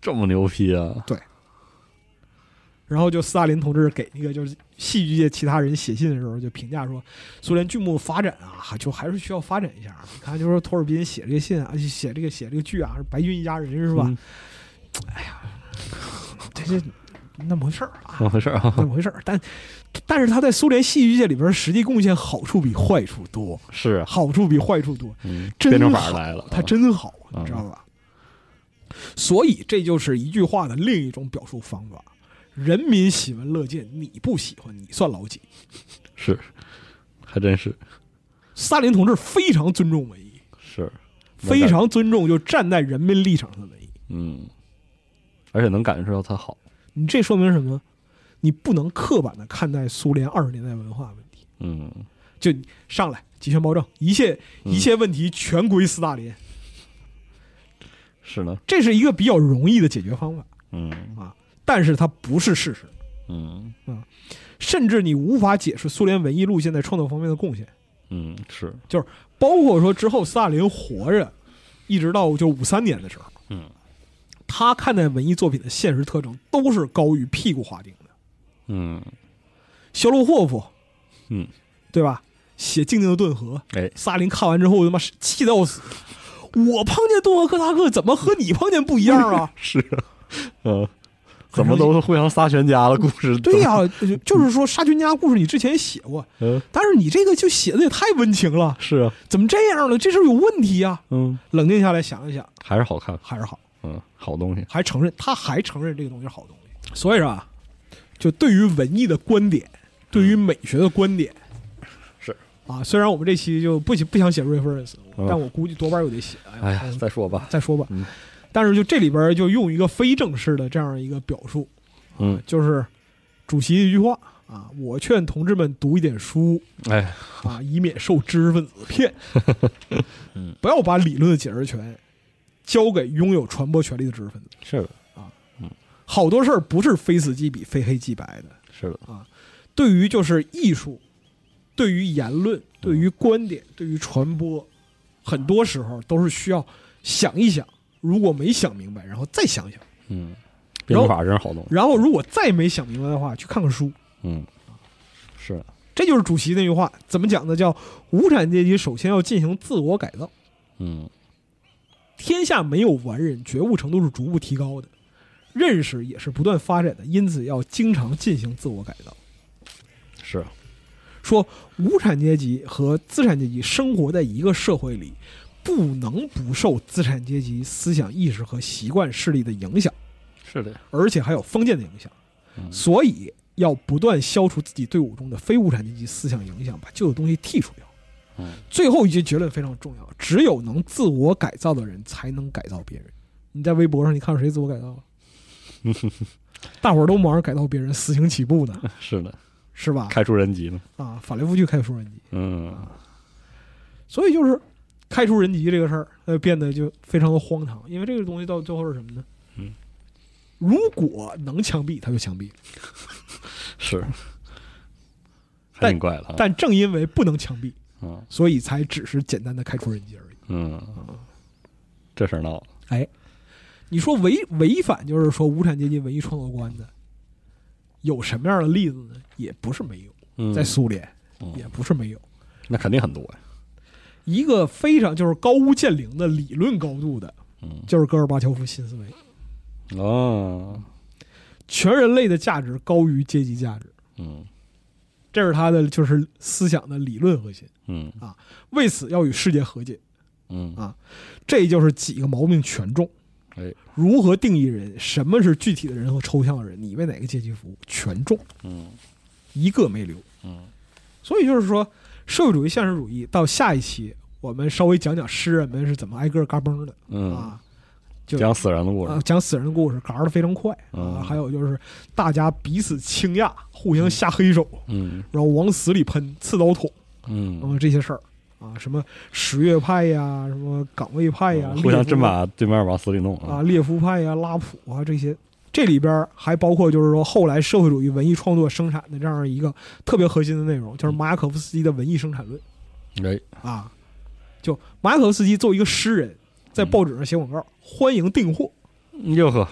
这么牛批啊！ 对。然后就斯大林同志给那个就是戏剧界其他人写信的时候，就评价说，苏联剧目发展啊，就还是需要发展一下。你看，就说托尔宾写这个信啊，写这个写这个剧啊，是白军一家人是吧？嗯、哎呀，这这那么回事儿啊， 那么回事儿啊， 那么回事儿。但但是他在苏联戏剧界里边实际贡献好处比坏处多， 是啊， 好处比坏处多， 嗯， 真辩证法来了， 他真好， 嗯、 你知道吧？所以这就是一句话的另一种表述方法。人民喜闻乐见，你不喜欢，你算老几？ 是，还真是。 斯大林同志非常尊重文艺， 是非常尊重就站在人民立场上的文艺。 嗯，而且能感受到它好。 你这说明什么？你不能刻板的看待苏联二十年代文化问题。 嗯， 就上来集权暴政，一切一切问题全归斯大林。嗯、 是呢， 这是一个比较容易的解决方法。 嗯啊。但是它不是事实， 嗯啊，甚至你无法解释苏联文艺路线在创作方面的贡献， 嗯，是， 就是包括说之后斯大林活着，一直到就五三年的时候， 嗯， 他看待文艺作品的现实特征都是高于屁股划定的， 嗯， 肖洛霍夫， 嗯， 对吧？写《静静的顿河》， 哎， 斯大林看完之后他妈气得要死，我碰见顿河柯达克怎么和你碰见不一样啊？ 是啊，嗯。怎么都是互相杀全家的故事？ 对呀、啊，就是说杀全家故事你之前写过， 嗯， 但是你这个就写的也太温情了。 是啊， 怎么这样了？这事有问题呀、啊。 嗯， 冷静下来想一想， 还是好看， 还是好， 嗯，好东西， 还承认，他还承认这个东西是好东西。所以说啊，就对于文艺的观点，对于美学的观点， 是啊，虽然我们这期就不不想写 reference，、嗯、但我估计多半又得写。 哎呀，再说吧， 再说吧。 嗯。 但是就这里边就用一个非正式的这样一个表述， 嗯， 就是主席一句话啊，我劝同志们读一点书， 哎， 啊，以免受知识分子骗。 嗯， 不要把理论的解释权交给拥有传播权利的知识分子。 是的啊， 嗯， 好多事儿不是非死即彼、非黑即白的。 是的啊，对于就是艺术，对于言论，对于观点，对于传播，很多时候都是需要想一想。如果没想明白，然后再想想， 嗯，辩证法真是好东西。 然后如果再没想明白的话，去看看书。 嗯，是， 这就是主席那句话，怎么讲呢？叫无产阶级首先要进行自我改造。 嗯， 天下没有完人，觉悟程度是逐步提高的，认识也是不断发展的，因此要经常进行自我改造。 是， 说无产阶级和资产阶级生活在一个社会里。不能不受资产阶级思想意识和习惯势力的影响， 是的， 而且还有封建的影响， 嗯、 所以要不断消除自己队伍中的非无产阶级思想影响，把旧的东西剔除掉。 嗯， 最后一句结论非常重要，只有能自我改造的人才能改造别人。你在微博上你看谁自我改造了？大伙儿都忙着改造别人，死刑起步呢。 是的， 是吧？ 开除人籍呢？ 啊，反来覆去开除人籍。 嗯， 所以就是。开除人籍这个事儿，呃，变得就非常的荒唐，因为这个东西到最后是什么呢？ 嗯， 如果能枪毙，他就枪毙了， 是，还挺怪的、啊。 但正因为不能枪毙， 嗯， 所以才只是简单的开除人籍而已。 嗯，这事儿闹了。 哎，你说违违反，就是说无产阶级文艺创作观的，有什么样的例子呢？也不是没有， 嗯、 在苏联、 嗯、 也不是没有， 那肯定很多呀。 一个非常就是高屋建瓴的理论高度的， 嗯， 就是戈尔巴乔夫新思维。 哦， 全人类的价值高于阶级价值。 嗯， 这是他的就是思想的理论核心。 嗯啊，为此要与世界和解。 嗯啊，这就是几个毛病全中。 哎， 如何定义人？什么是具体的人和抽象的人？你为哪个阶级服务？全中。 嗯， 一个没留。 嗯， 所以就是说。社会主义现实主义到下一期我们稍微讲讲诗人们是怎么挨个嘎嘣的。 嗯啊，就讲死人的故事、 啊、讲死人的故事嘎的非常快、 嗯、 啊，还有就是大家彼此倾轧互相下黑手， 嗯， 然后往死里喷刺刀捅， 嗯， 嗯这些事儿啊，什么十月派呀，什么岗位派呀、 嗯、互相真把对面往死里弄啊，列夫派呀、拉普啊这些。这里边还包括就是说后来社会主义文艺创作生产的这样一个特别核心的内容，就是马雅可夫斯基的文艺生产论。 哎啊，就马雅可夫斯基作为一个诗人，在报纸上写广告，嗯、欢迎订货。 哟呵，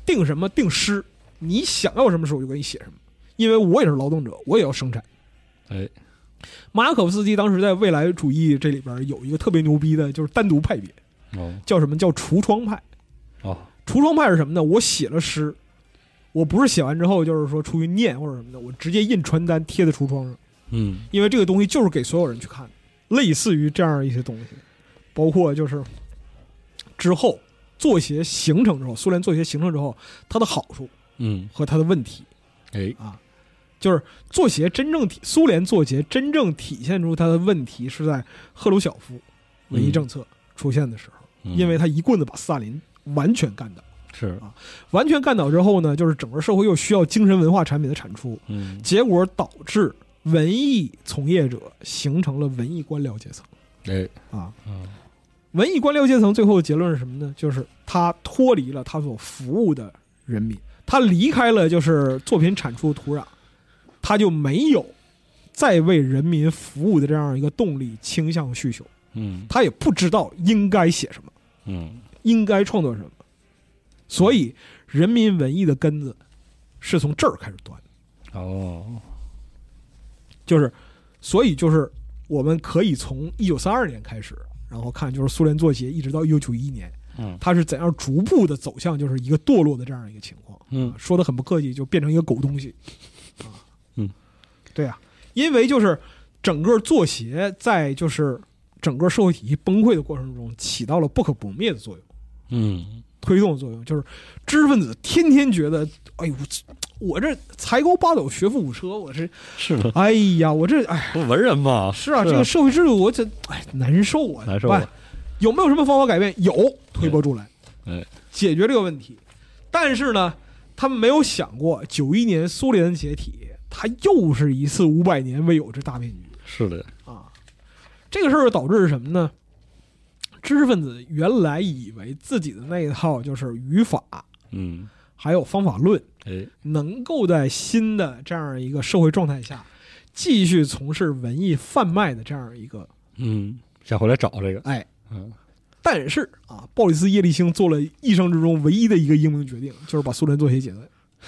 定什么定诗，你想要什么时候我就给你写什么，因为我也是劳动者，我也要生产。 哎， 马雅可夫斯基当时在未来主义这里边有一个特别牛逼的，就是单独派别， 哦， 叫什么叫橱窗派。 哦， 橱窗派是什么呢？我写了诗，我不是写完之后就是说出去念或者什么的，我直接印传单贴在橱窗上， 嗯， 因为这个东西就是给所有人去看的，类似于这样一些东西，包括就是之后作协形成之后，苏联作协形成之后，它的好处， 嗯， 和它的问题， 哎， 啊，就是作协真正体苏联作协真正体现出它的问题是在赫鲁晓夫文艺政策出现的时候， 嗯、 因为他一棍子把斯大林完全干倒， 是啊，完全干倒之后呢，就是整个社会又需要精神文化产品的产出， 嗯， 结果导致文艺从业者形成了文艺官僚阶层， 哎， 啊， 嗯。 文艺官僚阶层最后的结论是什么呢？就是他脱离了他所服务的人民，他离开了就是作品产出土壤，他就没有再为人民服务的这样一个动力倾向需求。 嗯， 他也不知道应该写什么， 嗯， 应该创作什么，所以人民文艺的根子是从这儿开始断的。 哦， 就是所以就是我们可以从一九三二年开始，然后看就是苏联作协一直到一九九一年， 嗯， 它是怎样逐步的走向就是一个堕落的这样一个情况。 嗯， 说的很不客气，就变成一个狗东西啊。 嗯， 对啊，因为就是整个作协在就是整个社会体系崩溃的过程中起到了不可不灭的作用。 嗯， 推动的作用就是知识分子天天觉得，哎呦，我这才高八斗，学富五车，我这是的， 哎呀，我这哎， 文人嘛， 是啊， 是啊这个社会制度我这哎难受啊， 难受啊。 有没有什么方法改变？有，推波助澜， 哎， 解决这个问题。但是呢，他们没有想过，九一年苏联的解体，它又是一次五百年未有之大变局。 是的啊，这个事儿导致什么呢？知识分子原来以为自己的那一套就是语法， 嗯， 还有方法论， 哎， 能够在新的这样一个社会状态下，继续从事文艺贩卖的这样一个， 嗯，想回来找这个， 哎， 嗯， 但是啊，鲍里斯·叶利钦做了一生之中唯一的一个英明决定，就是把苏联作协解散。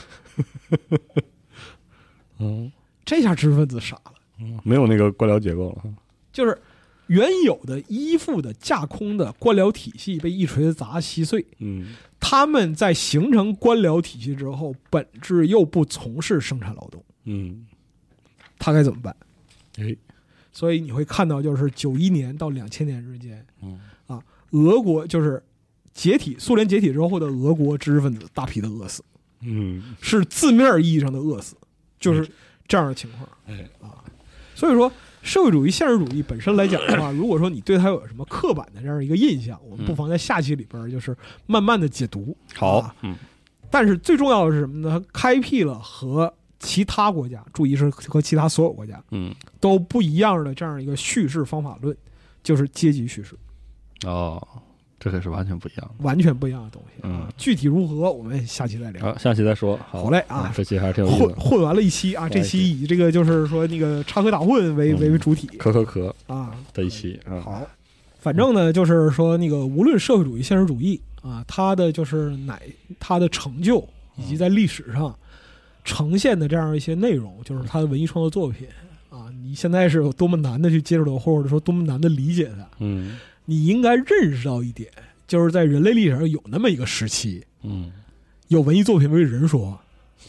嗯， 这下知识分子傻了， 嗯，没有那个官僚结构了， 就是原有的依附的架空的官僚体系被一锤子砸稀碎。 嗯， 他们在形成官僚体系之后，本质又不从事生产劳动， 嗯， 他该怎么办？ 哎， 所以你会看到，就是九一年到两千年之间， 嗯啊，俄国就是解体，苏联解体之后的俄国知识分子大批的饿死， 嗯， 是字面意义上的饿死，就是这样的情况。 哎， 啊，所以说社会主义现实主义本身来讲的话，如果说你对它有什么刻板的这样一个印象，我们不妨在下期里边就是慢慢的解读。 好， 啊、 嗯， 但是最重要的是什么呢？它开辟了和其他国家，注意是和其他所有国家， 嗯， 都不一样的这样一个叙事方法论，就是阶级叙事。 哦，这可是完全不一样的， 完全不一样的东西。 嗯， 具体如何，我们下期再聊。 好，下期再说。好， 好嘞啊， 这期还是挺有意思的。 混混完了一期啊，这期以这个就是说那个插科打诨为、嗯、为为主体， 可可可啊的一期啊。 好，反正呢，就是说那个无论社会主义、现实主义啊，它的就是乃它的成就以及在历史上呈现的这样一些内容，就是它的文艺创作作品啊，你现在是有多么难的去接触到，或者说多么难的理解它。 嗯， 你应该认识到一点，就是在人类历史上有那么一个时期， 嗯， 有文艺作品为人说话，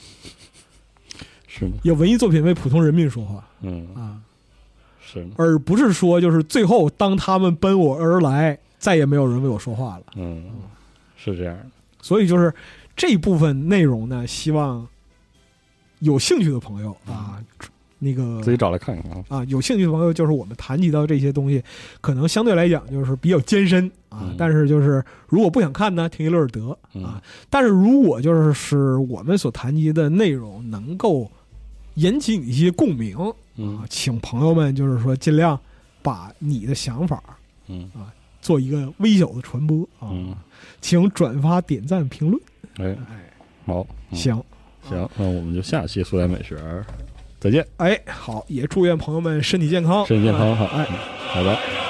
是吗？ 有文艺作品为普通人民说话， 嗯啊， 是吗？ 而不是说就是最后当他们奔我而来，再也没有人为我说话了。 嗯，是这样的。 所以就是这部分内容呢，希望有兴趣的朋友啊。嗯，那个自己找来看看啊！ 啊，有兴趣的朋友，就是我们谈及到这些东西，可能相对来讲就是比较艰深啊。 嗯、 但是就是如果不想看呢，听一乐而得啊。 嗯、 但是如果就是是我们所谈及的内容能够引起你一些共鸣啊， 嗯、 请朋友们就是说尽量把你的想法嗯啊做一个微小的传播啊。 嗯、 请转发、点赞、评论。 哎哎， 好，嗯、 行行，那我们就下期苏联美学再见。 哎，好，也祝愿朋友们身体健康， 身体健康，好， 哎， 拜拜。